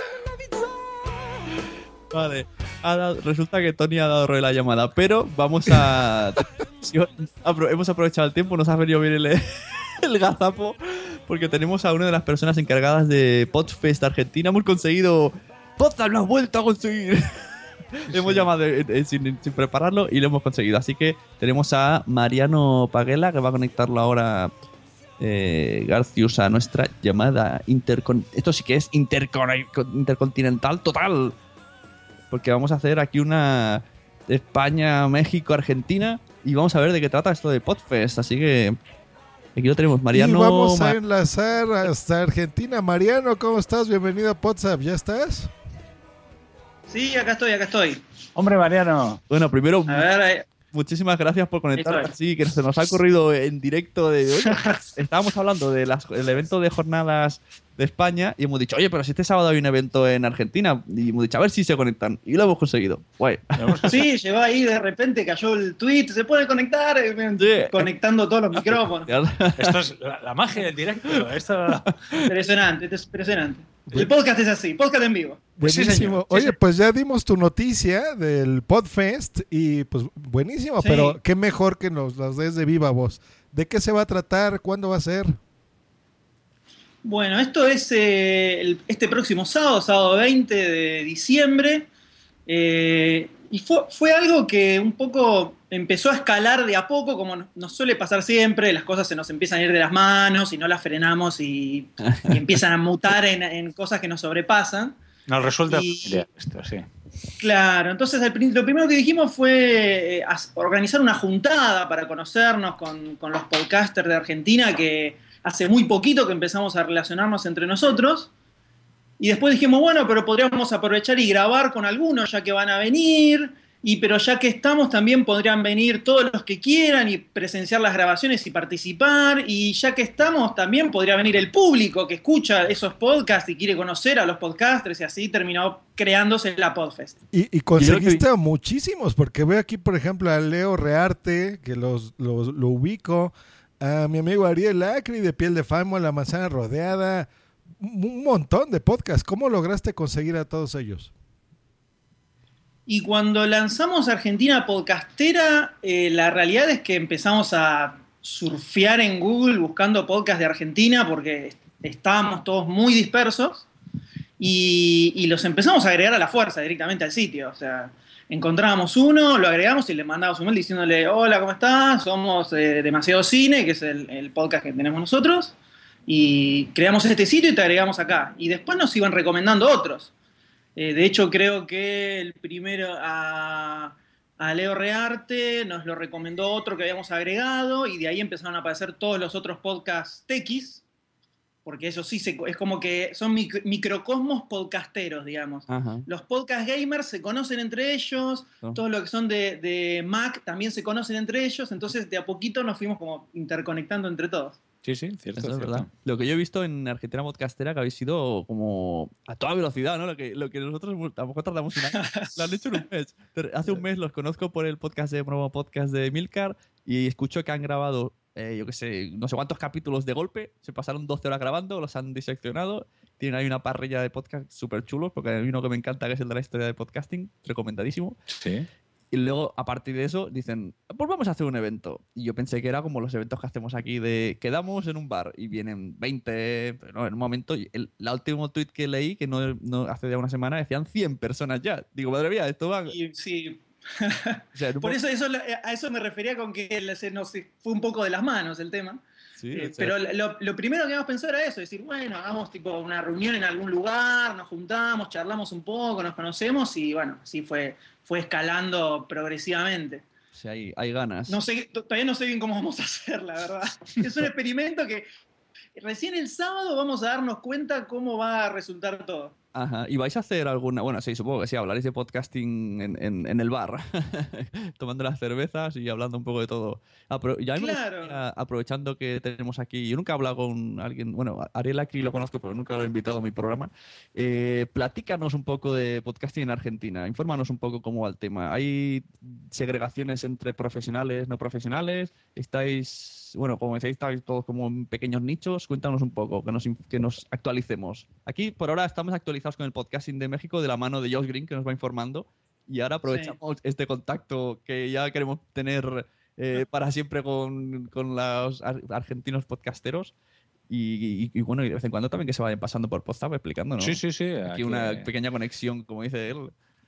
Vale, ha dado- resulta que Tony ha dado error en la llamada, pero vamos a... apro- hemos aprovechado el tiempo, nos ha venido bien el, el gazapo, porque tenemos a una de las personas encargadas de Podfest Argentina. Hemos conseguido... ¡Podzap lo has vuelto a conseguir! Hemos llamado eh, eh, sin, sin prepararlo y lo hemos conseguido. Así que tenemos a Mariano Paguela, que va a conectarlo ahora eh, Garcius a nuestra llamada intercon... Esto sí que es intercon- intercontinental total. Porque vamos a hacer aquí una España, México, Argentina y vamos a ver de qué trata esto de Podfest. Así que aquí lo tenemos, Mariano. Y vamos a Ma- enlazar hasta Argentina. Mariano, ¿cómo estás? Bienvenido a WhatsApp. ¿Ya estás? Sí, acá estoy, acá estoy. Hombre, Mariano. Bueno, primero, A ver, ahí- muchísimas gracias por conectar Esto es. así, que se nos ha ocurrido en directo de hoy. Estábamos hablando del evento de jornadas de España y hemos dicho, oye, pero si este sábado hay un evento en Argentina, y hemos dicho, a ver si se conectan. Y lo hemos conseguido. Guay. Sí, llegó ahí, de repente cayó el tweet, se puede conectar, eh, conectando todos los micrófonos. Esto es la, la magia del directo. Esto... Impresionante, esto es impresionante. El podcast es así, podcast en vivo. Buenísimo. Oye, pues ya dimos tu noticia del Podfest y pues buenísimo, Sí. pero qué mejor que nos las des de viva voz. ¿De qué se va a tratar? ¿Cuándo va a ser? Bueno, esto es eh, el- este próximo sábado, sábado veinte de diciembre, eh, y fue, fue algo que un poco empezó a escalar de a poco, como no- nos suele pasar siempre, las cosas se nos empiezan a ir de las manos y no las frenamos y, y empiezan a mutar en, en cosas que nos sobrepasan. Nos resulta Y- familiar esto, sí. Claro, entonces al prin- lo primero que dijimos fue eh, as- organizar una juntada para conocernos con, con los podcasters de Argentina, que hace muy poquito que empezamos a relacionarnos entre nosotros. Y después dijimos, bueno, pero podríamos aprovechar y grabar con algunos ya que van a venir. Y pero ya que estamos, también podrían venir todos los que quieran y presenciar las grabaciones y participar. Y ya que estamos, también podría venir el público que escucha esos podcasts y quiere conocer a los podcasters, y así terminó creándose la Podfest. Y, y conseguiste a muchísimos, porque veo aquí, por ejemplo, a Leo Rearte, que los, los- lo ubico, a mi amigo Ariel Acri, de Piel de Famo, La Manzana Rodeada, un montón de podcasts. ¿Cómo lograste conseguir a todos ellos? Y cuando lanzamos Argentina Podcastera, eh, la realidad es que empezamos a surfear en Google buscando podcasts de Argentina porque estábamos todos muy dispersos y, y los empezamos a agregar a la fuerza directamente al sitio. O sea, encontrábamos uno, lo agregamos y le mandábamos un mail diciéndole, hola, ¿cómo estás? Somos eh, Demasiado Cine, que es el, el podcast que tenemos nosotros, y creamos este sitio y te agregamos acá. Y después nos iban recomendando otros. Eh, de hecho, creo que el primero a, a Leo Rearte nos lo recomendó otro que habíamos agregado, y de ahí empezaron a aparecer todos los otros podcasts tequis, porque eso sí se, es como que son mic- microcosmos podcasteros, digamos. Ajá. Los podcast gamers se conocen entre ellos, Oh. todos los que son de, de Mac también se conocen entre ellos, entonces de a poquito nos fuimos como interconectando entre todos. Sí, sí, cierto. Eso es cierto. verdad. Lo que yo he visto en Argentina Podcastera que habéis sido como a toda velocidad, ¿no? Lo que, lo que nosotros a lo mejor tardamos un año. Lo han hecho en un mes. Hace un mes los conozco por el podcast de Promo Podcast de Milcar y escucho que han grabado, eh, yo qué sé, no sé cuántos capítulos de golpe. Se pasaron doce horas grabando, los han diseccionado. Tienen ahí una parrilla de podcast súper chulos, porque hay uno que me encanta que es el de la historia de podcasting, recomendadísimo. Sí. Y luego, a partir de eso, dicen, pues vamos a hacer un evento. Y yo pensé que era como los eventos que hacemos aquí de quedamos en un bar y vienen veinte, pero no, en un momento, el, el último tweet que leí, que no, no hace ya una semana, decían cien personas ya. Digo, madre mía, esto va... Y, sí. O sea, Por eso, eso a eso me refería con que se nos fue un poco de las manos el tema. Sí, eh, o sea, pero lo, lo primero que habíamos pensado era eso, decir, bueno, hagamos tipo una reunión en algún lugar, nos juntamos, charlamos un poco, nos conocemos y bueno, así fue, fue escalando progresivamente. o sea, hay, hay ganas. No sé, todavía no sé bien cómo vamos a hacer, la verdad. Es un experimento que recién el sábado vamos a darnos cuenta cómo va a resultar todo. Ajá. ¿Y vais a hacer alguna...? Bueno, sí, supongo que sí, hablaréis de podcasting en, en, en el bar, tomando las cervezas y hablando un poco de todo. Apro ya Claro. gustaría, aprovechando que tenemos aquí... Yo nunca he hablado con alguien... Bueno, Ariel aquí lo conozco, pero nunca lo he invitado a mi programa. Eh, platícanos un poco de podcasting en Argentina. Infórmanos un poco cómo va el tema. ¿Hay segregaciones entre profesionales, no profesionales? ¿Estáis...? Bueno, como decís, estáis todos como en pequeños nichos. Cuéntanos un poco, que nos, que nos actualicemos. Aquí, por ahora, estamos actualizados con el podcasting de México de la mano de Josh Green, que nos va informando. Y ahora aprovechamos sí. este contacto que ya queremos tener eh, para siempre con, con los ar argentinos podcasteros. Y, y, y bueno, y de vez en cuando también que se vayan pasando por Podzap explicándonos. Sí, sí, sí. Aquí, aquí una pequeña conexión, como dice él.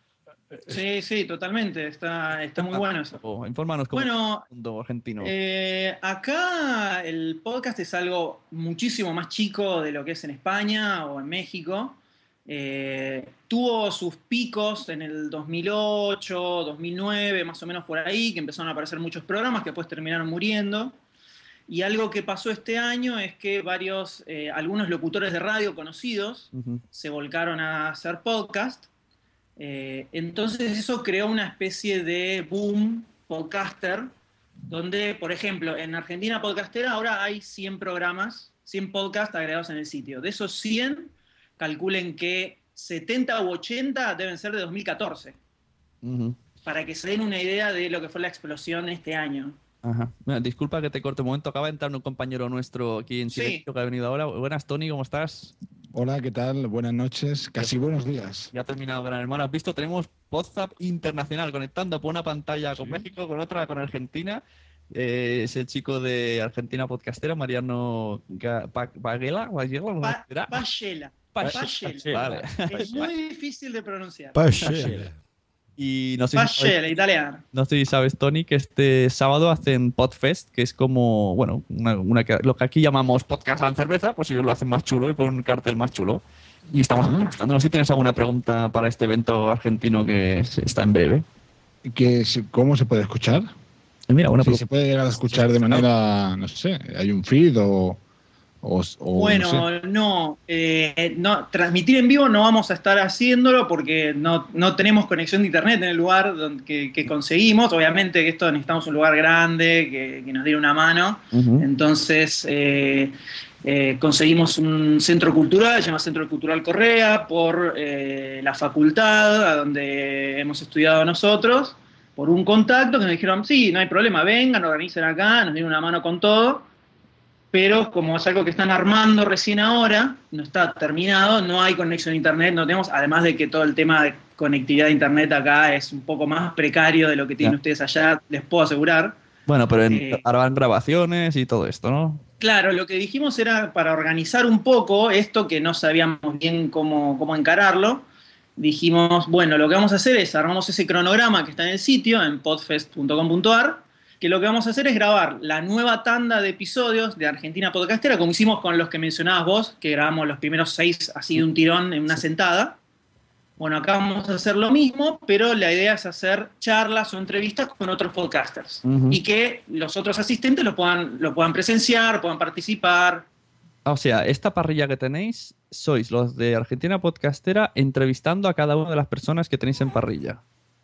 Sí, sí, totalmente. Está, está muy bueno eso. Oh, infórmanos cómo bueno, es el mundo argentino. Eh, acá el podcast es algo muchísimo más chico de lo que es en España o en México. Eh, tuvo sus picos en el dos mil ocho, dos mil nueve, más o menos por ahí, que empezaron a aparecer muchos programas que después terminaron muriendo. Y algo que pasó este año es que varios, eh, algunos locutores de radio conocidos uh-huh. se volcaron a hacer podcast. Eh, entonces eso creó una especie de boom podcaster, donde, por ejemplo, en Argentina Podcastera ahora hay cien programas, cien podcasts agregados en el sitio. De esos cien, calculen que setenta u ochenta deben ser de dos mil catorce. Uh-huh. Para que se den una idea de lo que fue la explosión este año. Ajá. Mira, disculpa que te corte un momento. Acaba de entrar un compañero nuestro aquí en silencio sí. que ha venido ahora. Buenas, Tony, ¿cómo estás? Hola, ¿qué tal? Buenas noches, casi buenos días. Ya ha terminado Gran Hermano. ¿Has visto? Tenemos Podzap internacional conectando por una pantalla con sí. México, con otra con Argentina. Eh, es el chico de Argentina Podcastera, Mariano Baguela. Pagela. Pagela. Vale. Es muy difícil de pronunciar. Pagela. Y no sé, Pagela, si italiano. No sé si sabes, Tony, que este sábado hacen Podfest, que es como, bueno, una, una, lo que aquí llamamos podcast a la cerveza, pues ellos lo hacen más chulo y ponen un cartel más chulo. Y estamos buscando, no sé si tienes alguna pregunta para este evento argentino que está en breve. ¿Qué, ¿Cómo se puede escuchar? Mira, una si se puede llegar a escuchar de manera, no sé, ¿hay un feed o...? O, o, bueno, no, sé. no, eh, no, transmitir en vivo no vamos a estar haciéndolo porque no, no tenemos conexión de internet en el lugar donde, que, que conseguimos. Obviamente que esto necesitamos un lugar grande, que, que nos dé una mano. Uh-huh. Entonces eh, eh, conseguimos un centro cultural, se llama Centro Cultural Correa, por eh, la facultad a donde hemos estudiado nosotros, por un contacto que nos dijeron, sí, no hay problema, vengan, organicen acá, nos dieron una mano con todo. Pero como es algo que están armando recién ahora, no está terminado, no hay conexión a internet, no tenemos, además de que todo el tema de conectividad a internet acá es un poco más precario de lo que tienen yeah. ustedes allá, les puedo asegurar. Bueno, pero en, eh, ahora van grabaciones y todo esto, ¿no? Claro, lo que dijimos era para organizar un poco esto, que no sabíamos bien cómo, cómo encararlo. Dijimos, bueno, lo que vamos a hacer es, armamos ese cronograma que está en el sitio, en podfest punto com punto a r, que lo que vamos a hacer es grabar la nueva tanda de episodios de Argentina Podcastera, como hicimos con los que mencionabas vos, que grabamos los primeros seis así de un tirón en una sentada. Bueno, acá vamos a hacer lo mismo, pero la idea es hacer charlas o entrevistas con otros podcasters. Uh-huh. Y que los otros asistentes lo puedan, lo puedan presenciar, puedan participar. O sea, esta parrilla que tenéis, sois los de Argentina Podcastera entrevistando a cada una de las personas que tenéis en parrilla.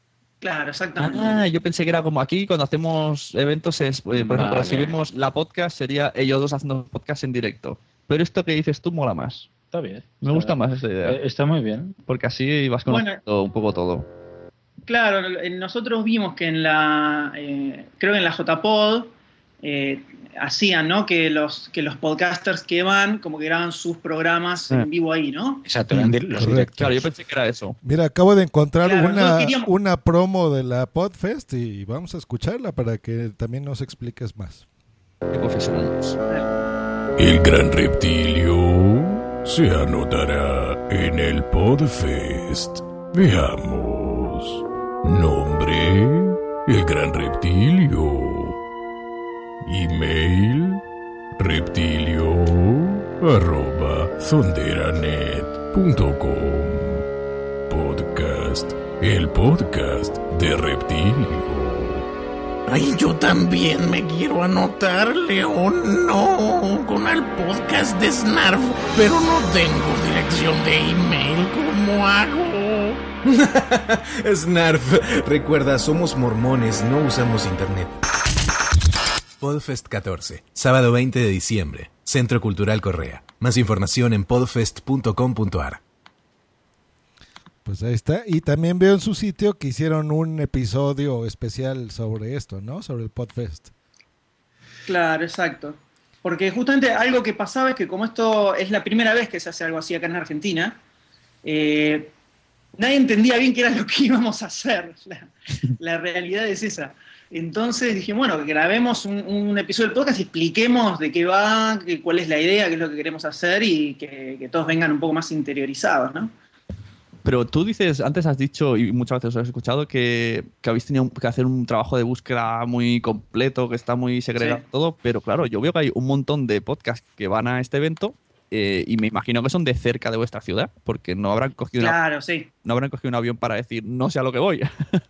Claro, exactamente. Ah, yo pensé que era como aquí, cuando hacemos eventos, es, eh, por ejemplo, Vale. si vemos la podcast, sería ellos dos haciendo podcast en directo. Pero esto que dices tú mola más. Está bien. Me Está gusta bien. más esa idea. Eh, Está muy bien. Porque así vas conociendo un poco todo. Claro, en- nosotros vimos que en la, eh, creo que en la JPod eh, hacían, ¿no? Que los, que los podcasters que van, como que graban sus programas Ah. en vivo ahí, ¿no? Exacto, eran di- los Correcto. Claro, yo pensé que era eso. Mira, acabo de encontrar Claro, una, nosotros queríamos- una promo de la Podfest y vamos a escucharla para que también nos expliques más. Qué profesionales. El gran reptilio se anotará en el Podfest. Veamos. Nombre: el gran reptilio. Email: reptilio arroba zonderanet punto com. Podcast: el podcast de Reptilio. Ay, yo también me quiero anotar, León. No, con el podcast de Snarf, pero no tengo dirección de email. ¿Cómo hago? Snarf, recuerda, somos mormones, no usamos internet. Podfest catorce, sábado veinte de diciembre, Centro Cultural Correa. Más información en podfest punto com punto a r. Pues ahí está. Y también veo en su sitio que hicieron un episodio especial sobre esto, ¿no? Sobre el Podfest. Claro, exacto. Porque justamente algo que pasaba es que como esto es la primera vez que se hace algo así acá en Argentina, eh, nadie entendía bien qué era lo que íbamos a hacer. La, la realidad es esa. Entonces dije, bueno, que grabemos un, un episodio del podcast y expliquemos de qué va, que, cuál es la idea, qué es lo que queremos hacer y que, que todos vengan un poco más interiorizados, ¿no? Pero tú dices, antes has dicho, y muchas veces os he escuchado, que, que habéis tenido que hacer un trabajo de búsqueda muy completo, que está muy segregado Sí. todo, pero claro, yo veo que hay un montón de podcasts que van a este evento eh, y me imagino que son de cerca de vuestra ciudad, porque no habrán cogido, una- Claro, sí. no habrán cogido un avión para decir, no sé a lo que voy.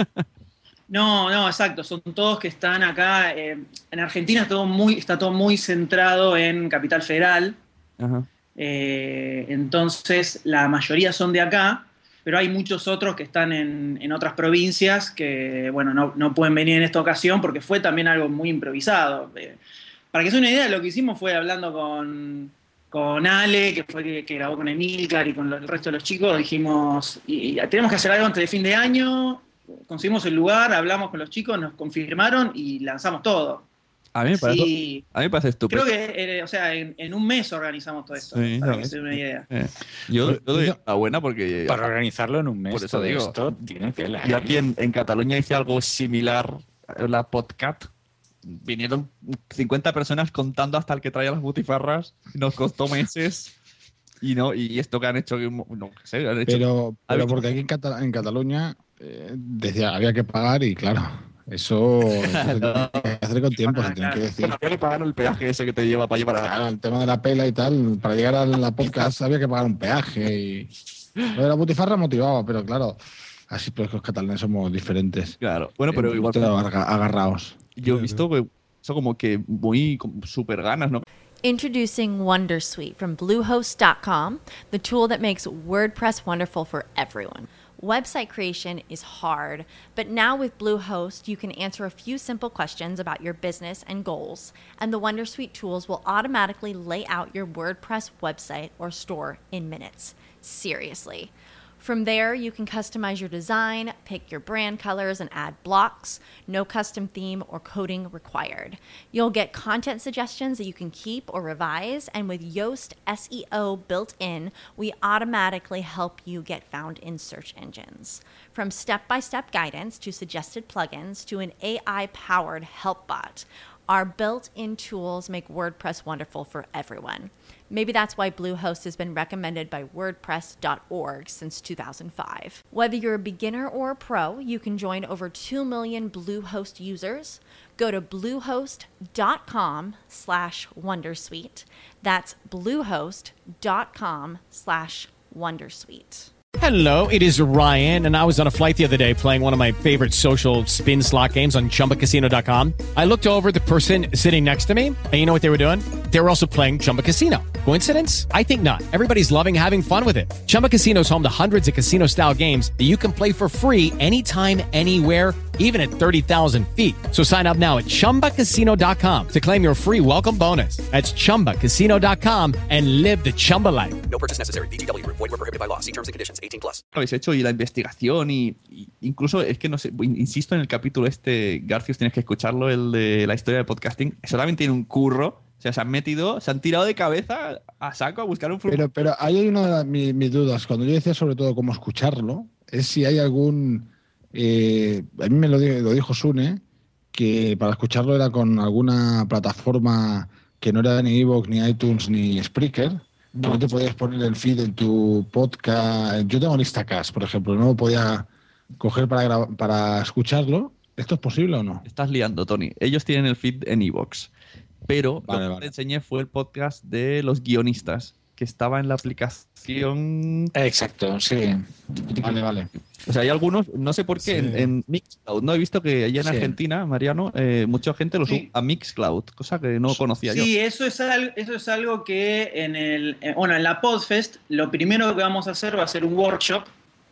No, no, exacto. Son todos que están acá. eh, en Argentina todo muy, está todo muy centrado en Capital Federal. Ajá. Eh, entonces, la mayoría son de acá, pero hay muchos otros que están en, en otras provincias que, bueno, no, no pueden venir en esta ocasión porque fue también algo muy improvisado. Eh, para que se den una idea, lo que hicimos fue hablando con, con Ale, que fue que, que grabó con Emilcar y con lo- el resto de los chicos, dijimos, y, y tenemos que hacer algo antes de fin de año, conseguimos el lugar, hablamos con los chicos, nos confirmaron y lanzamos todo. A mí me parece, Sí. a mí me parece estúpido. Creo que, eh, o sea, en, en un mes organizamos todo esto, Sí, para ¿sabes? que se den una idea. Eh, yo, yo doy la buena porque... Para organizarlo en un mes, Por eso todo digo. esto tiene que la... Y aquí en, en Cataluña hice algo similar, la Podcat. Vinieron cincuenta personas contando hasta el que traía las butifarras. Nos costó meses. Y no y esto que han hecho, que no sé, han hecho... Pero, pero han- porque aquí en, Cata- en Cataluña eh, decía, había que pagar y claro, eso se tiene que hacer con tiempo, se tiene que decir. Bueno, había que pagar el peaje ese que te lleva para llevar a... Claro, el tema de la pela y tal, para llegar a la podcast había que pagar un peaje y lo de la butifarra motivaba, pero claro, así pero es que los catalanes somos diferentes. Claro, bueno, pero Eh, igual... todo agarra- agarraos. Yo he visto que eso como que muy como súper ganas, ¿no? Introducing Wondersuite from Bluehost dot com, the tool that makes WordPress wonderful for everyone. Website creation is hard, but now with Bluehost, you can answer a few simple questions about your business and goals, and the Wondersuite tools will automatically lay out your WordPress website or store in minutes. Seriously. From there, you can customize your design, pick your brand colors, and add blocks. No custom theme or coding required. You'll get content suggestions that you can keep or revise, and with Yoast S E O built in, we automatically help you get found in search engines. From step-by-step guidance to suggested plugins to an A I-powered help bot, our built-in tools make WordPress wonderful for everyone. Maybe that's why Bluehost has been recommended by WordPress dot org since two thousand five. Whether you're a beginner or a pro, you can join over two million Bluehost users. Go to bluehost.com slash wondersuite. That's bluehost.com slash wondersuite. Hello, it is Ryan, and I was on a flight the other day playing one of my favorite social spin slot games on chumba casino dot com. I looked over at the person sitting next to me, and you know what they were doing? They were also playing Chumba Casino. Coincidence? I think not. Everybody's loving having fun with it. Chumba Casino is home to hundreds of casino-style games that you can play for free anytime, anywhere, even at thirty thousand feet. So sign up now at chumba casino dot com to claim your free welcome bonus. That's chumba casino dot com and live the Chumba life. No purchase necessary. V G W. Void where prohibited by law. See terms and conditions. eighteen plus. Habéis hecho y la investigación y, y incluso es que no sé, insisto en el capítulo este, Garcius, tienes que escucharlo, el de la historia del podcasting. Solamente tiene un curro. O sea, se han metido, se han tirado de cabeza a saco a buscar un Pero, pero ahí hay una de mis, mis dudas. Cuando yo decía sobre todo cómo escucharlo, es si hay algún... Eh, a mí me lo, lo dijo Sune, que para escucharlo era con alguna plataforma que no era ni iVoox, ni iTunes, ni Spreaker. No. no te podías poner el feed en tu podcast. Yo tengo Instacast, por ejemplo. No lo podía coger para, gra- para escucharlo. ¿Esto es posible o no? Estás liando, Tony. Ellos tienen el feed en iVoox. Pero vale, lo que vale. te enseñé fue el podcast de los guionistas, que estaba en la aplicación... Exacto, sí. Vale, vale. O sea, hay algunos, no sé por qué, Sí. en, en Mixcloud, ¿no? He visto que allá en Sí. Argentina, Mariano, eh, mucha gente lo sube Sí. a Mixcloud, cosa que no conocía yo. Sí, eso es, algo, eso es algo que en el eh, bueno, en la Podfest lo primero que vamos a hacer va a ser un workshop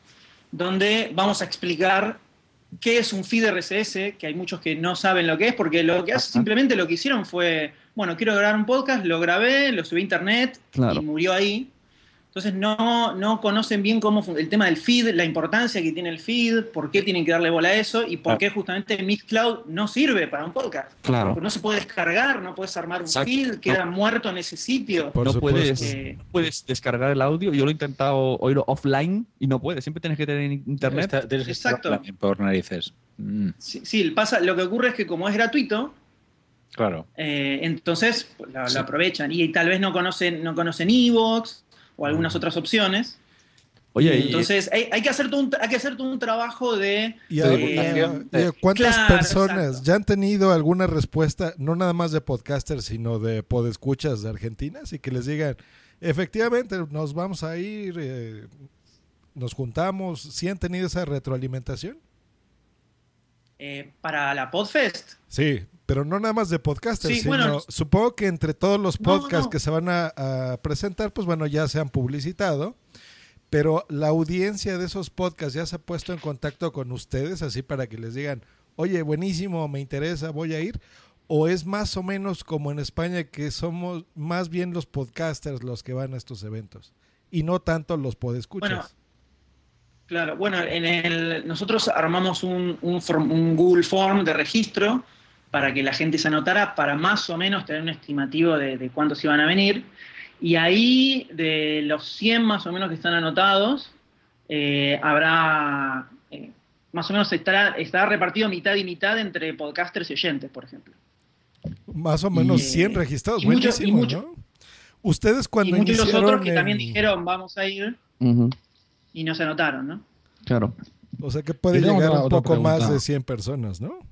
donde vamos a explicar qué es un feed R S S, que hay muchos que no saben lo que es, porque lo que hace, simplemente lo que hicieron fue, bueno, quiero grabar un podcast, lo grabé, lo subí a internet Claro. y murió ahí. Entonces no, no conocen bien cómo fun- el tema del feed, la importancia que tiene el feed, por qué tienen que darle bola a eso y por qué justamente Mixcloud no sirve para un podcast. Claro. Porque no se puede descargar, no puedes armar un Exacto. feed, queda muerto en ese sitio. no puedes, Eh, no puedes descargar el audio. Yo lo he intentado oírlo offline y no puedes. Siempre tienes que tener internet. Está- tienes que estar Exacto. offline por narices. Mm, sí, sí, pasa, lo que ocurre es que como es gratuito, claro. eh, entonces pues, lo, lo Sí. aprovechan y tal vez no conocen no conocen iVoox o algunas otras opciones. Oye, Y y- entonces hay, hay que hacer todo un, hay que hacer todo un trabajo de... ¿Y, a- de- y a- y a cuántas Claro, personas exacto. ya han tenido alguna respuesta, no nada más de podcasters, sino de podescuchas de Argentina? Así que les digan, efectivamente, nos vamos a ir, eh, nos juntamos. ¿Sí han tenido esa retroalimentación? eh, para la Podfest. Sí, pero no nada más de podcasters, Sí, sino bueno. supongo que entre todos los No, podcasts no. que se van a, a presentar, pues bueno, ya se han publicitado, pero la audiencia de esos podcasts ya se ha puesto en contacto con ustedes, así para que les digan, oye, buenísimo, me interesa, voy a ir, o es más o menos como en España, que somos más bien los podcasters los que van a estos eventos, y no tanto los podescuchas. Bueno, Claro, bueno, en el, nosotros armamos un, un, form- un Google Form de registro para que la gente se anotara para más o menos tener un estimativo de, de cuántos iban a venir. Y ahí, de los cien más o menos que están anotados, eh, habrá, eh, más o menos estará, estará repartido mitad y mitad entre podcasters y oyentes, por ejemplo. Más o menos Y, cien registrados, y muchos- buenísimo, y muchos- ¿no? Ustedes cuando y muchos de los iniciaron otros que en- también dijeron vamos a ir Ujú, y no se anotaron, ¿no? claro. O sea que puede Yo tengo llegar otra- un otra poco más pregunta. de cien personas, ¿no?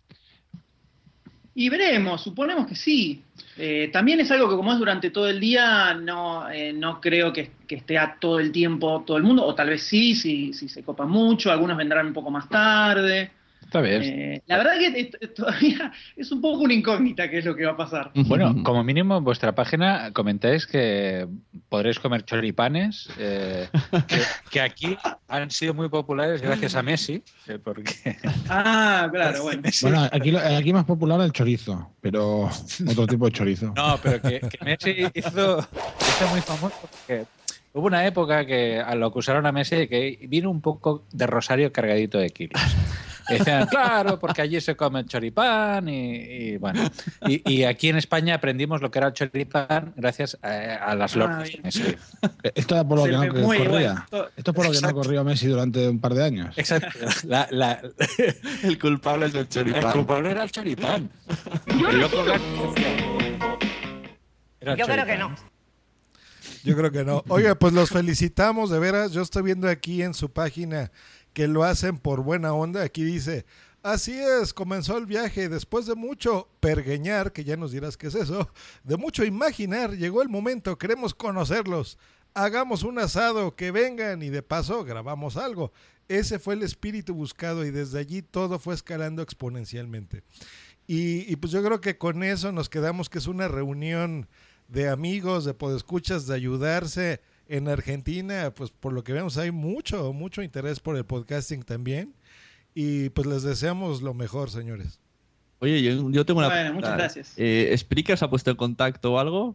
Y veremos, suponemos que sí. Eh, también es algo que como es durante todo el día, no, eh, no creo que, que esté a todo el tiempo todo el mundo, o tal vez sí, si, si se copa mucho, algunos vendrán un poco más tarde. Está bien. Eh, la verdad que eh, todavía es un poco una incógnita qué es lo que va a pasar. Bueno, como mínimo en vuestra página comentáis que podréis comer choripanes, eh, que, que aquí han sido muy populares gracias a Messi, eh, porque... Ah, claro, bueno. Bueno, aquí, lo- aquí más popular el chorizo, pero otro tipo de chorizo. No, pero que, que Messi hizo, hizo muy famoso porque hubo una época que a lo acusaron a Messi de que vino un poco de Rosario cargadito de kilos. Y decían, claro, porque allí se come choripán y, y bueno. Y, y aquí en España aprendimos lo que era el choripán gracias a, a las locas. Ay. Sí. Esto es por lo Se que no me que mueve, corría. bueno, esto- Esto es por lo que no Exacto. corrió Messi durante un par de años. Exacto. La, la, El culpable es el el choripán. culpable era el choripán. El loco gato era el Yo creo que choripán. no. Yo creo que no. Oiga, pues los felicitamos, de veras. Yo estoy viendo aquí en su página que lo hacen por buena onda. Aquí dice, así es, comenzó el viaje. Después de mucho pergueñar, que ya nos dirás qué es eso, de mucho imaginar, llegó el momento, queremos conocerlos. Hagamos un asado, que vengan y de paso grabamos algo. Ese fue el espíritu buscado y desde allí todo fue escalando exponencialmente. Y, y pues yo creo que con eso nos quedamos que es una reunión de amigos, de podescuchas, de ayudarse en Argentina. Pues por lo que vemos hay mucho, mucho interés por el podcasting también. Y pues les deseamos lo mejor, señores. Oye, yo, yo tengo una Bueno, pregunta. muchas gracias. Eh, ¿Spreaker se ha puesto en contacto o algo?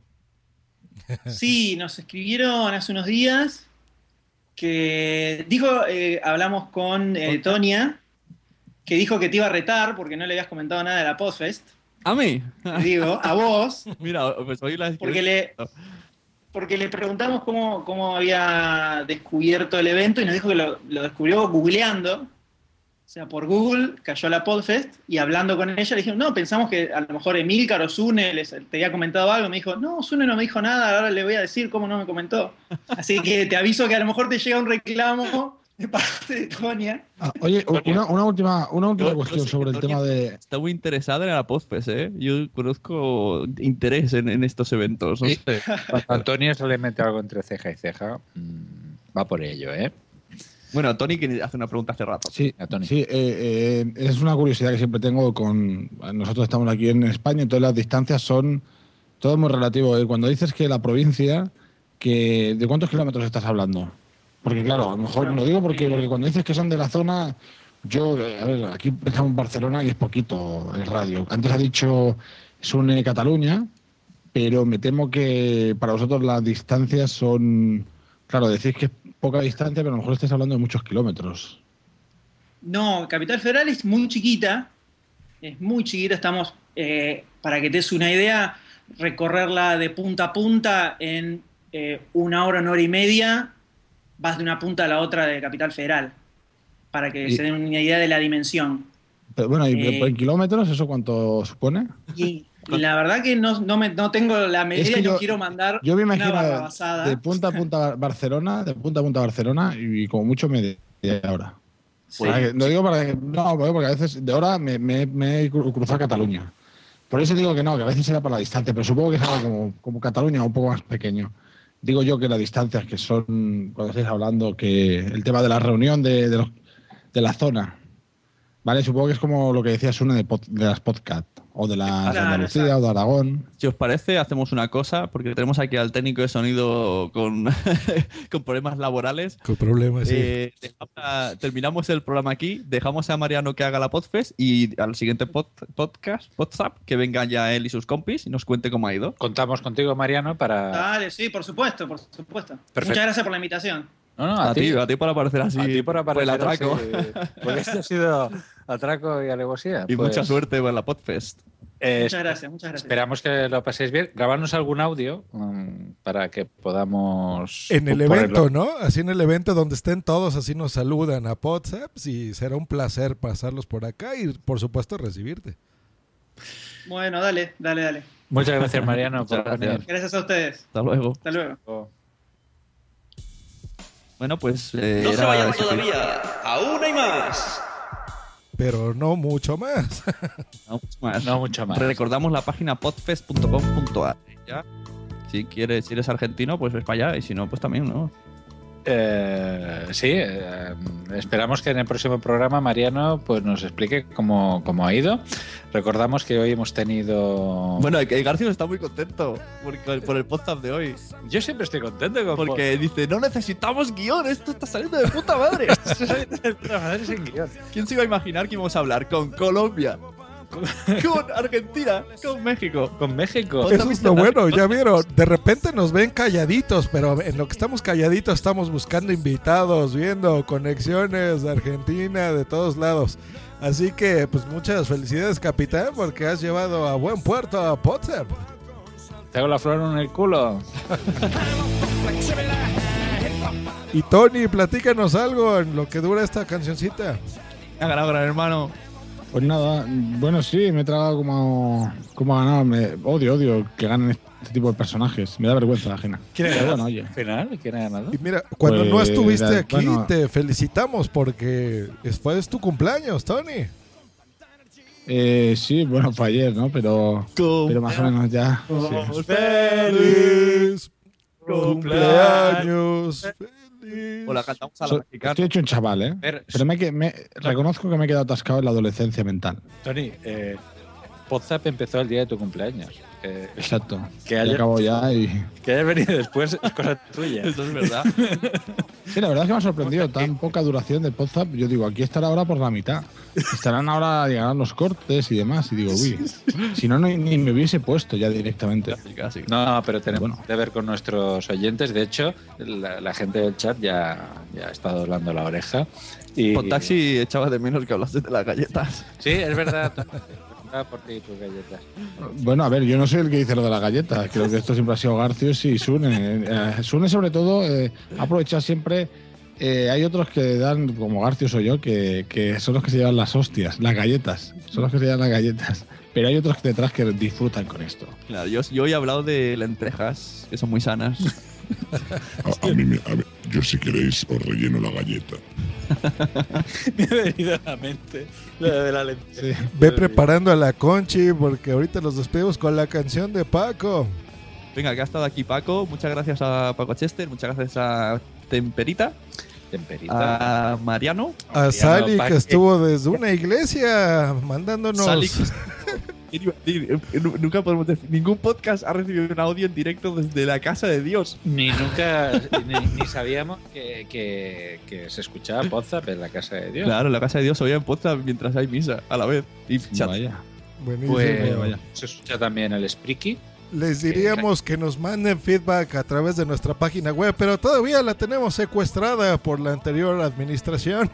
Sí, nos escribieron hace unos días que dijo, eh, hablamos con eh, Tonia, que dijo que te iba a retar porque no le habías comentado nada de la Podfest. ¿A mí? Digo, a vos. Mira, pues hoy la Porque le, porque le preguntamos cómo, cómo había descubierto el evento y nos dijo que lo, lo descubrió googleando. O sea, por Google cayó a la Podfest y hablando con ella le dijeron, no, pensamos que a lo mejor Emilcar o Sune les, te había comentado algo. Me dijo, no, Sune no me dijo nada, ahora le voy a decir cómo no me comentó. Así que te aviso que a lo mejor te llega un reclamo de parte de Tonia. Ah, oye, una, una última, una última Yo- cuestión yo sé sobre que el Tonia tema de... Está muy interesada en la Podfest, ¿eh? Yo conozco interés en, en estos eventos. No Sí. sé. Cuando a Antonio se le mete algo entre ceja y ceja, mmm, va por ello, ¿eh? Bueno, Tony que hace una pregunta hace rato. Sí, sí eh, eh, es una curiosidad que siempre tengo con... Nosotros estamos aquí en España, entonces las distancias son... Todo muy relativo. ¿eh? Cuando dices que la provincia, que ¿de cuántos kilómetros estás hablando? Porque claro, a lo mejor lo digo porque, porque cuando dices que son de la zona... Yo, eh, a ver, aquí estamos en Barcelona y es poquito el radio. Antes ha dicho Sune Cataluña, pero me temo que para vosotros las distancias son... Claro, decís que es poca distancia, pero a lo mejor estáis hablando de muchos kilómetros. No, Capital Federal es muy chiquita, es muy chiquita, estamos, eh, para que te des una idea, recorrerla de punta a punta en eh, una hora, una hora y media, vas de una punta a la otra de Capital Federal, para que Y- se den una idea de la dimensión. Pero bueno, ¿y Eh, en kilómetros eso cuánto supone? Y, y la verdad que no, no, me, no tengo la medida Es que y no yo- quiero mandar Yo me una imagino barrabasada. de punta a punta Barcelona, de punta a punta Barcelona y como mucho media hora. Sí. Para que- lo digo para que, no, porque a veces de hora me, me, me he cru- cruzado Cataluña. Por eso digo que no, que a veces será para la distancia, pero supongo que es algo como, como Cataluña, un poco más pequeño. Digo yo que las distancias que son, cuando estáis hablando, que el tema de la reunión de, de, los, de la zona, ¿vale? Supongo que es como lo que decías una de, pod- de las podcast, o de las de Claro, Andalucía, exacto. o de Aragón. Si os parece, hacemos una cosa, porque tenemos aquí al técnico de sonido con, con problemas laborales. Con problemas, sí. Eh, dejamos a- terminamos el programa aquí, dejamos a Mariano que haga la Podfest y al siguiente pod- podcast, WhatsApp, que vengan ya él y sus compis y nos cuente cómo ha ido. Contamos contigo, Mariano, para... Dale, sí, por supuesto, por supuesto. Perfecto. Muchas gracias por la invitación. No, no, a, a ti, ti. a ti por aparecer así. A ti por aparecer el atraco. así. Porque esto ha sido atraco y alevosía. Y Pues, mucha suerte con la Podfest. eh, Muchas gracias, muchas gracias. Esperamos que lo paséis bien. Grabarnos algún audio um, para que podamos... En el ponerlo. evento, ¿no? Así en el evento donde estén todos, así nos saludan a Podsaps y será un placer pasarlos por acá y por supuesto recibirte. Bueno, dale, dale, dale. Muchas gracias, Mariano, por Muchas venir. gracias. Gracias a ustedes. Hasta luego. Hasta luego. Bueno, pues... eh, No se era vayan eso que- todavía, aún hay más. Pero no mucho más. No mucho más. No mucho más. Recordamos la página podfest punto com punto a r. ¿Ya? Si quieres, si eres argentino, pues ves para allá. Y si no, pues también, ¿no? Eh, sí, eh, esperamos que en el próximo programa Mariano pues nos explique cómo, cómo ha ido. Recordamos que hoy hemos tenido... Bueno, que García está muy contento por, por el podcast de hoy. Yo siempre estoy contento con Porque dice, no necesitamos guión, esto está saliendo de puta madre. madre sin guión. ¿Quién se iba a imaginar que íbamos a hablar con Colombia, con Argentina, con México? Con México. Eso es lo bueno, ya vieron. De repente nos ven calladitos, pero en lo que estamos calladitos estamos buscando invitados, viendo conexiones de Argentina, de todos lados. Así que, pues muchas felicidades, capitán, porque has llevado a buen puerto a Potsdam. Te hago la flor en el culo. Y Tony, platícanos algo en lo que dura esta cancioncita. Ha ganado, gran hermano. Pues nada, bueno, sí, me he tragado como, como ha ganado. Me, odio, odio que ganen este tipo de personajes. Me da vergüenza ajena. ¿Quién ha Pero ganado? bueno, oye. ¿Al final? ¿Quién ha ganado? Y mira, cuando no Pues, estuviste aquí, bueno. te felicitamos porque fue tu cumpleaños, Tony. Eh, sí, bueno, fue ayer, ¿no? Pero, pero más o menos ya. sí. ¡Feliz cumpleaños! O la cantamos a la So- mexicana. estoy hecho un chaval, ¿eh? Ver, Pero me, que- me- reconozco que me he quedado atascado en la adolescencia mental. Tony, eh, WhatsApp empezó el día de tu cumpleaños. Eh, Exacto. Que Ya haya, acabo ya y... que haya venido después es cosa tuya. Eso es verdad. Sí, la verdad es que me ha sorprendido tan poca duración de WhatsApp. Yo digo, aquí estará ahora por la mitad. Estarán ahora, llegarán los cortes y demás. Y digo, uy, si no, no ni me hubiese puesto ya directamente. No, pero tenemos bueno. que ver con nuestros oyentes. De hecho, la, la gente del chat ya, ya ha estado doblando la oreja. Y... Por taxi echabas de menos que hablaste de las galletas. Sí, es verdad. Por ti y tus galletas. Bueno, a ver, yo no soy el que dice lo de las galletas. Creo que esto siempre ha sido Garcius y Sune. Eh, Sune, sobre todo, eh, ha aprovechado siempre. Eh, hay otros que dan, como Garcius o yo, que, que son los que se llevan las hostias, las galletas. Son los que se llevan las galletas. Pero hay otros detrás que disfrutan con esto. Claro, yo, yo he hablado de lentejas, que son muy sanas. A, a, mí, me- a mí- yo si queréis os relleno la galleta. Me ha venido a la mente lo de la lenteja. Ve preparando a la Conchi porque ahorita los despedimos con la canción de Paco. Venga, que ha estado aquí Paco. Muchas gracias a Paco Chester, muchas gracias a Temperita, Temperita. a Mariano, A Sally, que estuvo desde una iglesia mandándonos. Sally, nunca podemos decir, ningún podcast ha recibido un audio en directo desde la casa de Dios. Ni nunca, ni, ni sabíamos que, que, que se escuchaba WhatsApp en la casa de Dios. Claro, en la casa de Dios se oía en podcast mientras hay misa a la vez. Y chat. Vaya. Buenísimo. Pues vaya. Se escucha también el Spreaky. Les diríamos que nos manden feedback a través de nuestra página web, pero todavía la tenemos secuestrada por la anterior administración.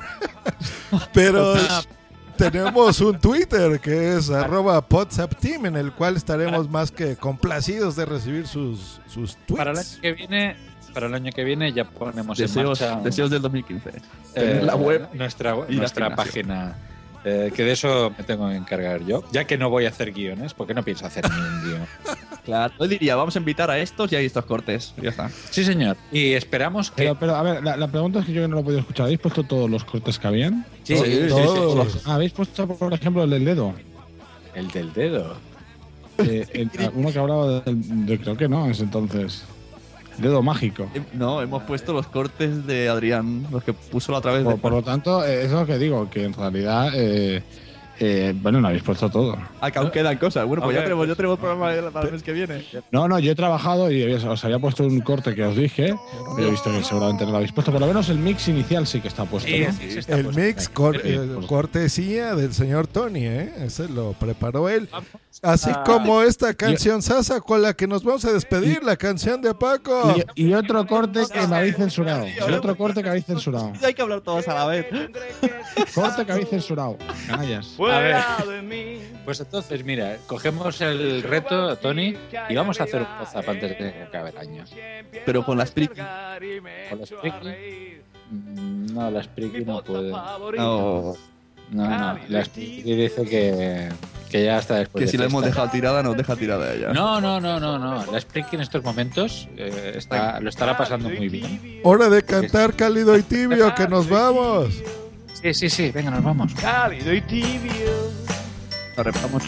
Pero tenemos un Twitter que es arroba podsapteam, en el cual estaremos más que complacidos de recibir sus, sus tweets. Para el año que viene, para el año que viene ya ponemos Deseos, en marcha deseos del dos mil quince. eh, la web nuestra, y la nuestra gimnasia. página. Eh, que de eso me tengo que encargar yo, ya que no voy a hacer guiones, porque no pienso hacer ni un guión. Claro, yo diría, vamos a invitar a estos y a estos cortes. Ya está. Sí, señor. Y esperamos que. Pero, pero a ver, la, la pregunta es que yo no lo he podido escuchar. ¿Habéis puesto todos los cortes que habían? Sí, sí, sí, todos. sí, sí. Ah, ¿habéis puesto, por ejemplo, el del dedo? El del dedo. Eh, el- uno que hablaba del, de, creo que no, es entonces. Dedo mágico. No, hemos puesto los cortes de Adrián, los que puso la otra vez. Por, de... por lo tanto, eh, es lo que digo, que en realidad, eh, eh, bueno, no habéis puesto todo. Ah, que aún quedan cosas. Bueno, pues Ok. ya tenemos, ya tenemos programa para el mes que viene. No, no, yo he trabajado y os había puesto un corte que os dije, pero he visto que seguramente no lo habéis puesto. Por lo menos el mix inicial sí que está puesto, Sí, ¿no? sí, sí, está El puesto. mix cor- Sí, eh, pues- cortesía del señor Tony, ¿eh? Ese lo preparó él. Vamos Así a- como esta canción Sasa con la que nos vamos a despedir, la canción de Paco. Y, y otro corte que me habéis censurado. Y otro corte que habéis censurado. Hay que hablar todos a la vez. Corte que habéis censurado. Canallas. A ver. Pues entonces, mira, cogemos el reto, Tony, y vamos a hacer un WhatsApp antes de que acabe el año. Pero con las Spreaky. ¿Con la Spreaky? Mm, No, la Spreaky no puede. No, No, no, la Spreaky dice que, que ya está después que de si la hemos fiesta. dejado tirada, nos deja tirada ella. No, no, no, no, no. La Spreaky en estos momentos eh, está, lo estará pasando muy bien. Hora de cantar cálido y tibio, que nos vamos. Sí, sí, sí, venga, nos vamos. Cálido y tibio. Nos repamos.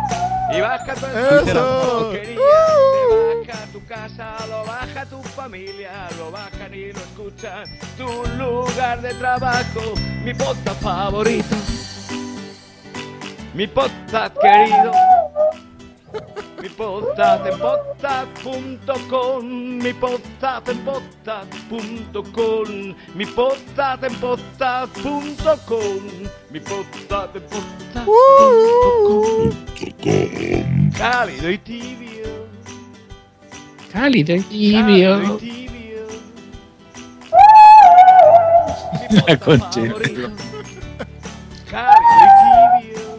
Y baja tu ¡Eso! porquería, se baja tu casa, lo baja tu familia, lo bajan y lo escuchan. Tu lugar de trabajo, mi podcast favorito, mi podcast querido, mi podcast en podcast punto com, mi podcast en podcast punto com, mi podcast en podcast punto com, mi podcast en podcast punto com. Cálido y tibio. Cálido y Cálido y tibio. La Conchi. Favorito. Cálido y tibio.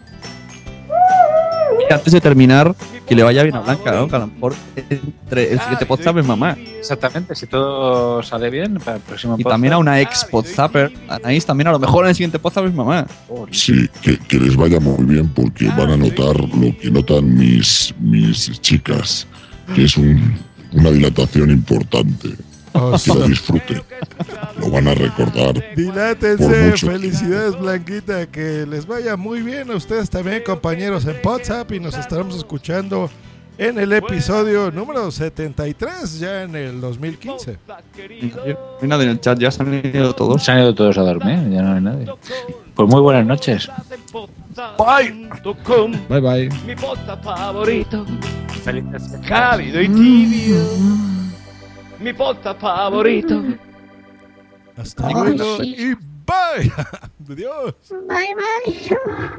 Y antes de terminar, que le vaya bien a Blanca, ¿no? Que a lo mejor entre el siguiente WhatsApp es mamá. Exactamente, si todo sale bien para el próximo Y podcast. también a una ex WhatsApper, Anaís, también a lo mejor en el siguiente WhatsApp es mamá. Sí, que, que les vaya muy bien porque van a notar lo que notan mis, mis chicas, que es un, una dilatación importante. Oh, Que lo disfruten. Lo van a recordar. Por Dilátense, mucho. felicidades Blanquita, que les vaya muy bien a ustedes también, compañeros en WhatsApp, y nos estaremos escuchando en el episodio número setenta y tres, ya en el dos mil quince. No hay nadie en el chat, ya se han ido todos. Se han ido todos a dormir, ya no hay nadie. Pues muy buenas noches. podcast.com. Bye bye. Mi podcast favorito. Cálido y tibio. Mi podcast favorito. Hasta luego y bye. Adiós. Bye bye.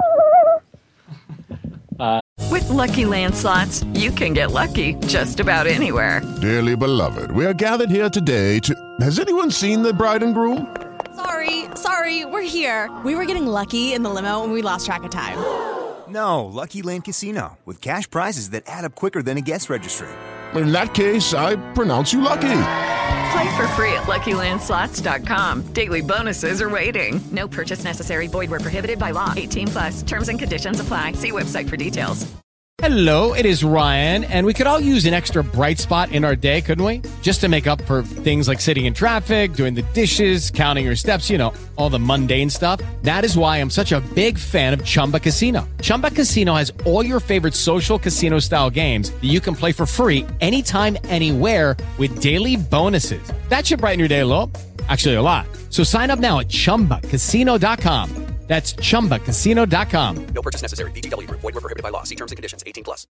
With Lucky Land Slots, you can get lucky just about anywhere. Dearly beloved, we are gathered here today to... Has anyone seen the bride and groom? Sorry, sorry, we're here. We were getting lucky in the limo and we lost track of time. No, Lucky Land Casino, with cash prizes that add up quicker than a guest registry. In that case, I pronounce you lucky. Play for free at lucky land slots dot com. Daily bonuses are waiting. No purchase necessary. Void where prohibited by law. eighteen plus. Terms and conditions apply. See website for details. Hello, it is Ryan, and we could all use an extra bright spot in our day, couldn't we? Just to make up for things like sitting in traffic, doing the dishes, counting your steps, you know, all the mundane stuff. That is why I'm such a big fan of Chumba Casino. Chumba Casino has all your favorite social casino-style games that you can play for free anytime, anywhere with daily bonuses. That should brighten your day a little. Actually, a lot. So sign up now at chumba casino dot com. That's chumba casino dot com. No purchase necessary. V G W Group. Void where prohibited by law. See terms and conditions. eighteen plus.